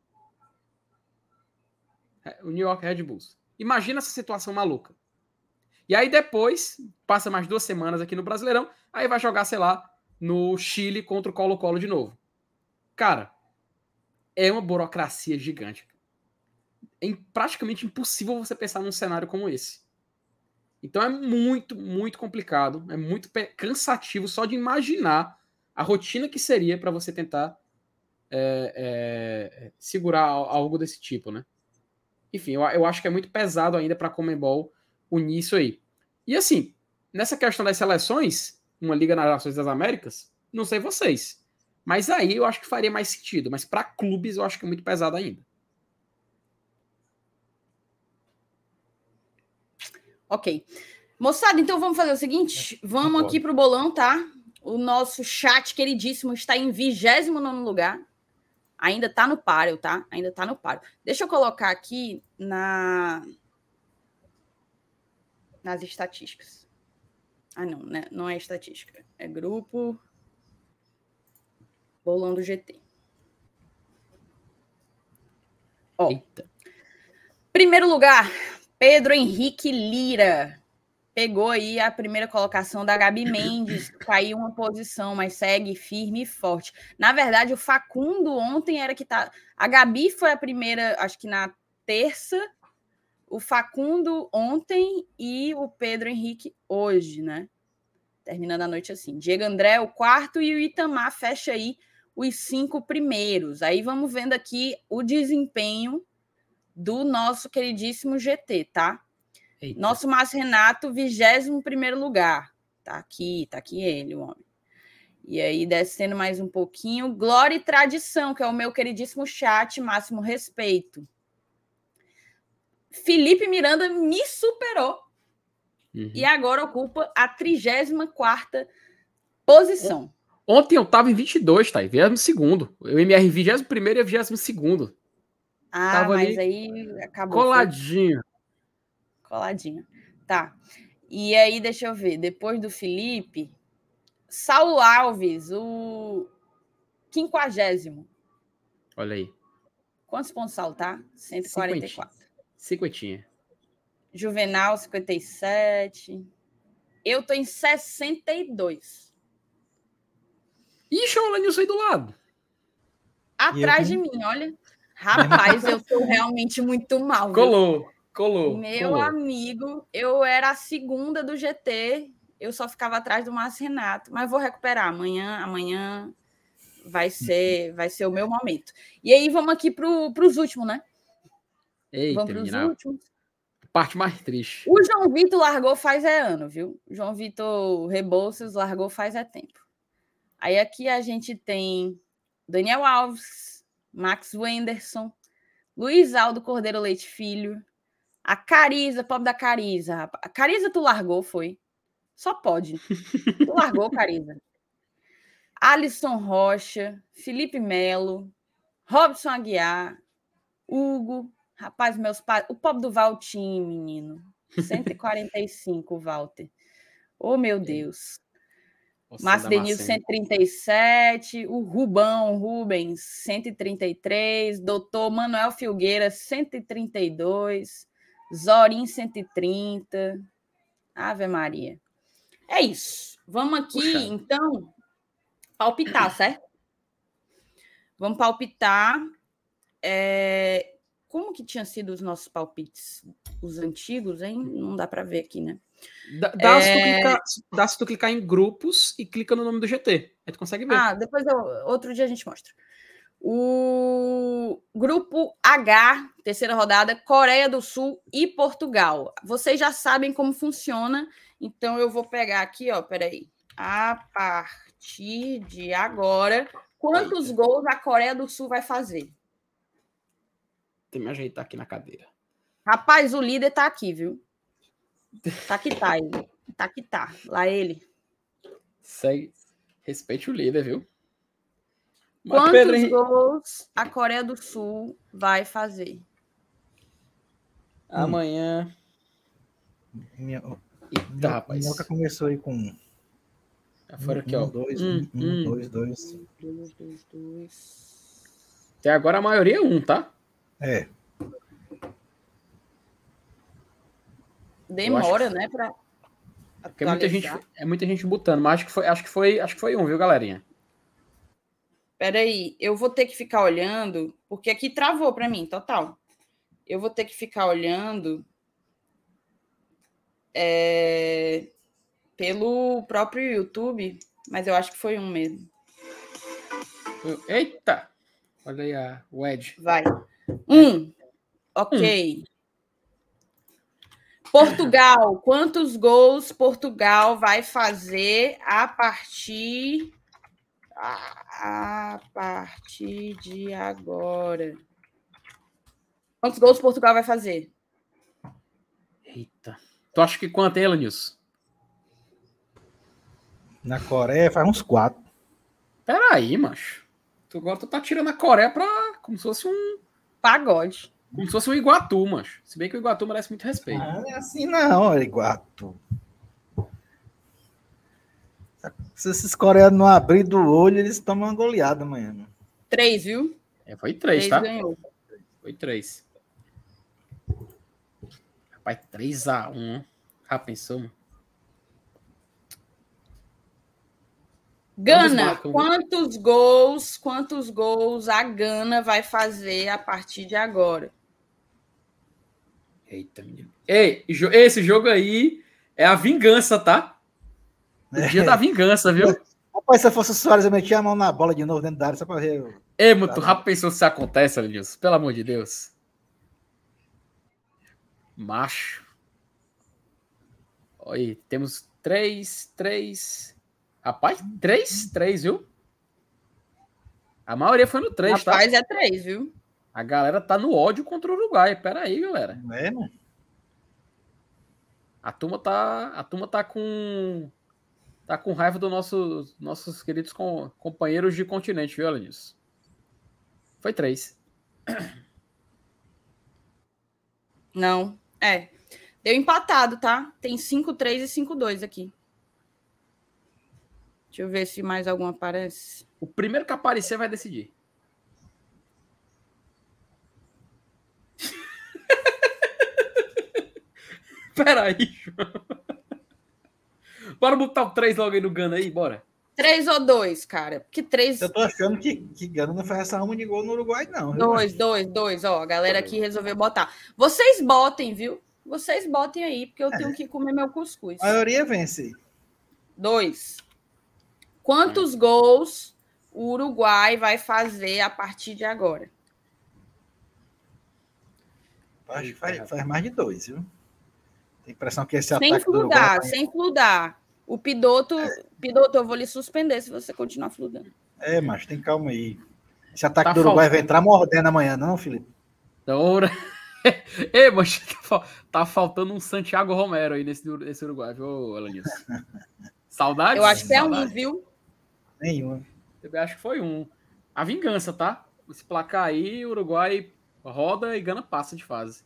O New York Red Bulls. Imagina essa situação maluca. E aí depois, passa mais duas semanas aqui no Brasileirão, aí vai jogar, sei lá, no Chile contra o Colo-Colo de novo. Cara, é uma burocracia gigante. É praticamente impossível você pensar num cenário como esse. Então é muito, muito complicado, é muito cansativo só de imaginar a rotina que seria para você tentar é, é, segurar algo desse tipo, né? Enfim, eu, eu acho que é muito pesado ainda para a Conmebol unir isso aí. E assim, nessa questão das seleções, uma Liga nas Nações das Américas, não sei vocês, mas aí eu acho que faria mais sentido, mas para clubes eu acho que é muito pesado ainda. Ok. Moçada, então vamos fazer o seguinte, vamos Concordo. aqui pro bolão, tá? O nosso chat queridíssimo está em vigésimo nono lugar. Ainda tá no páreo, tá? Ainda tá no páreo. Deixa eu colocar aqui na... nas estatísticas. Ah, não, né? Não é estatística. É grupo Bolão do G T. Ó. Eita. Primeiro lugar, Pedro Henrique Lira. Pegou aí a primeira colocação da Gabi Mendes, caiu uma posição, mas segue firme e forte. Na verdade, o Facundo ontem era que tá... A Gabi foi a primeira, acho que na terça, o Facundo ontem e o Pedro Henrique hoje, né? Terminando a noite assim. Diego André, o quarto, e o Itamar fecha aí os cinco primeiros. Aí vamos vendo aqui o desempenho do nosso queridíssimo G T, tá? Eita. Nosso Márcio Renato, vigésimo primeiro lugar. Tá aqui, tá aqui ele, o homem. E aí, descendo mais um pouquinho, Glória e Tradição, que é o meu queridíssimo chat, máximo respeito. Felipe Miranda me superou. Uhum. E agora ocupa a trigésima quarta posição. Ontem eu tava em vinte e dois, tá? vigésimo segundo. Eu M R vigésimo primeiro e vigésimo segundo. Ah, tava mas ali aí acabou. coladinho. Foi... Coladinho. Tá. E aí, deixa eu ver. Depois do Felipe, Saulo Alves, o quinquagésimo. Olha aí. Quantos pontos Saulo, tá? cento e quarenta e quatro. Cinquentinha. Juvenal, cinquenta e sete. Eu tô em sessenta e dois. Ixi, o Lenilson aí do lado. Atrás de mim, olha. Rapaz, eu tô realmente muito mal. Colou, viu? colou. Meu colou. amigo, eu era a segunda do G T. Eu só ficava atrás do Márcio Renato. Mas vou recuperar. Amanhã, amanhã vai ser, vai ser o meu momento. E aí, vamos aqui pro, pros últimos, né? Eita, vamos pros menina. últimos. Parte mais triste. O João Vitor largou faz é ano, viu? O João Vitor Rebouças largou faz é tempo. Aí aqui a gente tem Daniel Alves, Max Wenderson, Luiz Aldo Cordeiro Leite Filho, a Cariza, pobre da Cariza. Rapaz. A Cariza tu largou, foi? Só pode. Tu largou, Cariza. Alisson Rocha, Felipe Melo, Robson Aguiar, Hugo. Rapaz, meus pais... O pobre do Valtinho, menino. cento e quarenta e cinco, Walter. Oh, meu Deus. Márcio Denilson, cento e trinta e sete. O Rubão Rubens, cento e trinta e três. Doutor Manuel Filgueira, cento e trinta e dois. Zorim, cento e trinta. Ave Maria. É isso. Vamos aqui, Puxa. então, palpitar, certo? Vamos palpitar. É... Como que tinham sido os nossos palpites? Os antigos, hein? Não dá para ver aqui, né? Dá, dá, é... se tu clicar, dá se tu clicar em grupos e clica no nome do G T. Aí tu consegue ver. Ah, depois eu, outro dia a gente mostra. O grupo H, terceira rodada, Coreia do Sul e Portugal. Vocês já sabem como funciona, então eu vou pegar aqui, ó, peraí. A partir de agora, quantos Eita. gols a Coreia do Sul vai fazer? Tem que me ajeitar aqui na cadeira. Rapaz, o líder tá aqui, viu? Tá que tá ele. Tá que tá. Lá ele. Segue. Respeite o líder, viu? Quantos Pedro... gols a Coreia do Sul vai fazer? Amanhã. Minha... Eita, rapaz. Minhoca começou aí com. Já foram aqui, um, ó. Dois, um, um, um, dois, dois. Dois, dois, dois. Até agora a maioria é um, tá? É. Demora, que... né, pra Porque é muita gente, é muita gente botando, mas acho que foi, acho que foi, acho que foi um, viu, galerinha? Peraí, eu vou ter que ficar olhando, porque aqui travou para mim, total. Eu vou ter que ficar olhando é, pelo próprio YouTube, mas eu acho que foi um mesmo. Eita! Olha aí a Wedge. Vai. Um. Ok. Um. Portugal. Quantos gols Portugal vai fazer a partir... A partir de agora. Quantos gols Portugal vai fazer? Eita. Tu acha que quanto é, Elenilson? Na Coreia faz uns quatro. Peraí, macho. Tu agora tu tá tirando a Coreia pra... como se fosse um... pagode. Como se fosse um Iguatu, macho. Se bem que o Iguatu merece muito respeito. Ah, não é assim não, Iguatu. Se esses coreanos não abrirem do olho, eles tomam uma goleada amanhã. Né? Três, viu? É, foi três, três tá? Ganhou. Foi três. Rapaz, três a um. Já pensou, mano? Gana, marcam, quantos viu? gols, quantos gols a Gana vai fazer a partir de agora? Eita, menino. Ei, esse jogo aí é a vingança, tá? O é. dia da vingança, viu? Rapaz, se eu fosse o Soares, eu metia a mão na bola de novo dentro da área, só pra ver. Ei, mano, tu já pensou se isso acontece, Alenilson? Pelo amor de Deus. Macho. Aí, temos três, três. Rapaz, três, três, viu? A maioria foi no três, tá? Rapaz, é três, viu? A galera tá no ódio contra o Uruguai. Pera aí, galera. Não é, mano? A turma tá, a turma tá com tá com raiva dos nossos nossos queridos com, companheiros de continente, viu, Alanis? Foi três. Não, é. Deu empatado, tá? Tem cinco três e cinco dois aqui. Deixa eu ver se mais algum aparece. O primeiro que aparecer vai decidir. Peraí, João. Bora botar o três logo aí no Gana aí, bora. três ou dois, cara? Que três. Eu tô achando que, que Gana não faz essa arma de gol no Uruguai, não. Viu? Dois, dois, dois. Ó, a galera aqui resolveu botar. Vocês botem, viu? Vocês botem aí, porque eu É. tenho que comer meu cuscuz. A maioria vence. Dois. Quantos gols o Uruguai vai fazer a partir de agora? Acho que faz, faz mais de dois, viu? Tem a impressão que esse Sem ataque do Uruguai... fludar, vai- sem fludar. O Pidoto, Pidoto, eu vou lhe suspender se você continuar fludando. É, mas tem calma aí. Esse ataque Tá do Uruguai faltando. vai entrar mordendo amanhã, não, Felipe? Ora. Ei, mas tá, fal- tá faltando um Santiago Romero aí nesse, nesse Uruguai, viu, Alanis? Saudades? Eu acho que é um, Saudades. viu? Nenhuma. Eu acho que foi um. A vingança, tá? Esse placar aí, o Uruguai roda e Gana passa de fase.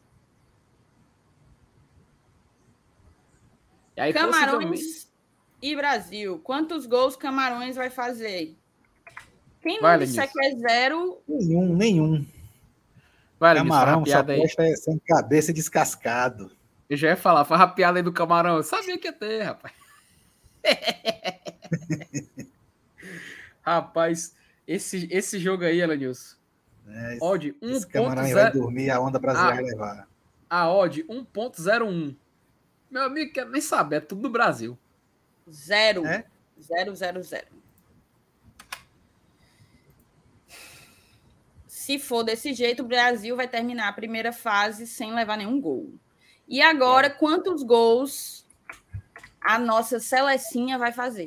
E aí, possivelmente- Camarões e Brasil. Quantos gols Camarões vai fazer? Quem não Vai, disser Lenilson. que é zero, Nenhum, nenhum. Vai, Lenilson, faz Camarão a só piada aí. posta sem cabeça e descascado. Eu já ia falar, faz a piada aí do Camarão. Eu sabia que ia ter, rapaz. Rapaz, esse, esse jogo aí, Elenilson. É, Odd esse camarão aí vai dormir, a onda brasileira Ah. vai levar. A odd um ponto zero um. Meu amigo, quer nem saber, é tudo do Brasil. zero. É? Zero, zero, zero. Se for desse jeito, o Brasil vai terminar a primeira fase sem levar nenhum gol. E agora, quantos gols a nossa Selecinha vai fazer?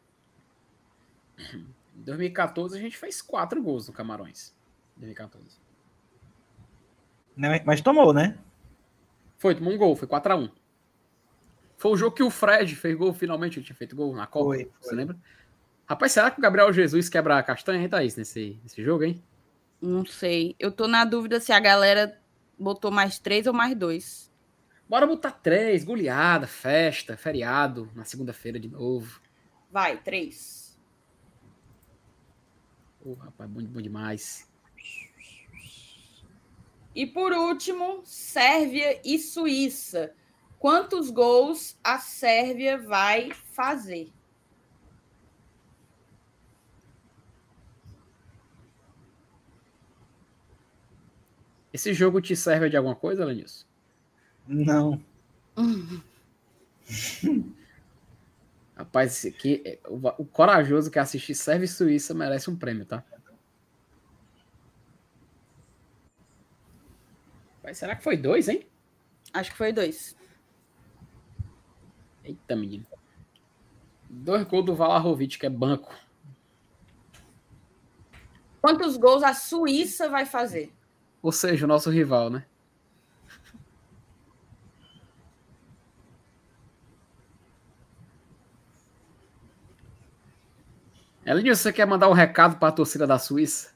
Em dois mil e quatorze a gente fez quatro gols no Camarões. dois mil e quatorze. Não, mas tomou, né? Foi, tomou um gol, foi quatro a um. Foi o jogo que o Fred fez gol, finalmente ele tinha feito gol na Copa. Foi, Você foi. lembra? Rapaz, será que o Gabriel Jesus quebra a castanha, hein, Thaís, nesse, nesse jogo, hein? Não sei. Eu tô na dúvida se a galera botou mais três ou mais dois. Bora botar três, goleada, festa, feriado, na segunda-feira de novo. Vai, três. Ô, rapaz, bom, bom demais. E por último, Sérvia e Suíça. Quantos gols a Sérvia vai fazer? Esse jogo te serve de alguma coisa, Lenilson? Não. Rapaz, esse aqui, é- o, o corajoso que assistir Sérvia e Suíça merece um prêmio, tá? Mas será que foi dois, hein? Acho que foi dois. Eita, menino. Dois gols do Vlahovic, que é banco. Quantos gols a Suíça vai fazer? Ou seja, o nosso rival, né? Elinho, você quer mandar um recado para a torcida da Suíça?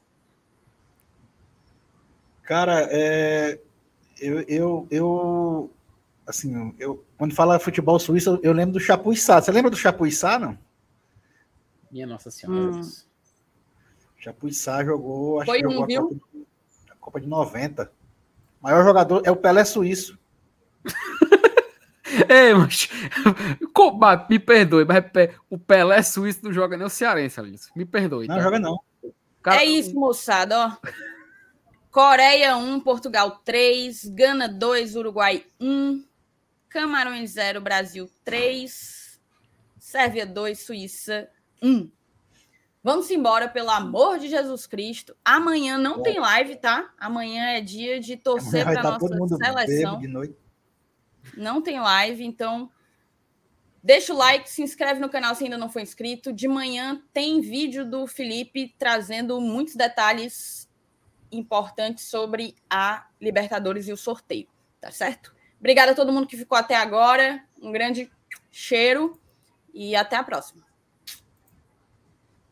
Cara, é, eu, eu, eu, assim, eu, quando fala futebol suíço, eu, eu lembro do Chapuissá. Você lembra do Chapuissá, não? Minha Nossa Senhora. Hum. Chapuissá jogou, acho Foi que um, jogou a viu? Copa, a Copa de noventa. O maior jogador é o Pelé suíço. Ei, mas, co- mas me perdoe, mas Pe- o Pelé suíço não joga nem o cearense, Elinho. Me perdoe. Não tá? joga, não. Cara, É isso, moçada, ó. Coreia um, Portugal três, Gana dois, Uruguai um, Camarões zero, Brasil três, Sérvia dois, Suíça um. Vamos embora, pelo amor de Jesus Cristo. Amanhã não tem live, tá? Amanhã é dia de torcer Vai para estar nossa todo mundo bêbado seleção. de noite. Não tem live, então Deixa o like, se inscreve no canal se ainda não for inscrito. De manhã tem vídeo do Felipe trazendo muitos detalhes importantes sobre a Libertadores e o sorteio, tá certo? Obrigada a todo mundo que ficou até agora. Um grande cheiro e até a próxima.